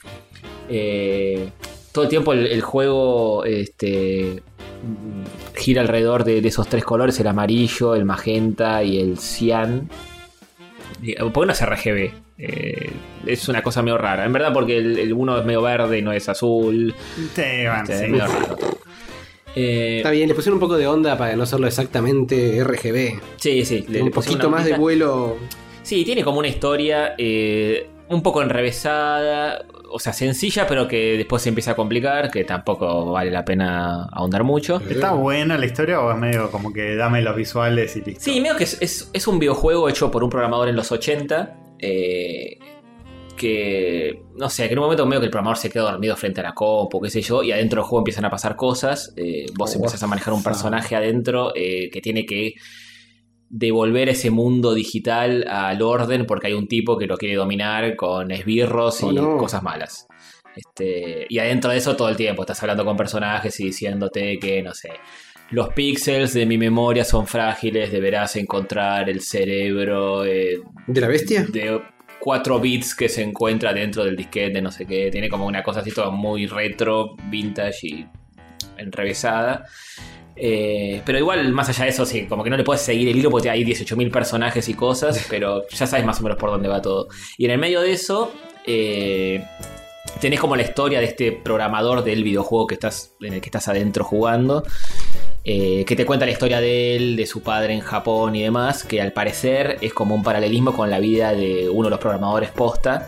Eh, todo el tiempo el, el juego este, mm, gira alrededor de, de esos tres colores: el amarillo, el magenta y el cian. ¿Por qué no es R G B? Eh, es una cosa medio rara. En verdad, porque el, el uno es medio verde y no es azul. Sí, bueno, Este, sí. es medio raro. Eh, Está bien, le pusieron un poco de onda para no hacerlo exactamente R G B. sí, sí. le- un le pusieron poquito una más de ondita. vuelo. Sí, tiene como una historia eh, un poco enrevesada, o sea, sencilla, pero que después se empieza a complicar, que tampoco vale la pena ahondar mucho. ¿Está buena la historia o es medio como que dame los visuales y listo? Sí, medio que es, es, es un videojuego hecho por un programador en los ochenta, eh, que, no sé, que en un momento medio que el programador se queda dormido frente a la compu, qué sé yo, y adentro del juego empiezan a pasar cosas, eh, vos Oh, empezás a manejar un fuck. personaje adentro eh, que tiene que devolver ese mundo digital al orden porque hay un tipo que lo quiere dominar con esbirros y Oh, no. cosas malas. Este, y adentro de eso todo el tiempo estás hablando con personajes y diciéndote que, no sé, los píxeles de mi memoria son frágiles, deberás encontrar el cerebro eh, ¿De la bestia? de cuatro bits que se encuentra dentro del disquete, no sé qué. Tiene como una cosa así toda muy retro, vintage y enrevesada. Eh, pero igual, más allá de eso, sí, como que no le puedes seguir el hilo porque hay dieciocho mil personajes y cosas, pero ya sabes más o menos por dónde va todo. Y en el medio de eso, eh, tenés como la historia de este programador del videojuego que estás, en el que estás adentro jugando. Eh, que te cuenta la historia de él, de su padre en Japón y demás. Que al parecer es como un paralelismo con la vida de uno de los programadores posta.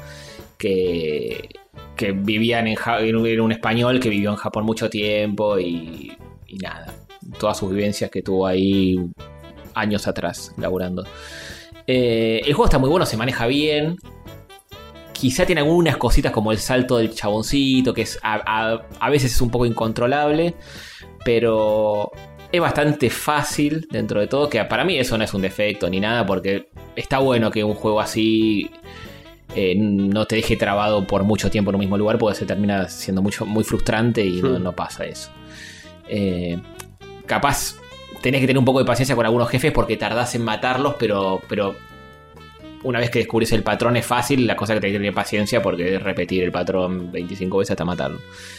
Que, que vivían en, en un, en un español que vivió en Japón mucho tiempo. Y, y nada. Todas sus vivencias que tuvo ahí años atrás laburando. Eh, el juego está muy bueno, se maneja bien. Quizá tiene algunas cositas como el salto del chaboncito, que es a, a, a veces es un poco incontrolable, pero es bastante fácil dentro de todo, que para mí eso no es un defecto ni nada, porque está bueno que un juego así eh, no te deje trabado por mucho tiempo en un mismo lugar, porque se termina siendo mucho, muy frustrante y no, no pasa eso. Eh, capaz tenés que tener un poco de paciencia con algunos jefes porque tardás en matarlos, pero... pero una vez que descubrís el patrón es fácil, la cosa que tenés que tener paciencia porque es repetir el patrón veinticinco veces hasta matarlo.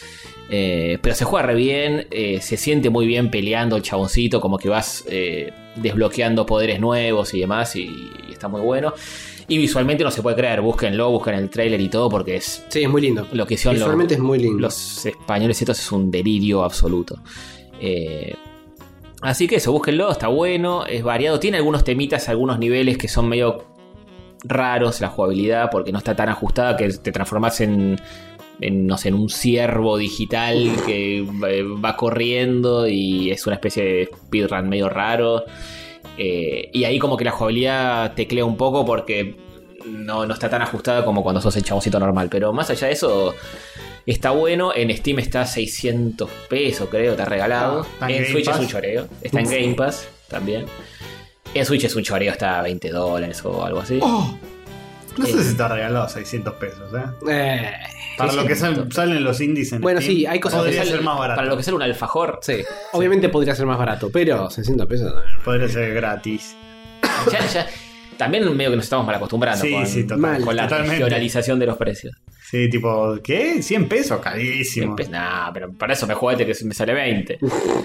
Eh, pero se juega re bien, eh, se siente muy bien peleando el chaboncito, como que vas eh, desbloqueando poderes nuevos y demás, y, y está muy bueno. Y visualmente no se puede creer, búsquenlo, busquen el trailer y todo porque es... Sí, es muy lindo. Lo que hicieron visualmente los, es muy lindo. Los españoles estos es un delirio absoluto. Eh... Así que eso, búsquenlo, está bueno, es variado, tiene algunos temitas, algunos niveles que son medio raros la jugabilidad porque no está tan ajustada, que te transformas en, en no sé, en un ciervo digital que va corriendo y es una especie de speedrun medio raro. Eh, y ahí como que la jugabilidad teclea un poco porque no, no está tan ajustada como cuando sos el chaboncito normal. Pero más allá de eso, está bueno. En Steam está a seiscientos pesos, creo, está regalado. Ah, en Switch Pass. es un choreo. Está en Game Pass también. En Switch es un choreo, está a veinte dólares o algo así. Oh, no sé Eh. si está regalado seiscientos pesos, ¿eh? Eh, Para lo que seiscientos. sal- salen los indies en Bueno, Steam, sí, hay cosas que podría Sale- ser más barato. Para lo que sale un alfajor. sí. Obviamente podría ser más barato, pero sesenta pesos. Podría ser gratis. Ya, ya, también medio que nos estamos mal acostumbrando Sí, con, sí, total- mal. con la totalmente. regionalización de los precios. Sí, tipo, ¿qué? cien pesos, carísimo. Empe- Nah, pero para eso me juguete que me sale veinte.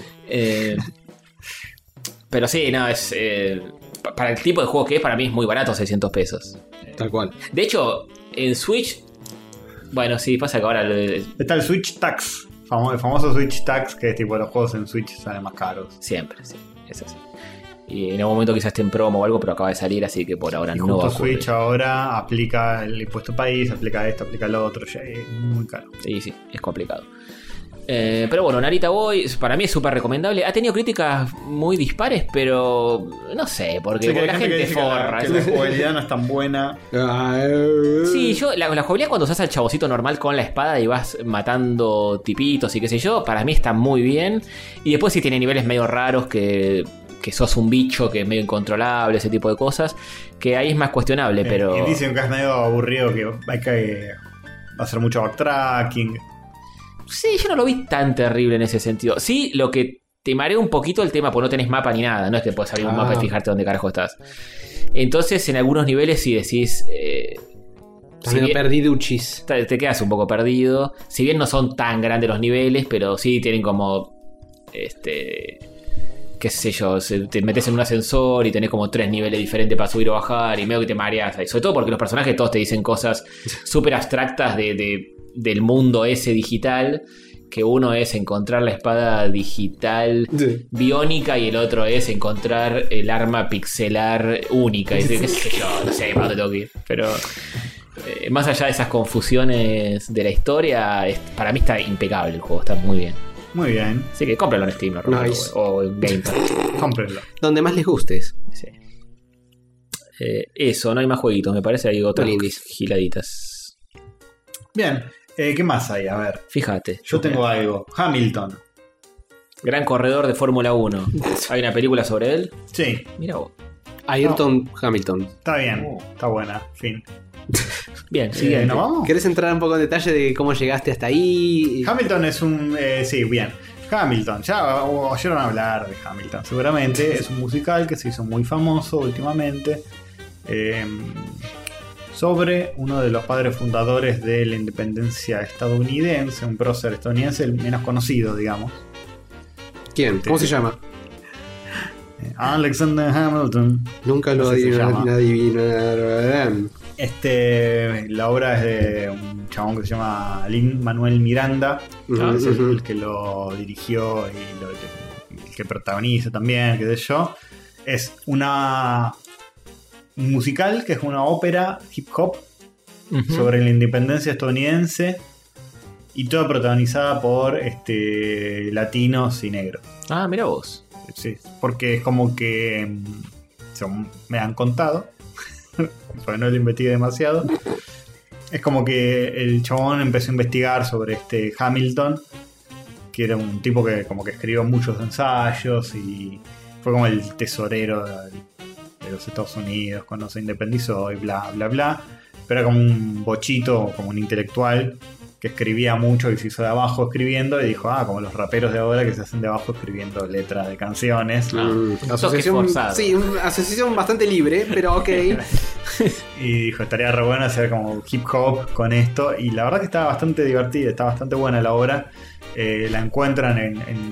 Eh, pero sí, no, es. eh, pa- para el tipo de juego que es, para mí es muy barato, seiscientos pesos. Tal cual. De hecho, en Switch. Bueno, sí, pasa que ahora. lo- Está el Switch Tax. famo- El famoso Switch Tax, que es tipo los juegos en Switch salen más caros. Siempre, sí, es así. Y en algún momento quizás esté en promo o algo, pero acaba de salir, así que por ahora Y no va a justo ocurrir. Switch ahora aplica el impuesto país, aplica esto, aplica lo otro, ya es muy caro. Sí, sí, es complicado. Eh, pero bueno, Narita Boy para mí es súper recomendable. Ha tenido críticas muy dispares, pero no sé, porque, Sí, que porque hay la gente gente que dice que la- forra. que la jugabilidad no es tan buena. Sí, yo, la, la jugabilidad cuando usas al chabocito normal con la espada y vas matando tipitos y qué sé yo, para mí está muy bien. Y después sí tiene niveles medio raros que, que sos un bicho que es medio incontrolable, ese tipo de cosas, que ahí es más cuestionable, pero... Y dicen que es medio aburrido, que hay que hacer mucho backtracking. Sí, yo no lo vi tan terrible en ese sentido. Sí, lo que te marea un poquito el tema, porque no tenés mapa ni nada, no es que puedes abrir un Ah. mapa y fijarte dónde carajo estás. Entonces, en algunos niveles sí decís... Eh, Estás si medio bien- perdiduchis. te, te quedas un poco perdido. Si bien no son tan grandes los niveles, pero sí tienen como... Este... Qué sé yo, se- te metes en un ascensor y tenés como tres niveles diferentes para subir o bajar y medio que te mareas ahí. Sobre todo porque los personajes todos te dicen cosas súper abstractas de, de- del mundo ese digital. Que uno es encontrar la espada digital biónica y el otro es encontrar el arma pixelar única. Y qué sé yo, no sé para dónde tengo que ir. Pero eh, más allá de esas confusiones de la historia, es- para mí está impecable el juego, está muy bien. Muy bien, Así que cómpralo en Steam, ¿no? Nice. O en Game Pass. cómprenlo. Donde más les gustes. Sí. Eh, eso, no hay más jueguitos, me parece. Hay otras Indies. giladitas. Bien, eh, ¿qué más hay? A ver, Fíjate. yo tengo algo. Hamilton. Gran corredor de Fórmula uno. ¿Hay una película sobre él? Sí, Mira vos. Ayrton Hamilton. está bien, está buena, fin. Bien, Eh, siguiente. ¿Nos vamos? ¿Querés entrar un poco en detalle de cómo llegaste hasta ahí? Hamilton es un... eh, sí, bien. Hamilton, ya oyeron hablar de Hamilton, seguramente. Es un musical que se hizo muy famoso últimamente. eh, sobre uno de los padres fundadores de la independencia estadounidense, un prócer estadounidense, el menos conocido, digamos. ¿Quién? ¿Cómo se llama? Eh, Alexander Hamilton. Nunca lo Así se adivina- llama. adivinarán. Este, la obra es de un chabón que se llama Lin-Manuel Miranda, Ujú, es el, ujú. el que lo dirigió y lo, el que protagoniza también, qué sé yo. Es una un musical que es una ópera hip hop Ujú. sobre la independencia estadounidense y toda protagonizada por este, latinos y negros. Ah, mira vos. Sí, porque es como que mm, según me han contado, porque no lo investigué demasiado. Es como que el chabón empezó a investigar sobre este Hamilton, que era un tipo que como que escribió muchos ensayos y fue como el tesorero de, de los Estados Unidos cuando se independizó y bla, bla, bla. Pero era como un bochito, como un intelectual que escribía mucho y se hizo de abajo escribiendo y dijo, ah, como los raperos de ahora que se hacen de abajo escribiendo letras de canciones. Ah. Mm, Toque asociación, forzado. sí, una asociación bastante libre, pero ok. Y dijo, estaría re bueno hacer como hip hop con esto. Y la verdad que está bastante divertida, está bastante buena la obra. Eh, la encuentran en, en,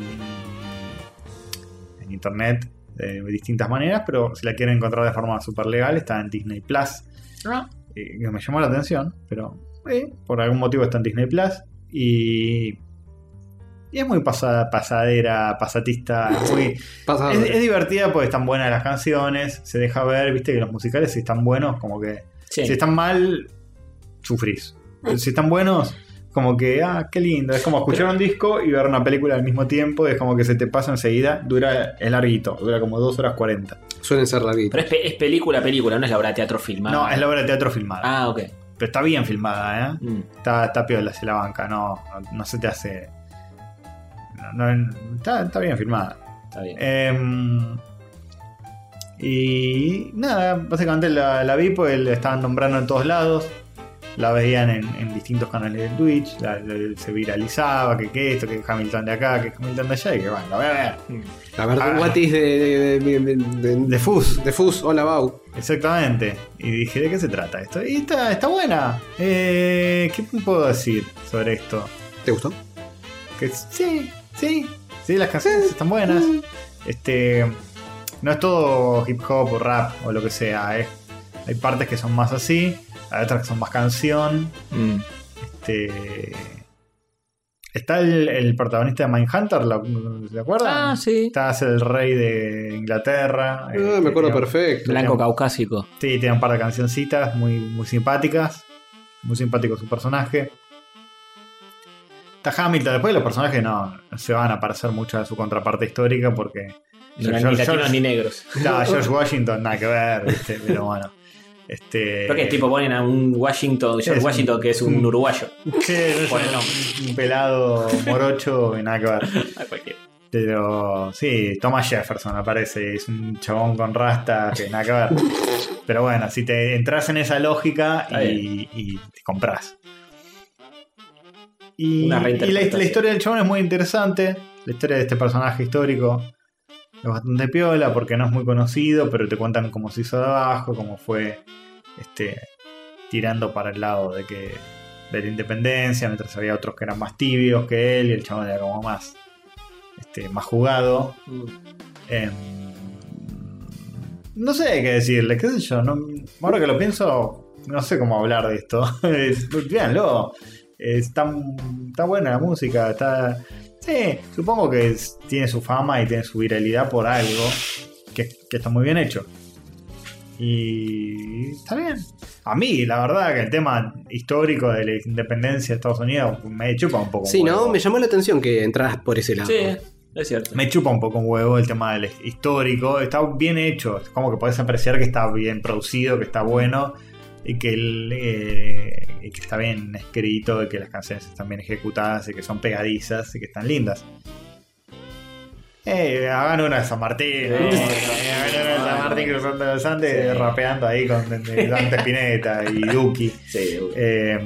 en internet de distintas maneras, pero si la quieren encontrar de forma súper legal, está en Disney Plus. Ah. Eh, que me llamó la atención, pero eh, por algún motivo está en Disney Plus. Y, y es muy pasada, pasadera, pasatista, es muy... Pasa- Es, es divertida porque están buenas las canciones, se deja ver, viste que los musicales si están buenos, como que... Sí. Si están mal, sufrís. Si están buenos, como que, ah, qué lindo. Es como escuchar un disco y ver una película al mismo tiempo, es como que se te pasa enseguida, dura, es larguito, dura como dos horas cuarenta. Suelen ser larguitos. Pero es, pe- es película, película, no es la obra de teatro filmada. No, es la obra de teatro filmada. Ah, ok. Pero está bien filmada, ¿eh? Mm. Está, está piola, se la banca, no, no, no se te hace... no- no- está, está bien filmada. Está bien. Eh, y nada, básicamente la, la vi porque la estaban nombrando en todos lados. La veían en, en distintos canales de Twitch. La- la- se viralizaba que, que esto, que Hamilton de acá, que Hamilton de allá. Y que bueno, la voy a ver. La verdad, Ah. what is de, de, de, de, de- De Fuzz. de Fuzz, hola Bau. Exactamente. Y dije, ¿de qué se trata esto? Y está, está buena. Eh, ¿Qué puedo decir sobre esto? ¿Te gustó? Que sí, sí, sí, las canciones están buenas. Este, no es todo hip hop o rap o lo que sea. eh. Hay partes que son más así, hay otras que son más canción. Mm. Este, está el, el protagonista de Mindhunter, ¿lo- ¿se acuerdan? Ah, sí. Está es el rey de Inglaterra. Ah, eh, me acuerdo tiene- perfecto. Blanco Tiene- caucásico. Sí, tiene un par de cancioncitas muy, muy simpáticas. Muy simpático su personaje. Está Hamilton. Después los personajes no, no se van a parecer mucho a su contraparte histórica porque... No eran George- ni latinos George- ni negros. No, George Washington, nada que ver, ¿viste? Pero bueno. Este, ¿Pero qué? Tipo ponen a un Washington, George es un- Washington, que es un un- uruguayo. Sí, es Bueno, un, un pelado morocho y nada que ver. A cualquiera. Pero sí, Thomas Jefferson aparece, es un chabón con rastas que nada que ver. Pero bueno, si te entras en esa lógica Está y, y te compras. Y, Una y la, reinterpretación. la historia del chabón es muy interesante. La historia de este personaje histórico es bastante piola porque no es muy conocido, pero te cuentan cómo se hizo de abajo, cómo fue este, tirando para el lado de que de la independencia, mientras había otros que eran más tibios que él y el chabón era como más este, más jugado. Em, no sé qué decirle, qué sé yo. No, ahora que lo pienso, no sé cómo hablar de esto. Es- Véanlo. Está, está buena la música. Está, sí, supongo que es- tiene su fama y tiene su viralidad por algo que, que está muy bien hecho. Y está bien. A mí, la verdad, que el tema histórico de la independencia de Estados Unidos me chupa un poco un Sí, ¿no? huevo. Me llamó la atención que entras por ese lado. Sí, es cierto. Me chupa un poco un huevo el tema del histórico. Está bien hecho. Es como que podés apreciar que está bien producido, que está bueno. Y que, el, eh, y que está bien escrito. Y que las canciones están bien ejecutadas. Y que son pegadizas. Y que están lindas. Eh, hagan una de San Martín. eh, hagan una de San Martín cruzando los Andes. Sí. Rapeando ahí con Dante Spinetta y Duki. Sí, Eh,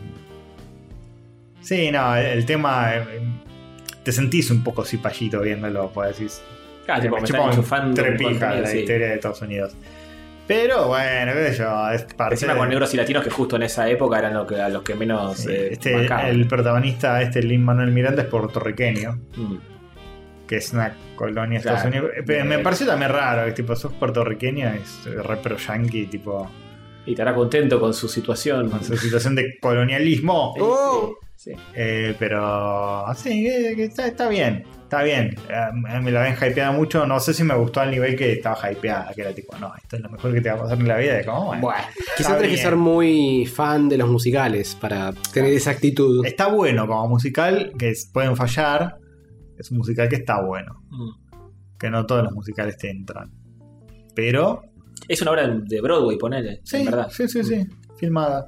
sí, no, el, el tema. eh, te sentís un poco cipallito viéndolo, pues decís. claro, que tipo, me me chupa están un enchufando. un trepija contenido, la sí. historia de Estados Unidos. Pero bueno, qué sé yo, es parte Encima de- con negros y latinos que justo en esa época eran lo que, a los que menos sí, eh, este, bancaban. el protagonista, este Lin-Manuel Miranda, es puertorriqueño, Mm. que es una colonia de Claro. Estados Unidos. Eh, pero me pareció también raro, que tipo, sos puertorriqueño, es re pro yankee, tipo. Y estará contento con su situación. con su situación de colonialismo. Oh. Sí. Eh, pero sí, eh, que está, está bien. Está bien. Eh, me la ven hypeada mucho. No sé si me gustó al nivel que estaba hypeada. Que era tipo, no, esto es lo mejor que te va a pasar en la vida. De como, bueno, Bueno, está quizás tenés que bien. ser muy fan de los musicales para tener esa actitud. Está bueno como musical, que es- pueden fallar. Es un musical que está bueno. Mm. Que no todos los musicales te entran. Pero Es una obra de Broadway, ponele. sí, En verdad. sí, sí, sí. Filmada.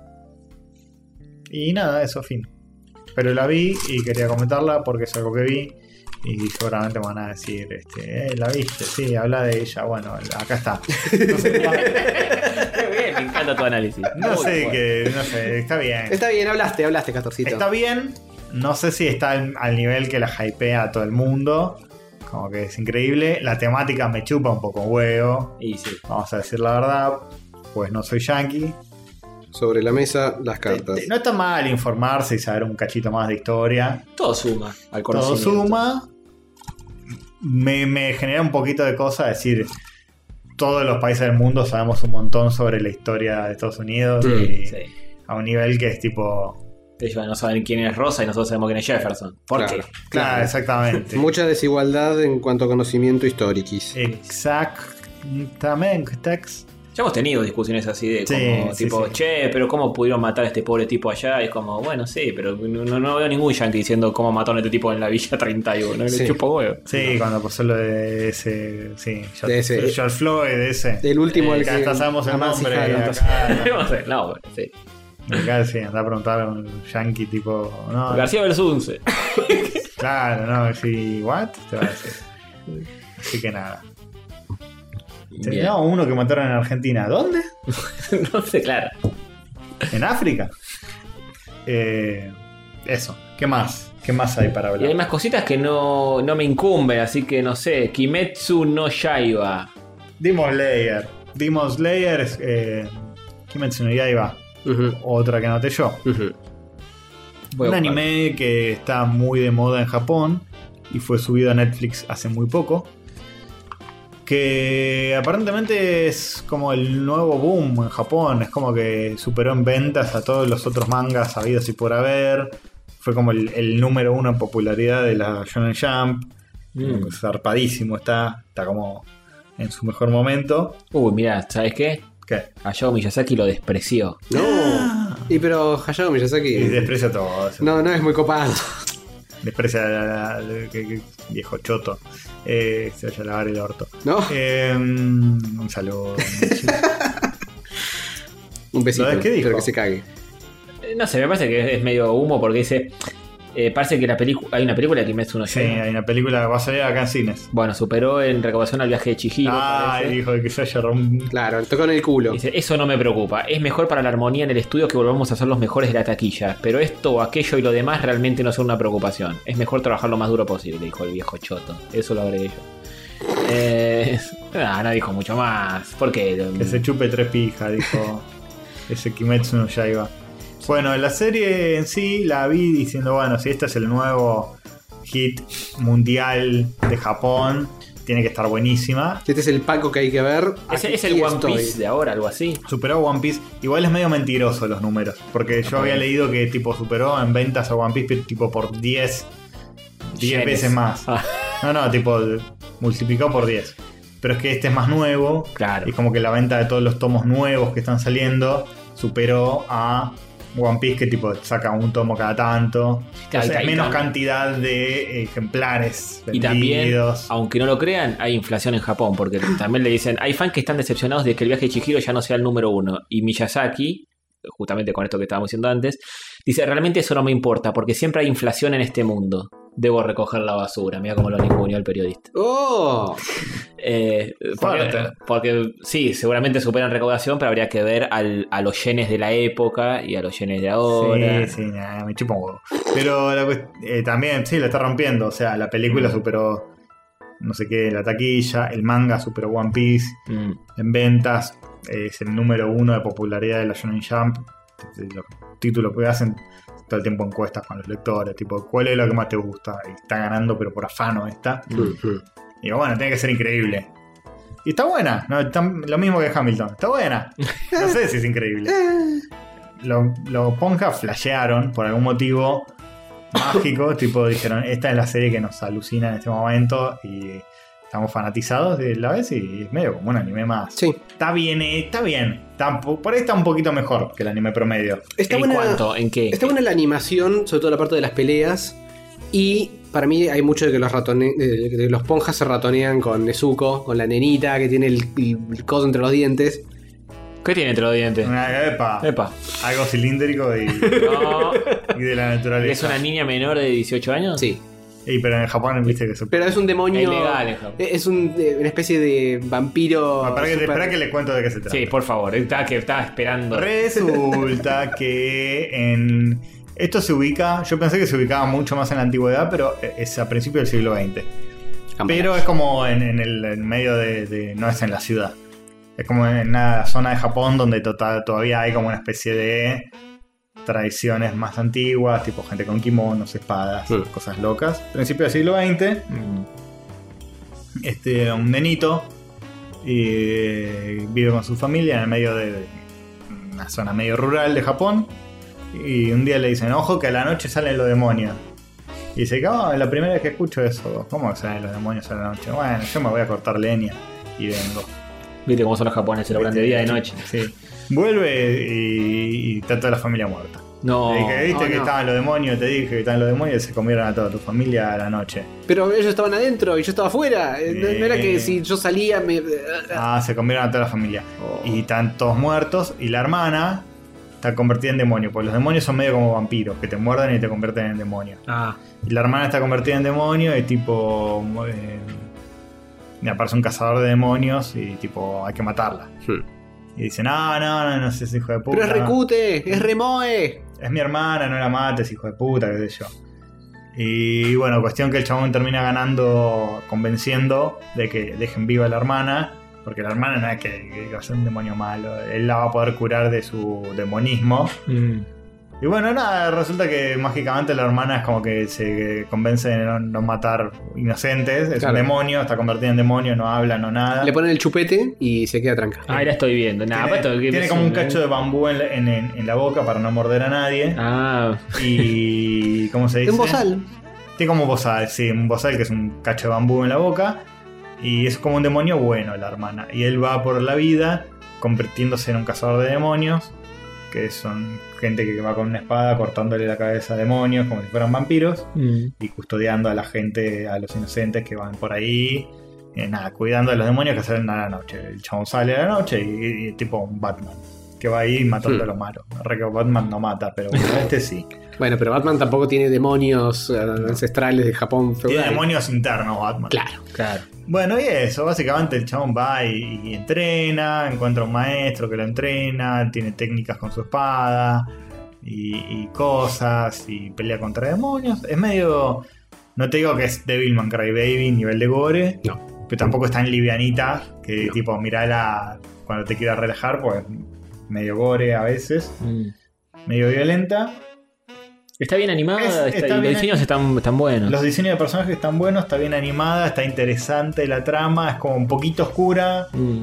Y nada, eso, fin. Pero la vi y quería comentarla porque es algo que vi. Y seguramente me van a decir, este, eh, la viste, sí, habla de ella. Bueno, acá está. No sé, Qué bien, me encanta tu análisis. no Muy sé bueno. que, no sé, está bien. Está bien, hablaste, hablaste, Castorcito. Está bien. No sé si está al, al nivel que la hypea a todo el mundo. Como que es increíble. La temática me chupa un poco huevo. Y sí. Vamos a decir la verdad. Pues no soy yankee. Sobre la mesa, las Te- cartas. te- No está mal informarse y saber un cachito más de historia. Todo suma al Todo conocimiento. suma. Me, me genera un poquito de cosa decir. Todos los países del mundo sabemos un montón sobre la historia de Estados Unidos. Sí, y Sí. a un nivel que es tipo. Ellos no saben quién es Rosa y nosotros sabemos quién es Jefferson. ¿Por Claro. qué? Claro, exactamente. Mucha desigualdad en cuanto a conocimiento histórico. Exactamente. Tex. Ya hemos tenido discusiones así de Sí, como, sí, tipo, sí. che, pero ¿cómo pudieron matar a este pobre tipo allá? Y es como, bueno, sí, pero no, no- no veo ningún yankee diciendo cómo mataron a este tipo en la Villa treinta y uno. Sí. Le chupo huevo. Sí, cuando pasó lo de ese. Sí, George, De ese. George Floyd, de ese. El último Eh, al Que que hasta sabemos el nombre. amancijaron. Acá, No sé, no, bueno, sí. acá sí, anda a preguntar a un yankee tipo. No, García Belsunce. claro, no, sí, ¿what? Te va a decir. Así que nada. Bien. No, uno que mataron en Argentina. ¿Dónde? No sé, claro. ¿En África? Eh, eso. ¿Qué más? ¿Qué más hay para Y hay hablar? más cositas que no, no me incumben, así que no sé. Kimetsu no Yaiba. Demon Slayer. Demon Slayer es. Eh, Kimetsu no Yaiba. Ujú, Otra que anoté yo. ujú. Voy a Un buscar. anime que está muy de moda en Japón y fue subido a Netflix hace muy poco. Que aparentemente es como el nuevo boom en Japón. Es como que superó en ventas a todos los otros mangas habidos y por haber. Fue como el, el número uno en popularidad de la Shonen Jump. Mm. Zarpadísimo está. Está como en su mejor momento. Uy, mira, ¿sabes qué? ¿Qué? Hayao Miyazaki lo despreció. No. Y pero Hayao Y Miyazaki. desprecia todo eso. No, no es muy copado. Desprecia a que viejo choto. Eh, se vaya a lavar el orto. ¿No? Eh, un saludo. Un besito. ¿Sabes qué dijo? Pero que se cague. Eh, No sé, me parece que es medio humo porque dice. eh, parece que la película. Hay una película de Kimetsu no Sí, Yaiba. hay una película que va a salir acá en cines. Bueno, superó en recaudación al viaje de Chihiro. Ah, parece. dijo que se haya rompido. Claro, le tocó en el culo. Dice, eso no me preocupa. Es mejor para la armonía en el estudio que volvamos a ser los mejores de la taquilla. Pero esto o aquello y lo demás realmente no son una preocupación. Es mejor trabajar lo más duro posible, dijo el viejo choto. Eso lo agregué yo. Eh, ah, no dijo mucho más. ¿Por qué? Que se chupe tres pijas, dijo ese Kimetsu no Yaiba. Bueno, la serie en sí la vi diciendo, bueno, si este es el nuevo hit mundial de Japón, tiene que estar buenísima. Este es el Paco que hay que ver. ¿Es, Aquí es el One estoy. Piece de ahora, algo así? Superó a One Piece. Igual es medio mentiroso los números. Porque yo había leído que tipo superó en ventas a One Piece pero, tipo por diez Yenes. veces más. Ah, No, no, tipo multiplicó por diez. Pero es que este es más nuevo. claro. Y como que la venta de todos los tomos nuevos que están saliendo superó a One Piece, que tipo saca un tomo cada tanto. Claro, O sea, y menos también- cantidad de ejemplares Y también, vendidos. aunque no lo crean, hay inflación en Japón, porque también le dicen, hay fans que están decepcionados de que el viaje de Chihiro ya no sea el número uno. Y Miyazaki, justamente con esto que estábamos diciendo antes, dice, realmente eso no me importa, porque siempre hay inflación en este mundo. Debo recoger la basura. Mira cómo lo ninguneó el periodista. ¡Oh! Eh, porque, Fuerte. porque sí, seguramente superan recaudación, pero habría que ver al- a los yenes de la época y a los yenes de ahora. Sí, sí, nada, me chupa un huevo. Pero la cuest- eh, también, sí, la está rompiendo. O sea, la película superó no sé qué, la taquilla. El manga superó One Piece Mm. en ventas. eh, es el número uno de popularidad de la Shonen Jump. Los títulos que hacen todo el tiempo encuestas con los lectores. Tipo, ¿cuál es lo que más te gusta? Y está ganando, pero por afano está. Ujú. Y digo, bueno, tiene que ser increíble. Y está buena, ¿no? Está lo mismo que Hamilton. Está buena. No sé si es increíble. Los lo Ponjas flashearon por algún motivo mágico. Tipo, dijeron: esta es la serie que nos alucina en este momento. Y estamos fanatizados de la vez. Y es medio como un anime más. Sí. Está bien, está bien. Está, por ahí está un poquito mejor que el anime promedio. Está ¿En buena, cuánto? ¿En qué? Está buena la animación, sobre todo la parte de las peleas. Y para mí hay mucho de que los ratone, de que los Ponjas se ratonean con Nezuko, con la nenita que tiene el, el codo entre los dientes. ¿Qué tiene entre los dientes? Una, epa, Epa. algo cilíndrico y, No. y de la naturaleza. ¿Es una niña menor de dieciocho años? Sí. Y, pero en Japón viste que se... Pero es un demonio. Es legal en Japón. Es un, eh, una especie de vampiro. Bueno, para que, super- espera que le cuento de qué se trata. Sí, por favor. Estaba, que estaba esperando. Resulta que en... Esto se ubica... Yo pensé que se ubicaba mucho más en la antigüedad, pero es a principios del siglo veinte. Pero es como en, en el en medio de, de... No es en la ciudad. Es como en una zona de Japón donde total, todavía hay como una especie de tradiciones más antiguas, tipo gente con kimonos, espadas, Sí. cosas locas. Principio del siglo veinte, Mm. este, un nenito y vive con su familia en el medio de una zona medio rural de Japón. Y un día le dicen: ojo que a la noche salen los demonios. Y dice: oh, es la primera vez que escucho eso. ¿Cómo que salen los demonios a la noche? Bueno, yo me voy a cortar leña y vengo. Viste cómo son los japoneses, lo de día y de noche. Sí. Vuelve y, y está toda la familia muerta. No. Le dije: ¿viste oh, que no. estaban los demonios? Te dije que estaban los demonios y se comieron a toda tu familia a la noche. Pero ellos estaban adentro y yo estaba afuera. Eh, No, no era que si yo salía me. Ah, se comieron a toda la familia. Oh. Y están todos muertos. Y la hermana está convertida en demonio. Porque los demonios son medio como vampiros, que te muerden y te convierten en demonio. Ah. Y la hermana está convertida en demonio y tipo... Eh, y aparece un cazador de demonios y tipo hay que matarla. Hmm. Y dice: no, no, no, no seas hijo de puta. Pero es recute, es remoe. Es mi hermana, no la mates, hijo de puta, qué sé yo. Y bueno, cuestión que el chabón termina ganando, convenciendo de que dejen viva a la hermana, porque la hermana no es que, que va a ser un demonio malo, él la va a poder curar de su demonismo. Mm. Y bueno, nada, resulta que mágicamente la hermana es como que se convence de no, no matar inocentes, es Claro. un demonio, está convertida en demonio, no habla, no nada. Le ponen el chupete y se queda tranca. Ah, ahí la estoy viendo. Nah, tiene esto- tiene es como un cacho de bambú en, la- en- en- en la boca para no morder a nadie. Ah. Y... ¿cómo se dice? Un bozal. Tiene como un bozal, sí, un bozal que es un cacho de bambú en la boca. Y es como un demonio bueno la hermana. Y él va por la vida convirtiéndose en un cazador de demonios, que son gente que va con una espada cortándole la cabeza a demonios como si fueran vampiros. Mm. Y custodiando a la gente, a los inocentes que van por ahí. Eh, nada, cuidando a los demonios que salen a la noche. El chabón sale a la noche y, y tipo un Batman, que va ahí matando Hmm. a los malos. Re que Batman no mata, pero bueno, este sí. Bueno, pero Batman tampoco tiene demonios eh, ancestrales de Japón Tiene feudal. demonios internos Batman. Claro. Claro. Bueno, y eso, básicamente el chabón va y, y entrena, encuentra un maestro que lo entrena, tiene técnicas con su espada y, y cosas, y pelea contra demonios. Es medio... No te digo que es Devilman Crybaby nivel de gore, No. pero tampoco es tan livianita, que No. tipo, mirala cuando te quieras relajar, pues medio gore a veces, Mm. medio violenta. Está bien animada, Es- está- está y los bien- diseños están, están buenos. Los diseños de personajes están buenos, está bien animada, está interesante la trama, es como un poquito oscura, Mm.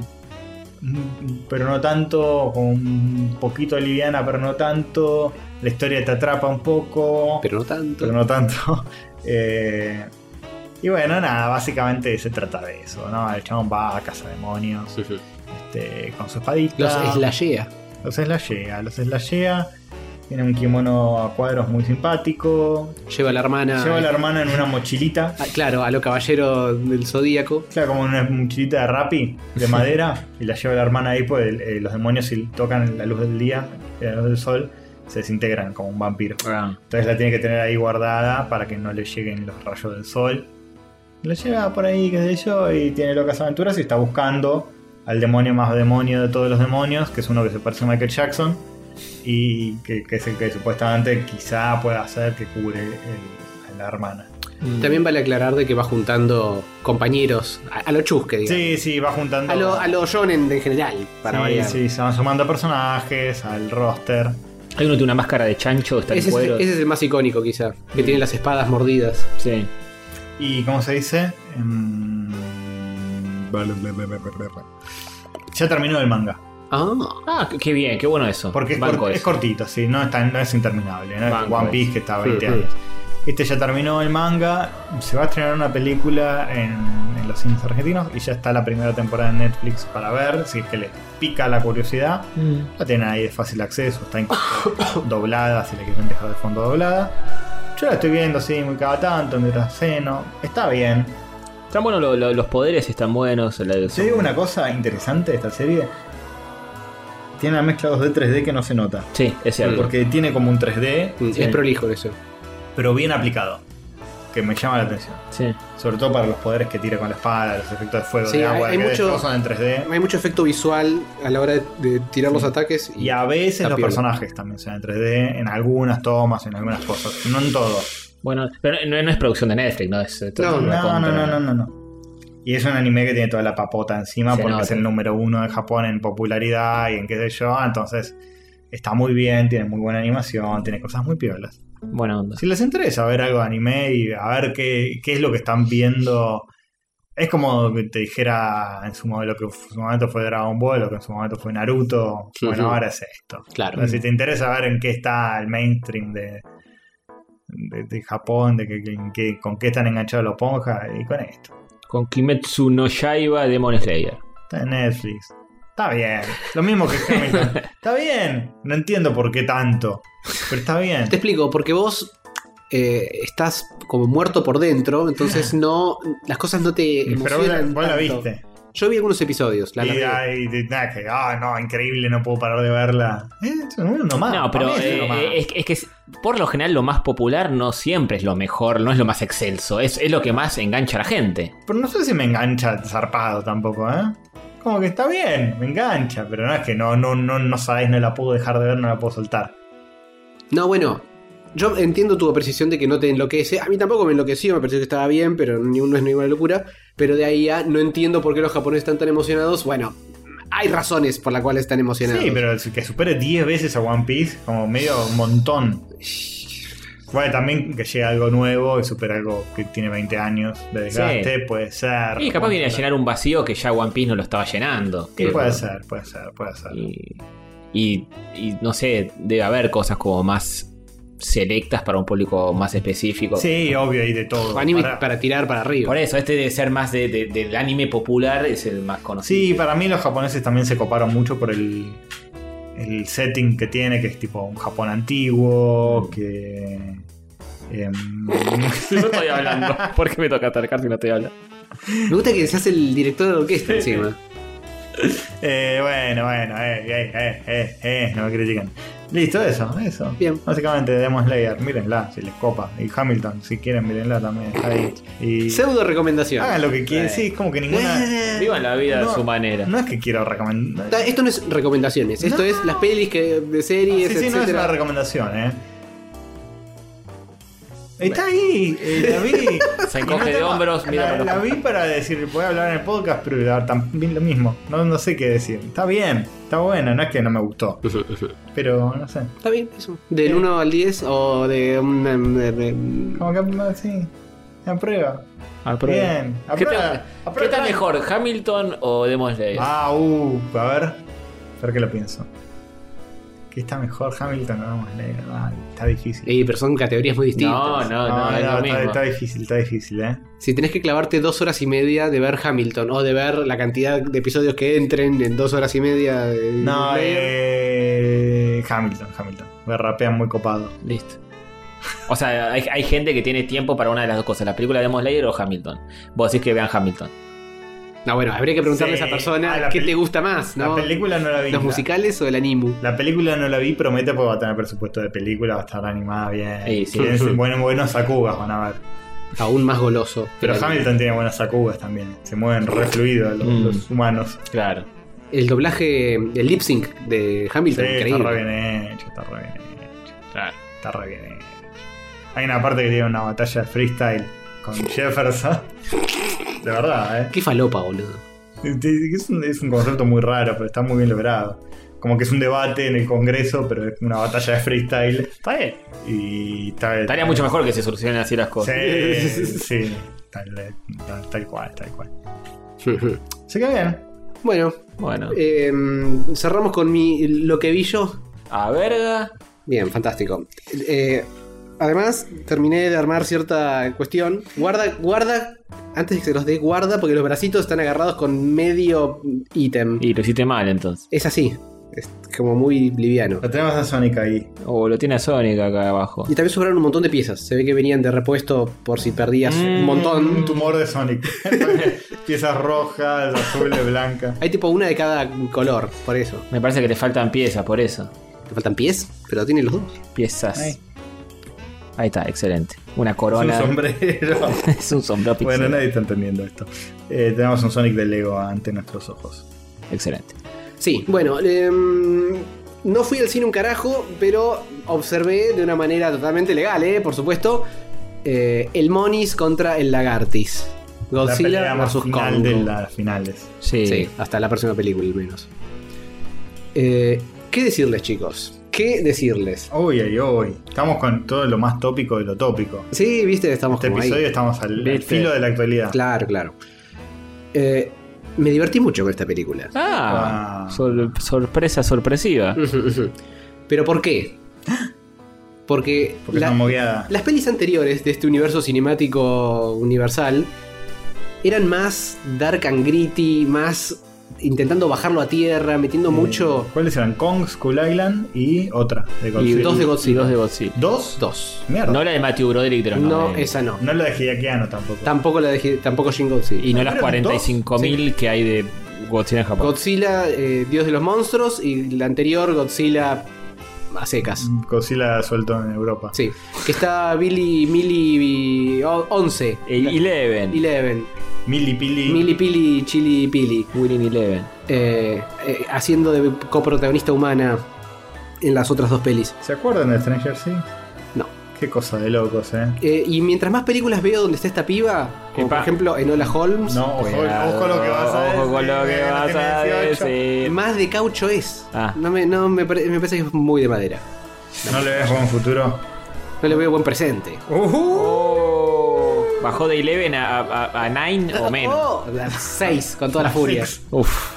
pero no tanto, como un poquito liviana, pero no tanto. La historia te atrapa un poco, Pero no tanto. pero no tanto. Eh, y bueno, nada, básicamente se trata de eso, ¿no? El chabón va a casa demonios Ujú. este, con su espadita. Los slashea. Los slashea, los slashea. Tiene un kimono a cuadros muy simpático. Lleva a la hermana. Lleva a la hermana en una mochilita. Ah, claro, a lo caballero del zodíaco. Claro, como una mochilita de rapi de madera. Y la lleva la hermana ahí, pues el- eh, los demonios, si tocan la luz del día, la luz del sol, se desintegran como un vampiro. Ah. Entonces la tiene que tener ahí guardada para que no le lleguen los rayos del sol. Lo lleva por ahí, qué sé yo, y tiene locas aventuras y está buscando al demonio más demonio de todos los demonios, que es uno que se parece a Michael Jackson y que, que es el que supuestamente quizá pueda hacer que cure el- a la hermana. Mm. También vale aclarar de que va juntando compañeros a, a lo chusque, digamos. Sí, sí, va juntando... A lo, a lo shonen en general, para sí, variar. sí, se van sumando personajes al roster. Hay uno que tiene una máscara de chancho, está en Ese es, cuero. ese es el más icónico, quizá. Que tiene las espadas mordidas. Sí. Y, ¿cómo se dice? Em, Ya terminó el manga. Ah, Ah, qué- qué bien, qué bueno eso. Porque es, Banco cort- es eso. cortito, sí, no es, tan- no es interminable. No es Banco One Piece eso. que está a veinte Ujú. años. Este ya terminó el manga. Se va a estrenar una película en, en los cines argentinos. Y ya está la primera temporada en Netflix para ver. Si es que les pica la curiosidad. Mm. La tienen ahí de fácil acceso. Está incluso doblada si la quieren dejar de fondo doblada. Yo la estoy viendo así muy cada tanto mientras ceno. Está bien. Están buenos lo- lo- los poderes, están buenos. la- Te digo una cosa interesante de esta serie. Tiene una mezcla dos D tres D que no se nota. Sí, es cierto. Porque tiene como un tres D, es Sí. prolijo eso. pero bien aplicado. Que me llama la atención. Sí. Sobre todo para los poderes que tira con la espada, los efectos de fuego, Sí, de agua, hay- hay que mucho- todos son en tres D. Hay mucho efecto visual a la hora de, de tirar los ataques. Y a veces Está los piola. personajes también son en tres D, en algunas tomas, en algunas cosas. No en todo. Bueno, pero no, no es producción de Netflix, ¿no? Es, esto No, es una No, no, contra- no, no, no, no. Y es un anime que tiene toda la papota encima Se porque nota. es el número uno de Japón en popularidad y en qué sé yo. Entonces está muy bien, tiene muy buena animación, tiene cosas muy piolas. Buena onda. Si les interesa ver algo de anime y a ver qué, qué es lo que están viendo, es como que te dijera en su, mo- lo que en su momento fue Dragon Ball, lo que en su momento fue Naruto. Bueno, Ujú. ahora es esto. Claro. Entonces, si te interesa ver en qué está el mainstream de, de, de Japón, de que, que- en qué- con qué están enganchados los ponjas, y con esto. Con Kimetsu no Yaiba Demon Slayer. Está en Netflix. Está bien. Lo mismo que Hamilton. Está bien. No entiendo por qué tanto. Pero está bien. Te explico, porque vos eh, estás como muerto por dentro, entonces no las cosas no te Pero vos, la- emocionan vos la tanto. viste. Yo vi algunos episodios, la Y, largué. ay, de- nada, que, ah, no, increíble, no puedo parar de verla. Eh, es uno más. No, pero para mí es uno eh, más. es, es que es- por lo general lo más popular no siempre es lo mejor, no es lo más excelso, es, es lo que más engancha a la gente. Pero no sé si me engancha zarpado tampoco, ¿eh? Como que está bien, me engancha, pero no es que no, no, no, no sabéis, no la puedo dejar de ver, no la puedo soltar. No, bueno, yo entiendo tu apreciación de que no te enloquece. A mí tampoco me enloqueció, me pareció que estaba bien, pero ni no es ninguna locura. Pero de ahí a no entiendo por qué los japoneses están tan emocionados. Bueno, hay razones por las cuales están emocionados. Sí, pero que supere diez veces a One Piece, como medio un montón. Bueno, también que llegue algo nuevo y supera algo que tiene veinte años de desgaste, puede ser. Y capaz viene a llenar un vacío que ya One Piece no lo estaba llenando. Sí, Que- puede ser, puede ser, puede ser. Y, y, y no sé, debe haber cosas como más selectas para un público más específico. Sí, obvio, y de todo. Anime Para- para tirar para arriba. Por eso, este debe ser más de, de- del anime popular, es el más conocido. Sí, para mí los japoneses también se coparon mucho por el, el setting que tiene, que es tipo un Japón antiguo, que... em, No estoy hablando. ¿Por qué me toca acercar si no estoy hablando? Me gusta que seas el director de la orquesta encima. eh, bueno, bueno, eh, eh, eh, eh, eh, no me critican. Listo, eso, eso. Bien. Básicamente Demon Slayer, mírenla si les copa. Y Hamilton, si quieren, mírenla también. Está ahí. Y Pseudo recomendación. hagan lo que quieran. Sí. Sí, es como que ninguna... Vivan la vida No, a su manera. No es que quiero recomendar... Ta- Esto no es recomendaciones, esto No. es las pelis que, de series, Sí, sí, no es etcétera. una recomendación, eh. Está ahí, eh, la vi. Se Y encoge de tengo- hombros, mira La, para la los- vi para decir, voy a hablar en el podcast, pero la- también lo mismo. No, no sé qué decir. Está bien, está buena, no es que no me gustó. Pero no sé. Está bien, eso. Del Eh. uno al diez o de un... de- de- Como que sí. Aprueba. Ah, pero- Bien. ¿Qué, Aprueba. tal- aprueba ¿Qué tal tranqui. mejor, Hamilton o Demon Slayer? Ah, uh, a ver. A ver qué lo pienso. ¿Qué está mejor, Hamilton o Demon Slayer? Ah, está difícil. Eh, pero son categorías muy distintas. no, no, no, es lo está, mismo. está difícil, está difícil, eh. Si tenés que clavarte dos horas y media de ver Hamilton o de ver la cantidad de episodios que entren en dos horas y media de No, Slayer, eh, Hamilton, Hamilton. Me rapean muy copado. Listo. O sea, hay, hay gente que tiene tiempo para una de las dos cosas, la película de Demon Slayer o Hamilton. Vos decís que vean Hamilton. No, bueno, habría que preguntarle Sí. a esa persona Ah, la qué peli- te gusta más, ¿no? La película no la vi. ¿Los La- musicales o el animu? La película no la vi, promete porque va a tener presupuesto de película, va a estar animada bien. Sí, sí. Tiene buenos, buenos sakugas, van a ver. Aún más goloso. Pero El- Hamilton tiene buenas sakugas también. Se mueven re fluidos los, Mm. los humanos. Claro. El doblaje, el lip sync de Sí, Hamilton, está increíble. re bien hecho, está re bien hecho. Claro. Está re bien hecho. Hay una parte que tiene una batalla de freestyle con Jefferson. De verdad, eh. Qué falopa, boludo. Es un, es un concepto muy raro, pero está muy bien logrado. Como que es un debate en el Congreso, pero es una batalla de freestyle. Está bien. Y está, Estaría mucho mejor que se solucionen así las cosas. Sí, sí. Tal, tal, tal cual, tal cual. Se queda bien. Bueno, Bueno. eh, cerramos con mi lo que vi yo. A verga. Bien, fantástico. Eh, además, terminé de armar cierta cuestión. Guarda, guarda, antes de que se los dé, guarda, porque los bracitos están agarrados con medio ítem. Y lo hiciste mal entonces. Es así, es como muy liviano. Lo tenemos a Sonic ahí. O lo tiene a Sonic acá abajo. Y también sobraron un montón de piezas. Se ve que venían de repuesto por si perdías Mm. un Un montón. tumor de Sonic. Piezas rojas, azules, blancas. Hay tipo una de cada color, por eso. Me parece que te faltan piezas, por eso. ¿Te faltan pies? Pero tienen los dos. Piezas. Ahí. Ahí está, excelente. Una Es un corona. sombrero. Es un sombrero pixel. Bueno, nadie está entendiendo esto. Eh, tenemos un Sonic de Lego ante nuestros ojos. Excelente. Sí, bueno, eh, no fui al cine un carajo, pero observé de una manera totalmente legal, eh, por supuesto, eh, el Monis contra el Lagartis. La pelea Godzilla más versus final Kong. de las finales. Sí. Sí, hasta la próxima película al menos. Eh, ¿Qué decirles, chicos? ¿Qué decirles? Uy, uy, uy. Estamos con todo lo más tópico de lo tópico. Sí, viste, estamos Este como ahí. episodio estamos al, al Viste. filo de la actualidad. Claro, claro. Eh, me divertí mucho con esta película. Ah, Wow. sor- sorpresa sorpresiva. ¿Pero por qué? Porque, Porque la- es una mogueada. las pelis anteriores de este universo cinemático universal eran más dark and gritty, más intentando bajarlo a tierra, metiendo mucho... ¿Cuáles eran? Kong, Skull Island y otra de Y Godzilla. dos de Y Godzilla. dos de Godzilla. ¿Dos? Dos. Mierda. No la de Matthew Broderick de los No, noventa. esa no. No la de Hideaki tampoco. Tampoco la de tampoco Shin Godzilla. Y no las ¿Fueron cuarenta y cinco mil que hay de Godzilla en Japón. Godzilla, eh, Dios de los monstruos, y la anterior, Godzilla a secas. Godzilla suelto en Europa. Sí. Que está Billy, Millie once. El Eleven. Eleven. Milli Pili. Millie Pili, Chili Pili. Winning Eleven. Eh, eh, haciendo de coprotagonista humana en las otras dos pelis. ¿Se acuerdan de Stranger Things? No. Qué cosa de locos, eh. Eh, y mientras más películas veo donde está esta piba, como por Epa. ejemplo Enola Holmes, No, ojo, Cuidado, ojo lo que vas a decir. Ojo con lo que eh, vas a tiene dieciocho. decir. más de caucho es. Ah. No, me, no me, pare- me parece que es muy de madera. ¿No le ves buen futuro? No le veo buen presente. Oh, bajó de Eleven a, a, a Nine o menos. Oh, las seis con toda la furia. Uf.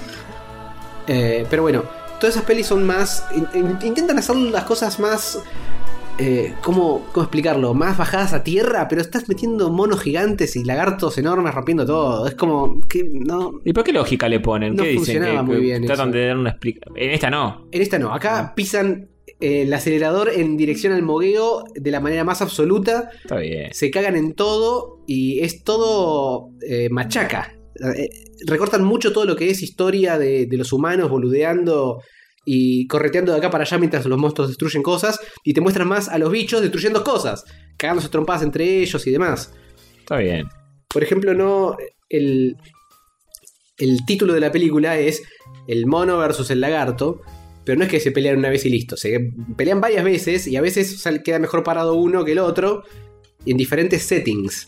Eh, pero bueno, todas esas pelis son más. in- in- intentan hacer las cosas más. Eh, ¿cómo, ¿Cómo explicarlo? Más bajadas a tierra, pero estás metiendo monos gigantes y lagartos enormes rompiendo todo. Es como. Que no. ¿Y por qué lógica le ponen? No ¿Qué dicen? funcionaba Que- muy que bien Tratan eso. de dar una explicación. En esta no. En esta no. Acá pisan eh, el acelerador en dirección al mogueo de la manera más absoluta. Está bien. Se cagan en todo y es todo eh, machaca. Eh, recortan mucho todo lo que es historia de, de los humanos boludeando y correteando de acá para allá mientras los monstruos destruyen cosas, y te muestran más a los bichos destruyendo cosas, cagándose trompadas entre ellos y demás. Está bien. Por ejemplo, no el, el título de la película es el mono versus el lagarto, pero no es que se pelean una vez y listo, se pelean varias veces y a veces sale- queda mejor parado uno que el otro en diferentes settings.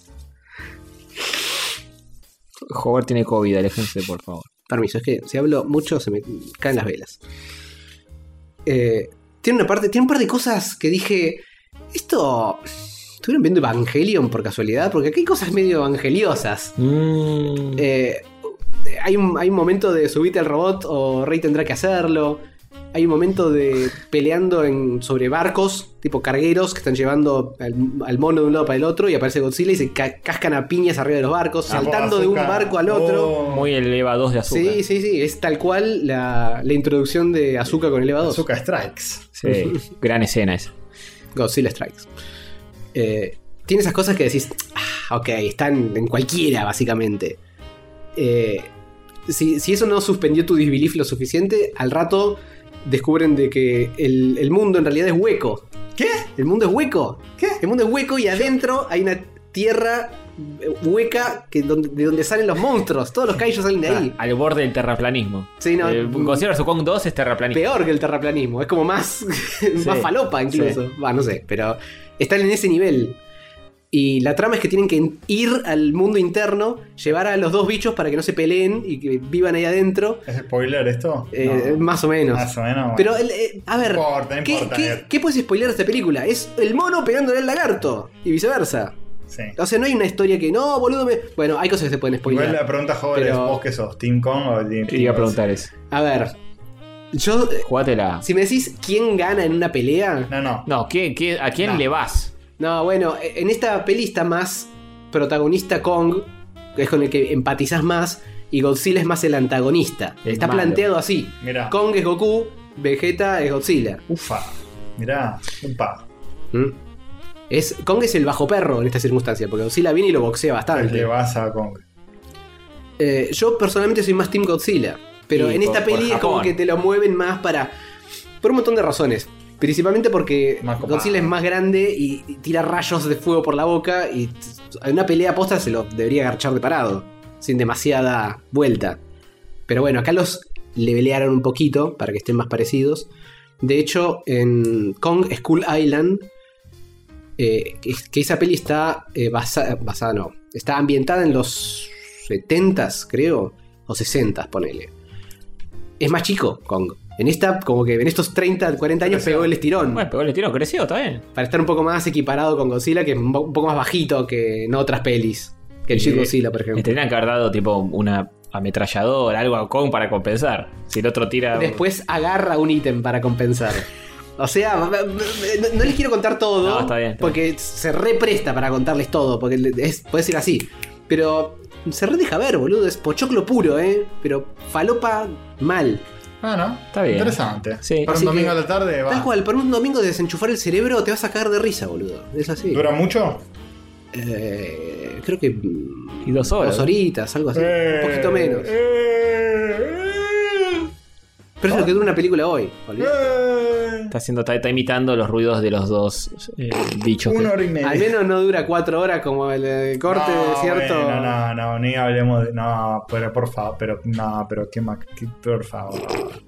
Howard tiene COVID, aléjense, por favor. Permiso, es que si hablo mucho se me caen las velas. Eh, tiene una parte, tiene un par de cosas que dije. Esto. ¿Estuvieron viendo Evangelion por casualidad? Porque aquí hay cosas medio evangeliosas. Mm. Eh, hay, un, hay un momento de subite al robot o Rey tendrá que hacerlo. Hay un momento de peleando en, sobre barcos, tipo cargueros, que están llevando al, al mono de un lado para el otro, y aparece Godzilla y se ca- cascan a piñas arriba de los barcos, Ah, saltando de un azúcar. barco al otro. Oh, Muy el Eva dos de azúcar. Sí, sí, sí, es tal cual la, la introducción de Azúcar con el Eva dos. Azúcar Strikes. Sí, gran escena esa. Godzilla Strikes. Eh, tiene esas cosas que decís, ah, ok, están en cualquiera, básicamente. Eh, si, si eso no suspendió tu disbelief lo suficiente, al rato descubren de que el, el mundo en realidad es hueco. ¿Qué? El mundo es hueco. ¿Qué? El mundo es hueco y adentro hay una tierra hueca que donde, de donde salen los monstruos. Todos los kaijus salen de ahí. Al borde del terraplanismo. Sí, no, Eh, Godzilla versus. Kong dos es terraplanismo. Peor que el terraplanismo. Es como más, más falopa incluso. Sí. Va, no sé, pero están en ese nivel. Y la trama es que tienen que ir al mundo interno, llevar a los dos bichos para que no se peleen y que vivan ahí adentro. ¿Es spoiler esto? Eh, No. Más o menos. Más o menos. bueno. Pero, el, eh, a ver, No importa, no ¿qué, importa, qué, eh. qué puedes spoiler de esta película? Es el mono pegándole al lagarto y viceversa. Sí. O sea, no hay una historia que no, boludo. Me... Bueno, hay cosas que se pueden spoiler. Igual la pregunta joven pero... es: ¿vos qué sos? ¿Team Kong o Team Te iba a preguntar eso. A ver, yo. Jugátela. Si me decís quién gana en una pelea. No, no. No, ¿qué, qué, ¿a quién No. le vas? No, bueno, en esta peli está más protagonista Kong, que es con el que empatizás más, y Godzilla es más el antagonista. Es Está malo. planteado así. Mirá. Kong es Goku, Vegeta es Godzilla. Ufa. Mirá. Upa. ¿Mm? Es, Kong es el bajo perro en esta circunstancia, porque Godzilla viene y lo boxea Le bastante. vas a Kong. Eh, yo personalmente soy más Team Godzilla, pero Y en esta por- por peli es como Japón. que te lo mueven más para... Por un montón de razones. Principalmente porque Más copado. Godzilla es más grande y y tira rayos de fuego por la boca y t- en una pelea posta se lo debería agarchar de parado, sin demasiada vuelta. Pero bueno, acá los levelearon un poquito para que estén más parecidos. De hecho, en Kong Skull Island, eh, que, que esa peli está eh, basa- basada, no, está ambientada en los setentas, creo, o sesentas, ponele. Es más chico, Kong. En esta, como que en estos treinta, cuarenta años Creció. pegó el estirón. Bueno, pegó el tiro, creció, está bien. Para estar un poco más equiparado con Godzilla, que es un po- un poco más bajito que en otras pelis. Que el Shin Sí. Godzilla, por Le ejemplo. tendrían que haber dado tipo una ametralladora, algo a Kong para compensar. Si el otro tira. Después agarra un ítem para compensar. O sea, no, no les quiero contar todo. No, está bien, está porque se represta para contarles todo. Porque es, puede ser así. Pero se re deja ver, boludo. Es pochoclo puro, ¿eh? Pero falopa mal. Ah, ¿no? Está bien. Interesante. Sí. Para Así un domingo que, a la tarde va. Tal cual, para un domingo de desenchufar el cerebro te vas a cagar de risa, boludo. Es así. ¿Dura mucho? Eh, creo que. mm, Y dos horas. Dos horitas, algo así. Eh, un poquito menos. eh, eh, Pero es lo que dura una película hoy. olvidate. eh. Está, haciendo, está, está imitando los ruidos de los dos eh, bichos. que- Una hora y media. Al menos no dura cuatro horas como el, eh, corte no, de cierto. Bueno, no, no, ni hablemos de. No, pero por favor, pero no, pero qué más. qué- Por favor.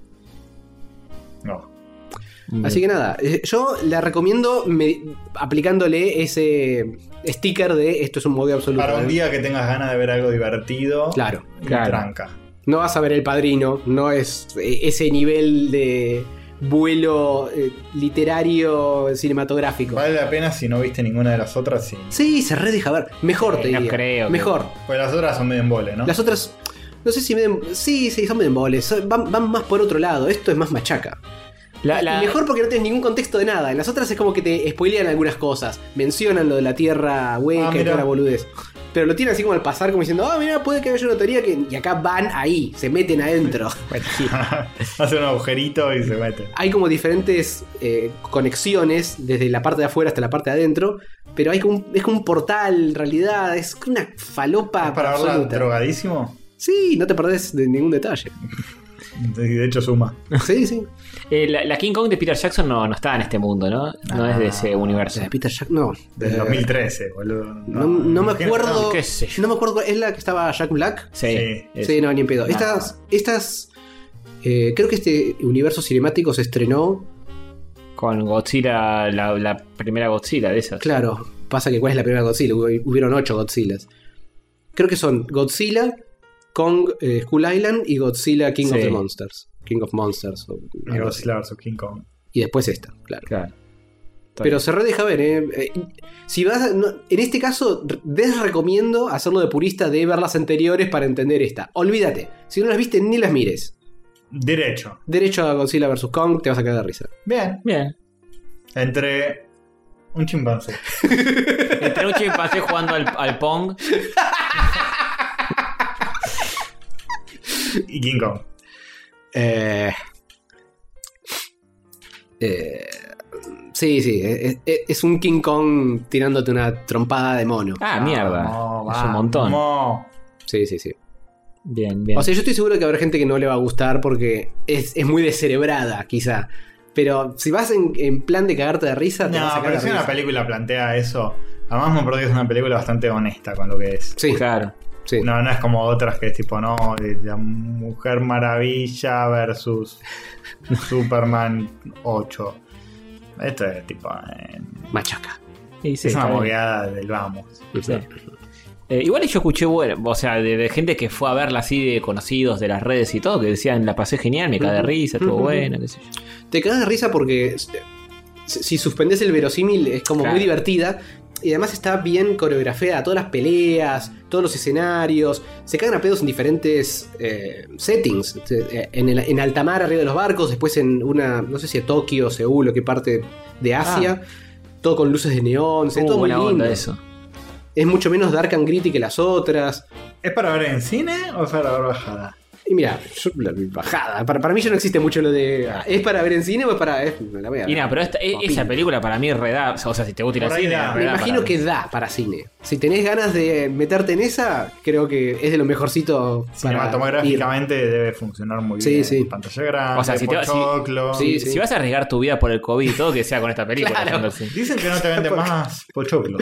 No. Así que nada, eh, yo la recomiendo me- aplicándole ese sticker de esto es un modo absoluto. Para un ¿eh? día que tengas ganas de ver algo divertido. Claro. y Claro. tranca. No vas a ver El Padrino, no es eh, ese nivel de vuelo eh, literario cinematográfico. Vale la pena si no viste ninguna de las otras, sí. Sí, se re deja ver. Mejor Eh, te no diría. creo que- Mejor. Pues las otras son medio embole, ¿no? Las otras, no sé si me den. Sí, sí, son emboles. son- Van, van más por otro lado. Esto es más machaca. La- la- Y mejor porque no tienes ningún contexto de nada. En las otras es como que te spoilean algunas cosas. Mencionan lo de la tierra hueca Ah, y mira. toda la boludez. Pero lo tienen así como al pasar, como diciendo, ah, mira, puede que haya una teoría que. Y acá van ahí, se meten adentro. Bueno, sí. Hace un agujerito y se mete. Hay como diferentes eh, conexiones desde la parte de afuera hasta la parte de adentro. Pero hay como un- es como un portal, en realidad. Es una falopa ¿Es para verla absoluta. drogadísimo? Sí, no te perdés de ningún detalle. Y de hecho suma. Sí, sí. Eh, la, la King Kong de Peter Jackson no, no está en este mundo, ¿no? No Ah, es de ese universo. De Peter Jack, no. Del Eh, dos mil trece, boludo. No, no me imagínate, acuerdo. no. qué sé yo. No me acuerdo. cuál- ¿Es la que estaba Jack Black? Sí. Sí. es- Sí, no, ni en pedo. No. Estas. estas eh, creo que este universo cinemático se estrenó. Con Godzilla, la, la primera Godzilla de esas. Claro, pasa que ¿cuál es la primera Godzilla? Hubo- Hubieron ocho Godzillas. Creo que son Godzilla, Kong, eh, Skull Island y Godzilla King of Sí. the Monsters. King of Monsters. o algo así. Godzilla versus King Kong. Y después esta, claro. Claro. Está Pero bien. se re deja ver, ¿eh? Eh, Si vas a- no- en este caso, les recomiendo hacerlo de purista de ver las anteriores para entender esta. Olvídate, si no las viste, ni las mires. Derecho. Derecho a Godzilla versus Kong, te vas a quedar de risa. Bien. Bien. Entre un chimpancé. Entre un chimpancé jugando al, al Pong. y King Kong. Eh, eh, sí, sí, es, es- es un King Kong tirándote una trompada de mono. Ah, mierda. Vamos, Es un montón. vamos. Sí, sí, sí. Bien, bien. O sea, yo estoy seguro que habrá gente que no le va a gustar porque es, es muy descerebrada, quizá. Pero si vas en, en plan de cagarte de risa, te vas a No, cagar pero de si una risa. película plantea eso, además me parece que es una película bastante honesta con lo que es. Sí, Claro. sí. No, no es como otras que es tipo, no, de la Mujer Maravilla versus Superman ocho. Esto es tipo, eh, Machaca. Sí, sí, es una está bien. mogueada del vamos. Sí. Eh, igual yo escuché, bueno, o sea, de, de gente que fue a verla así, de conocidos de las redes y todo, que decían, la pasé genial, me cae de Ujú. risa, estuvo Ujú. buena, qué sé yo. Te cagas de risa porque si si suspendes el verosímil es como Claro. muy divertida. y además está bien coreografiada. Todas las peleas, todos los escenarios. Se cagan a pedos en diferentes eh, settings. En, el, en alta mar arriba de los barcos. Después en una, no sé si Tokio, Seúl o qué parte de Asia. Ah. Todo con luces de neón. Uh, todo muy lindo. Onda eso. Es mucho menos dark and gritty que las otras. ¿Es para ver en cine o es para ver bajada? Y mira, yo, la bajada. Para, para mí ya no existe mucho lo de. ¿Es para ver en cine o es para.? Es, la voy a ver. Y nada, pero esta, esa película para mí reda. O sea, si te gusta ir al cine. Da, me imagino que da para cine. Si tenés ganas de meterte en esa, creo que es de lo mejorcito. Cinematográficamente debe funcionar muy sí, bien. Sí, sí. Pantalla grande, o sea, si, te, si, sí, si vas a arriesgar tu vida por el COVID y todo, que sea con esta película. Claro. Dicen que no te venden más pochoclos.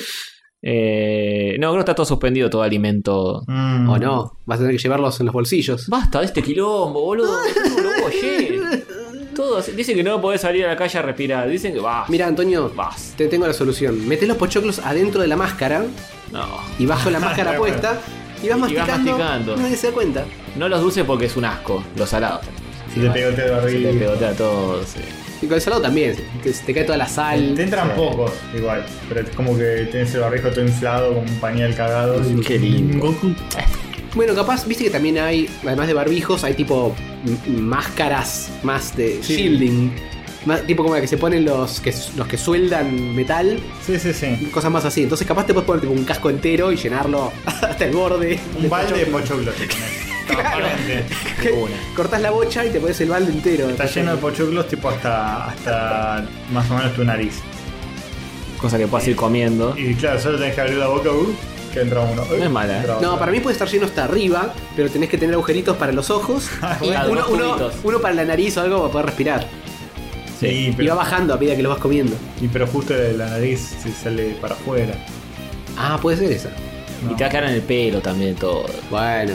Eh, no, creo que está todo suspendido, todo alimento. Mm. O no, vas a tener que llevarlos en los bolsillos. Basta de este quilombo, boludo. No, oye. Todos dicen que no podés salir a la calle a respirar. Dicen que vas. Mira, Antonio, vas. Te tengo la solución. Metés los pochoclos adentro de la máscara. No. Y vas con la máscara puesta. Y vas masticando. Y vas masticando. Nadie se da cuenta. No los dulces porque es un asco. Los salados. Si te pegotea de arriba. Si te pegotea todo, sí. Y con el salado también, te, te cae toda la sal. Te entran sí. pocos, igual. Pero es como que tenés el barrijo todo inflado, como un pañal cagado. Mm, qué lindo. Bueno, capaz, viste que también hay, además de barbijos, hay tipo m- máscaras más de sí. shielding. Más, tipo como la que se ponen los que, los que sueldan metal. Sí, sí, sí. Cosas más así. Entonces capaz te puedes poner tipo un casco entero y llenarlo hasta el borde. Un balde de pochoclos te pones. Claro. Cortás la bocha y te pones el balde entero. Está lleno de pochoclos tipo hasta, hasta más o menos tu nariz. Cosa que puedas ir comiendo. Y claro, solo tenés que abrir la boca, uh, que entra uno. No es mala, ¿eh? No, para mí puede estar lleno hasta arriba, pero tenés que tener agujeritos para los ojos. Y claro, uno, uno, uno para la nariz o algo para poder respirar. Sí, pero... Y va bajando a medida que lo vas comiendo. Y pero justo de la nariz se sale para afuera. Ah, puede ser esa. No. Y te va a quedar en el pelo también todo. Bueno.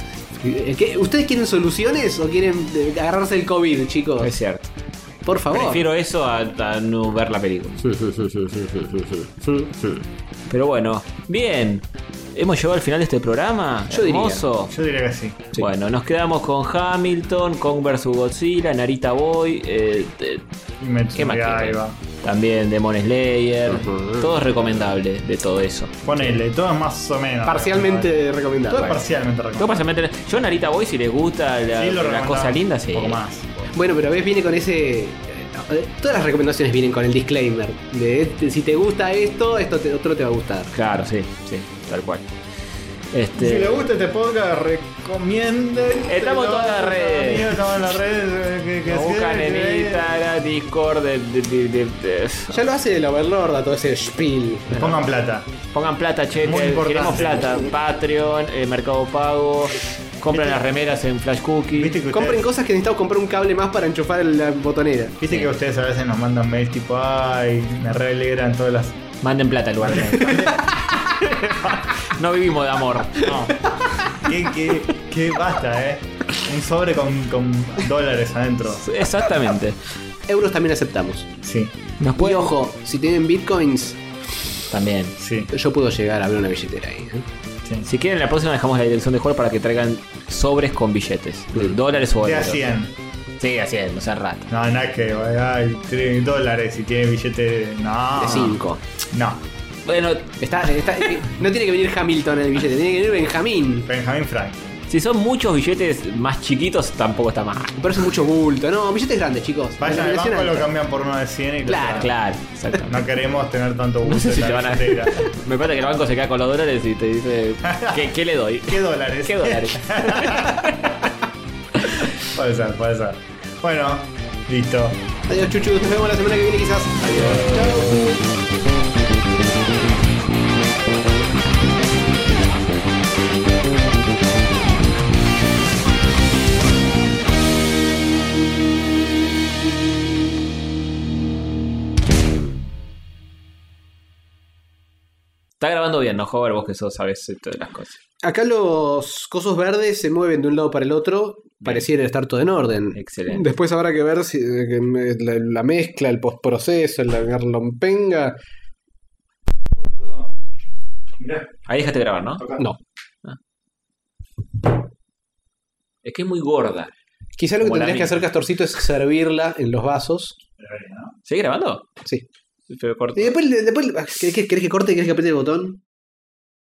¿Ustedes quieren soluciones o quieren agarrarse el COVID, chicos? Es cierto. Por favor. Prefiero eso a, a no ver la película. Sí, sí, sí, sí, sí, sí, sí, sí. Pero bueno, bien. ¿Hemos llegado al final de este programa? Yo Hermoso. diría. Yo diría que sí. sí. Bueno, nos quedamos con Hamilton, Kong versus. Godzilla, Narita Boy. Eh, eh, ¿Qué más queda? También Demon Slayer. Uh-huh. Todo es recomendable de todo eso. Ponele, todo es más o menos. Parcialmente recomendable. Todo es parcialmente recomendable. Todo parcialmente. Yo Narita Boy, si les gusta la, sí, la cosa linda, sí. Un poco más. Bueno, pero ves, viene con ese... Todas las recomendaciones vienen con el disclaimer de si te gusta esto, esto te, otro te va a gustar. Claro, sí, sí, tal cual. Este... Si le gusta este podcast, recomienden. Estamos en todas las redes. Estamos en las redes. Que, que Nos buscan en Instagram, Discord. De, de, de, de, de... Ya lo hace el Overlord a todo ese spiel. Pongan plata. Pongan plata, che. Queremos plata. Patreon, eh, Mercado Pago. Compren las remeras en Flash Cookie. Ustedes... Compren cosas que necesitamos comprar un cable más para enchufar la botonera. Viste sí. que ustedes a veces nos mandan mails tipo, ay, me re alegran todas las. Manden plata al lugar. No vivimos de amor. No. ¿Qué, qué, qué basta, eh? Un sobre con, con dólares adentro. Exactamente. Euros también aceptamos. Sí. Nos puede... Y ojo, si tienen bitcoins. También. Sí. Yo puedo llegar a abrir una billetera ahí, ¿eh? Sí. Si quieren, la próxima dejamos la dirección de juego para que traigan sobres con billetes. De dólares o de euros. a cien. Sí, a cien, no sean rato. No, nada que hay tres dólares y tiene billete. No. De cinco. No. Bueno, está, está, no tiene que venir Hamilton en el billete, tiene que venir Benjamín. Benjamín Frank. Si son muchos billetes más chiquitos, tampoco está mal. Pero es mucho bulto. No, billetes grandes, chicos. Vayan al banco, lo cambian por uno de cien y claro, claro, exacto. No queremos tener tanto bulto. No sé si en te la van a... Me parece que el banco se queda con los dólares y te dice ¿qué, qué le doy? ¿Qué dólares? ¿Qué dólares? Puede ser, puede ser. Bueno, listo. Adiós, chuchu. Nos vemos la semana que viene quizás. Adiós. Chau. Está grabando bien, ¿no, Hover? Vos que sos, sabés esto de las cosas. Acá los cosos verdes se mueven de un lado para el otro. Pareciera estar todo en orden. Excelente. Después habrá que ver si la, la mezcla, el postproceso, la garlompenga. Ahí dejaste de grabar, ¿no? No. Ah. Es que es muy gorda. Quizá lo que tendrías que hacer, Castorcito, es servirla en los vasos. ¿Sigue grabando? Sí. Pero corto. Y después, después ¿querés, que, ¿querés que corte? ¿Querés que apriete el botón?